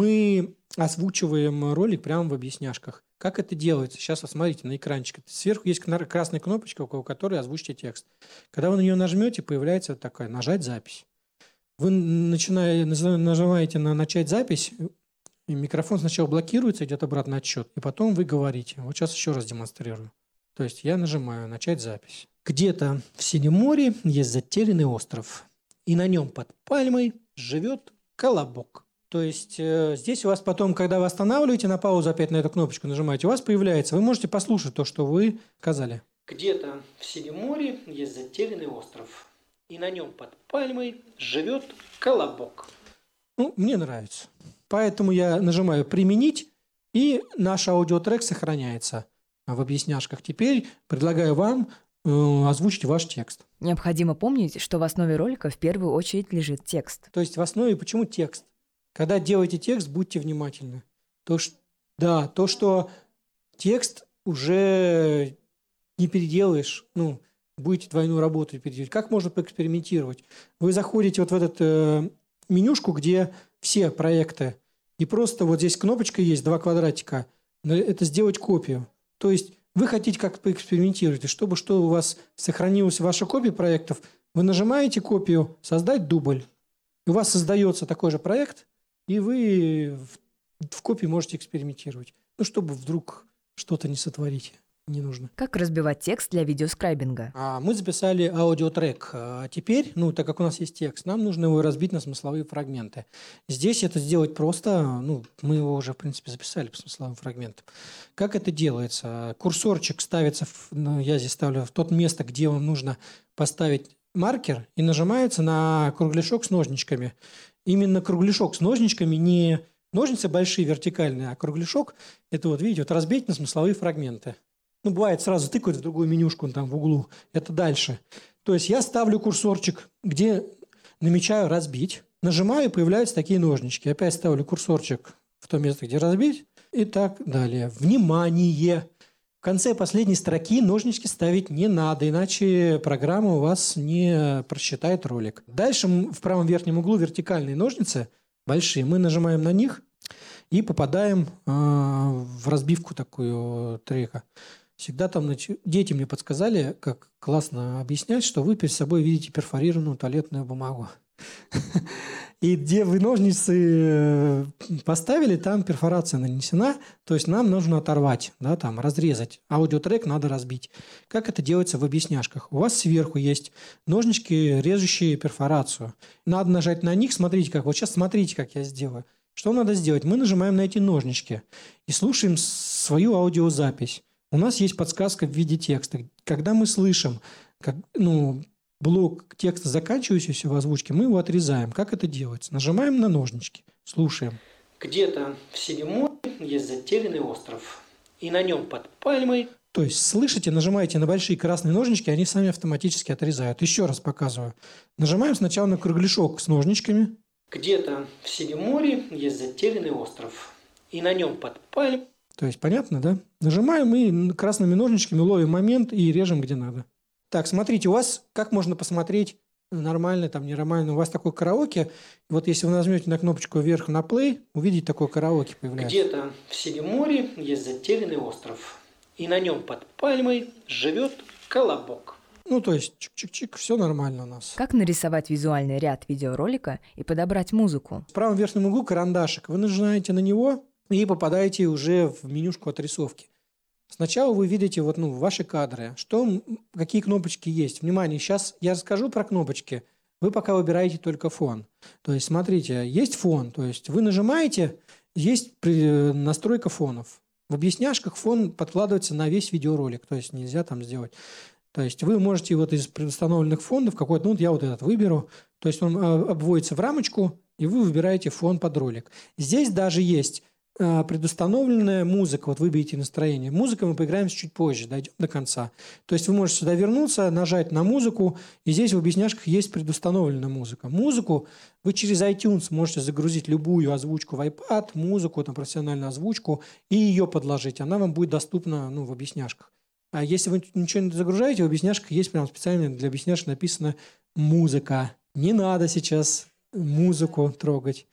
мы озвучиваем ролик прямо в объясняшках. Как это делается? Сейчас вот смотрите на экранчик. Сверху есть красная кнопочка, у которой озвучите текст. Когда вы на нее нажмете, появляется вот такая «Нажать запись». Вы начинаете, нажимаете на «Начать запись», и микрофон сначала блокируется, идет обратный отсчет, и потом вы говорите. Вот сейчас еще раз демонстрирую. То есть я нажимаю «Начать запись». Где-то в Синем море есть затерянный остров, и на нем под пальмой живет колобок. То есть э, здесь у вас потом, когда вы останавливаете на паузу, опять на эту кнопочку нажимаете, у вас появляется, вы можете послушать то, что вы сказали. Где-то в Синем море есть затерянный остров, и на нем под пальмой живет колобок. Ну, мне нравится. Поэтому я нажимаю «Применить», и наш аудиотрек сохраняется в объясняшках. Теперь предлагаю вам э, озвучить ваш текст. Необходимо помнить, что в основе ролика в первую очередь лежит текст. То есть в основе почему текст? Когда делаете текст, будьте внимательны. То, что, да, то, что текст уже не переделаешь, ну, будете двойную работу переделать. Как можно поэкспериментировать? Вы заходите вот в этот э, менюшку, где все проекты, и просто вот здесь кнопочка есть, два квадратика, это сделать копию. То есть вы хотите как поэкспериментировать, и чтобы что у вас сохранилась ваша копия проектов, вы нажимаете копию, создать дубль. И у вас создается такой же проект, и вы в, в копии можете экспериментировать. Ну, чтобы вдруг что-то не сотворить. Не нужно. Как разбивать текст для видеоскрайбинга? А, мы записали аудиотрек. А теперь, ну, так как у нас есть текст, нам нужно его разбить на смысловые фрагменты. Здесь это сделать просто, ну, мы его уже, в принципе, записали по смысловым фрагментам. Как это делается? Курсорчик ставится, в, ну, я здесь ставлю в то место, где вам нужно поставить маркер, и нажимается на кругляшок с ножничками. Именно кругляшок с ножничками, не ножницы большие, вертикальные, а кругляшок, это вот, видите, вот разбить на смысловые фрагменты. Ну, бывает, сразу тыкают в другую менюшку там в углу. Это дальше. То есть я ставлю курсорчик, где намечаю разбить. Нажимаю, и появляются такие ножнички. Опять ставлю курсорчик в то место, где разбить. И так далее. Внимание! В конце последней строки ножнички ставить не надо, иначе программа у вас не просчитает ролик. Дальше в правом верхнем углу вертикальные ножницы, большие. Мы нажимаем на них и попадаем э, в разбивку такую трека. Всегда там нач... дети мне подсказали, как классно объяснять, что вы перед собой видите перфорированную туалетную бумагу. И где вы ножницы поставили, там перфорация нанесена, то есть нам нужно оторвать, да, там, разрезать. Аудиотрек надо разбить. Как это делается в объясняшках? У вас сверху есть ножнички, режущие перфорацию. Надо нажать на них, смотрите как. Вот сейчас смотрите, как я сделаю. Что надо сделать? Мы нажимаем на эти ножнички и слушаем свою аудиозапись. У нас есть подсказка в виде текста. Когда мы слышим, как, ну, блок текста, заканчивающийся в озвучке, мы его отрезаем. Как это делается? Нажимаем на ножнички, слушаем. Где-то в Синем море есть затерянный остров, и на нем под пальмой... То есть, слышите, нажимаете на большие красные ножнички, они сами автоматически отрезают. Еще раз показываю. Нажимаем сначала на кругляшок с ножничками. Где-то в Синем море есть затерянный остров, и на нем под пальмой... То есть, понятно, да? Нажимаем и красными ножничками ловим момент и режем, где надо. Так, смотрите, у вас, как можно посмотреть, нормально, там, ненормально, у вас такой караоке. Вот если вы нажмете на кнопочку вверх на play, увидите такое караоке появляется. Где-то в Синем море есть затерянный остров, и на нем под пальмой живет колобок. Ну, то есть, чик-чик-чик, все нормально у нас. Как нарисовать визуальный ряд видеоролика и подобрать музыку? В правом верхнем углу карандашик. Вы нажимаете на него, и попадаете уже в менюшку отрисовки. Сначала вы видите вот, ну, ваши кадры, что, какие кнопочки есть. Внимание, сейчас я расскажу про кнопочки, вы пока выбираете только фон. То есть, смотрите, есть фон, то есть вы нажимаете, есть настройка фонов. В объясняшках фон подкладывается на весь видеоролик, то есть нельзя там сделать. То есть вы можете вот из предустановленных фонов какой-то, ну вот я вот этот выберу, то есть он обводится в рамочку, и вы выбираете фон под ролик. Здесь даже есть предустановленная музыка, вот выберите настроение. Музыка мы поиграем чуть позже, дойдем до конца. То есть вы можете сюда вернуться, нажать на музыку, и здесь в объясняшках есть предустановленная музыка. Музыку вы через iTunes можете загрузить любую озвучку в iPad, музыку, там, профессиональную озвучку, и ее подложить. Она вам будет доступна, ну, в объясняшках. А если вы ничего не загружаете, в объясняшках есть прям специально для объясняшек написано «музыка». Не надо сейчас музыку трогать.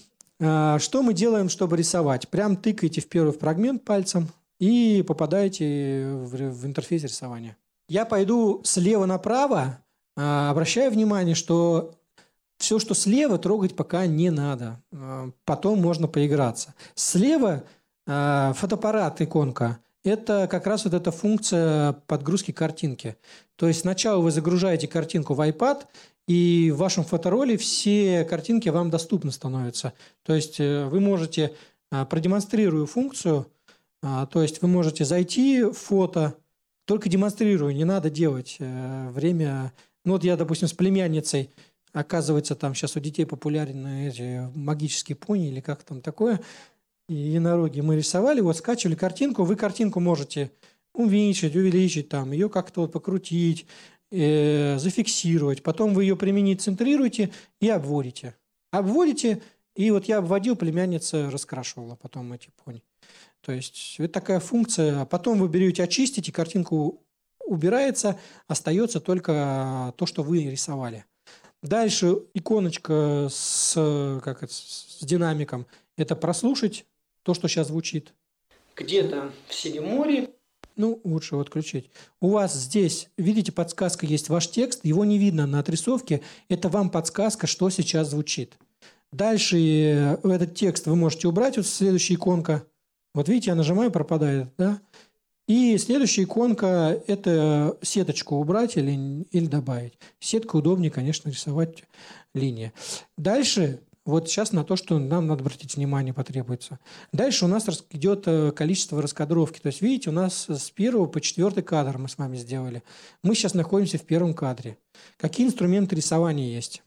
Что мы делаем, чтобы рисовать? Прям тыкаете в первый фрагмент пальцем и попадаете в, в интерфейс рисования. Я пойду слева направо, обращаю внимание, что все, что слева, трогать пока не надо. Потом можно поиграться. Слева фотоаппарат, иконка. Это как раз вот эта функция подгрузки картинки. То есть сначала вы загружаете картинку в iPad, и в вашем фотороле все картинки вам доступны становятся. То есть вы можете, продемонстрирую функцию, то есть вы можете зайти в фото, только демонстрирую, не надо делать время. Ну вот я, допустим, с племянницей, оказывается, там сейчас у детей популярны эти магические пони или как там такое, и единороги. Мы рисовали, вот скачивали картинку, вы картинку можете уменьшить, увеличить, там, ее как-то вот покрутить, э, зафиксировать. Потом вы ее применить, центрируете и обводите. Обводите, и вот я обводил, племянница раскрашивала потом эти пони. То есть это такая функция. Потом вы берете, очистите, картинку убирается, остается только то, что вы рисовали. Дальше иконочка с, как это, с динамиком. Это прослушать то, что сейчас звучит. Где-то в Синеморье. Ну, лучше вот включить. У вас здесь, видите, подсказка есть, ваш текст. Его не видно на отрисовке. Это вам подсказка, что сейчас звучит. Дальше этот текст вы можете убрать. Вот следующая иконка. Вот видите, я нажимаю, пропадает, да? И следующая иконка – это сеточку убрать или, или добавить. Сетка удобнее, конечно, рисовать линии. Дальше, вот сейчас на то, что нам надо обратить внимание, потребуется. Дальше у нас идет количество раскадровки. То есть, видите, у нас с первого по четвертый кадр мы с вами сделали. Мы сейчас находимся в первом кадре. Какие инструменты рисования есть?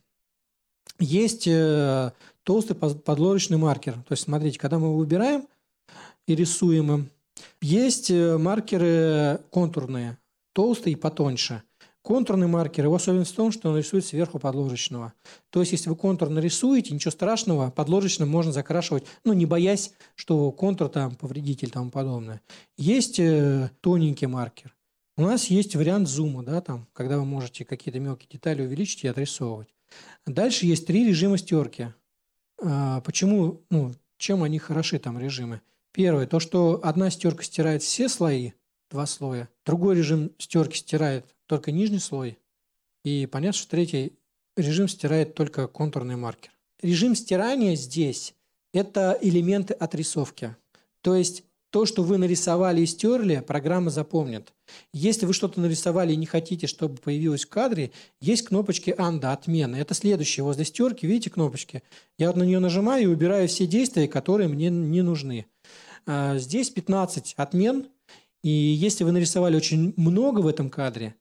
Есть толстый подложечный маркер. То есть, смотрите, когда мы его выбираем и рисуем им, есть маркеры контурные, толстые и потоньше. Контурный маркер, его особенность в том, что он рисует сверху подложечного. То есть, если вы контур нарисуете, ничего страшного, подложечным можно закрашивать, ну, не боясь, что контур там повредитель и тому подобное. Есть э, тоненький маркер. У нас есть вариант зума, да, там, когда вы можете какие-то мелкие детали увеличить и отрисовывать. Дальше есть три режима стерки. А, почему, ну, чем они хороши, там, режимы? Первое, то, что одна стерка стирает все слои, два слоя. Другой режим стерки стирает только нижний слой. И понятно, что третий режим стирает только контурный маркер. Режим стирания здесь – это элементы отрисовки. То есть то, что вы нарисовали и стерли, программа запомнит. Если вы что-то нарисовали и не хотите, чтобы появилось в кадре, есть кнопочки «Анда», «Отмена». Это следующее. Возле стерки, видите кнопочки? Я вот на нее нажимаю и убираю все действия, которые мне не нужны. Здесь пятнадцать отмен, и если вы нарисовали очень много в этом кадре,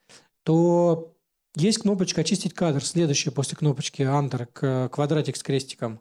то есть кнопочка «Очистить кадр», следующая после кнопочки «Enter», квадратик с крестиком.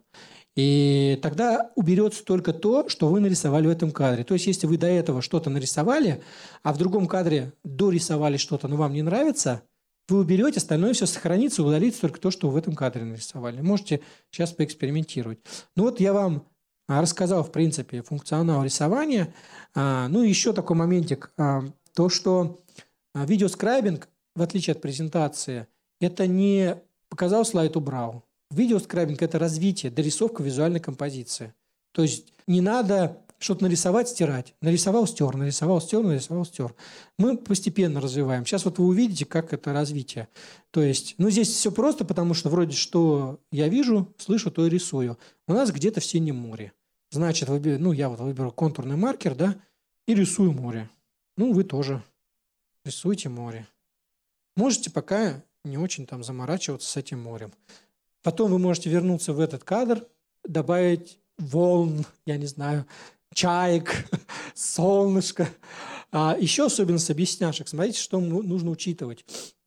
И тогда уберется только то, что вы нарисовали в этом кадре. То есть, если вы до этого что-то нарисовали, а в другом кадре дорисовали что-то, но вам не нравится, вы уберете, остальное все сохранится, удалится только то, что вы в этом кадре нарисовали. Можете сейчас поэкспериментировать. Ну вот я вам рассказал, в принципе, функционал рисования. Ну и еще такой моментик. То, что видеоскрайбинг, в отличие от презентации, это не показал слайд, убрал. Видеоскрайбинг – это развитие, дорисовка визуальной композиции. То есть не надо что-то нарисовать, стирать. Нарисовал, стер, нарисовал, стер, нарисовал, стер. Мы постепенно развиваем. Сейчас вот вы увидите, как это развитие. То есть, ну здесь все просто, потому что вроде что я вижу, слышу, то и рисую. У нас где-то в Синем море. Значит, выби- ну, я вот выберу контурный маркер, да, и рисую море. Ну, вы тоже рисуйте море. Можете пока не очень там заморачиваться с этим морем. Потом вы можете вернуться в этот кадр, добавить волн, я не знаю, чаек, солнышко. А еще особенность объясняшек. Смотрите, что нужно учитывать.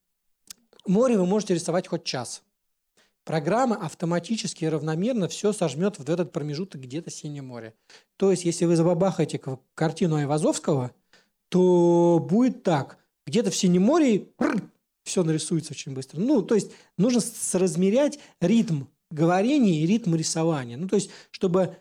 Море вы можете рисовать хоть час. Программа автоматически и равномерно все сожмет в этот промежуток где-то синее море. То есть, если вы забабахаете картину Айвазовского, то будет так. Где-то в синем море все нарисуется очень быстро. Ну, то есть, нужно соразмерять ритм говорения и ритм рисования. Ну, то есть, чтобы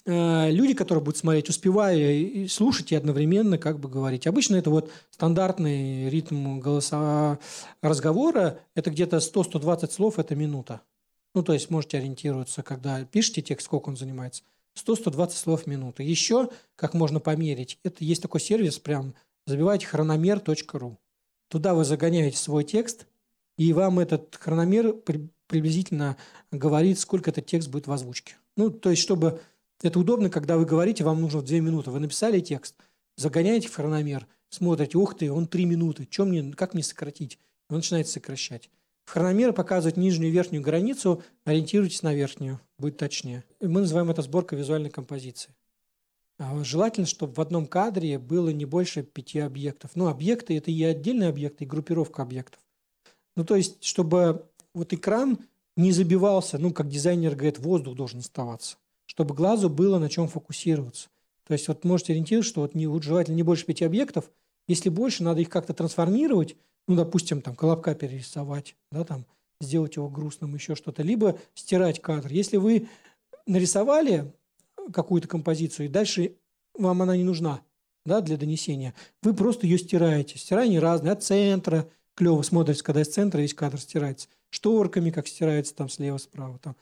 э, люди, которые будут смотреть, успевали слушать и одновременно как бы говорить. Обычно это вот стандартный ритм голоса разговора. Это где-то сто - сто двадцать слов, это минута. Ну, то есть, можете ориентироваться, когда пишете текст, сколько он занимается. сто - сто двадцать слов в минуту. Еще, как можно померить, это есть такой сервис, прям забивайте хрономер точка ру. Туда вы загоняете свой текст, и вам этот хрономер при, приблизительно говорит, сколько этот текст будет в озвучке. Ну, то есть, чтобы... Это удобно, когда вы говорите, вам нужно две минуты. Вы написали текст, загоняете в хрономер, смотрите, ух ты, он три минуты, Чем мне, как мне сократить? И он начинает сокращать. Хрономер показывает нижнюю и верхнюю границу, ориентируйтесь на верхнюю, будет точнее. Мы называем это сборка визуальной композиции. Желательно, чтобы в одном кадре было не больше пяти объектов. Ну, объекты – это и отдельные объекты, и группировка объектов. Ну, то есть, чтобы вот экран не забивался, ну, как дизайнер говорит, воздух должен оставаться, чтобы глазу было на чем фокусироваться. То есть, вот можете ориентироваться, что вот, не, вот желательно не больше пяти объектов. Если больше, надо их как-то трансформировать, ну, допустим, там, колобка перерисовать, да, там, сделать его грустным, еще что-то, либо стирать кадр. Если вы нарисовали какую-то композицию, и дальше вам она не нужна, да, для донесения, вы просто ее стираете. Стирание разное, от центра, клево смотрится, когда из центра весь кадр стирается, шторками, как стирается там слева, справа, там,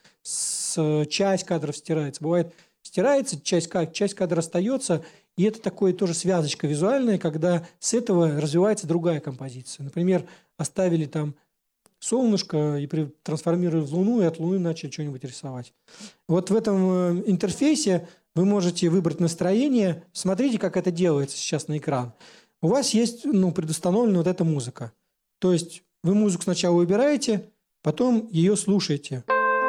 с, часть кадров стирается. Бывает, стирается, часть, часть кадра остается, и это такое тоже связочка визуальная, когда с этого развивается другая композиция. Например, оставили там солнышко и трансформировали в Луну, и от Луны начали что-нибудь рисовать. Вот в этом интерфейсе вы можете выбрать настроение. Смотрите, как это делается сейчас на экран. У вас есть, ну, предустановлена вот эта музыка. То есть вы музыку сначала выбираете, потом ее слушаете.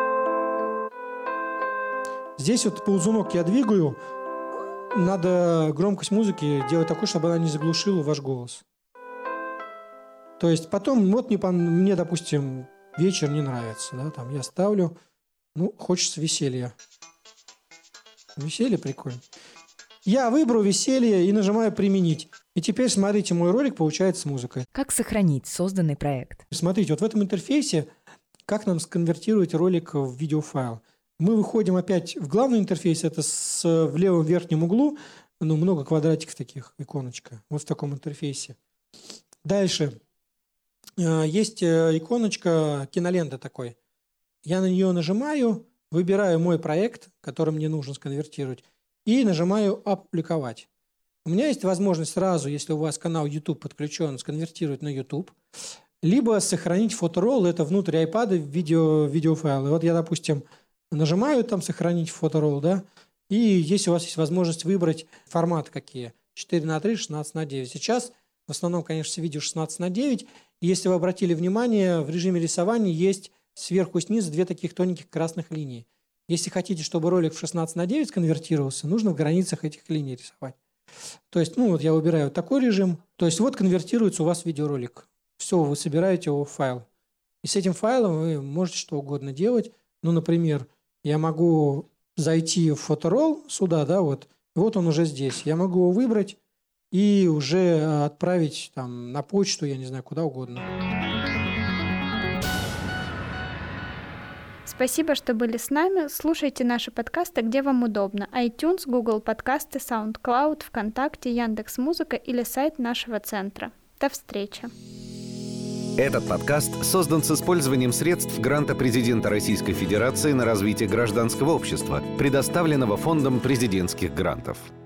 Здесь вот ползунок я двигаю. Надо громкость музыки делать такой, чтобы она не заглушила ваш голос. То есть потом, вот мне, мне, допустим, вечер не нравится, да, там я ставлю, ну, хочется веселья. Веселье прикольно. Я выберу веселье и нажимаю «Применить». И теперь, смотрите, мой ролик получается с музыкой. Как сохранить созданный проект? Смотрите, вот в этом интерфейсе, как нам сконвертировать ролик в видеофайл. Мы выходим опять в главный интерфейс, это с, в левом верхнем углу, ну, много квадратиков таких, иконочка, вот в таком интерфейсе. Дальше. Есть иконочка кинолента такой. Я на нее нажимаю, выбираю мой проект, который мне нужно сконвертировать, и нажимаю «Опубликовать». У меня есть возможность сразу, если у вас канал YouTube подключен, сконвертировать на YouTube, либо сохранить фоторолл, это внутрь айпада видео, видеофайлы. Вот я, допустим, нажимаю там «Сохранить фоторолл», да, и здесь у вас есть возможность выбрать форматы какие. четыре на три, шестнадцать на девять. Сейчас в основном, конечно, видео шестнадцать на девять. Если вы обратили внимание, в режиме рисования есть сверху и снизу две таких тоненьких красных линии. Если хотите, чтобы ролик в шестнадцать на девять конвертировался, нужно в границах этих линий рисовать. То есть, ну вот я выбираю вот такой режим. То есть вот конвертируется у вас видеоролик. Все, вы собираете его в файл. И с этим файлом вы можете что угодно делать. Ну, например, я могу зайти в фоторолл сюда, да, вот. Вот он уже здесь. Я могу его выбрать и уже отправить там на почту, я не знаю, куда угодно. Спасибо, что были с нами. Слушайте наши подкасты, где вам удобно. iTunes, Google подкасты, SoundCloud, ВКонтакте, Яндекс.Музыка или сайт нашего центра. До встречи. Этот подкаст создан с использованием средств гранта президента Российской Федерации на развитие гражданского общества, предоставленного Фондом президентских грантов.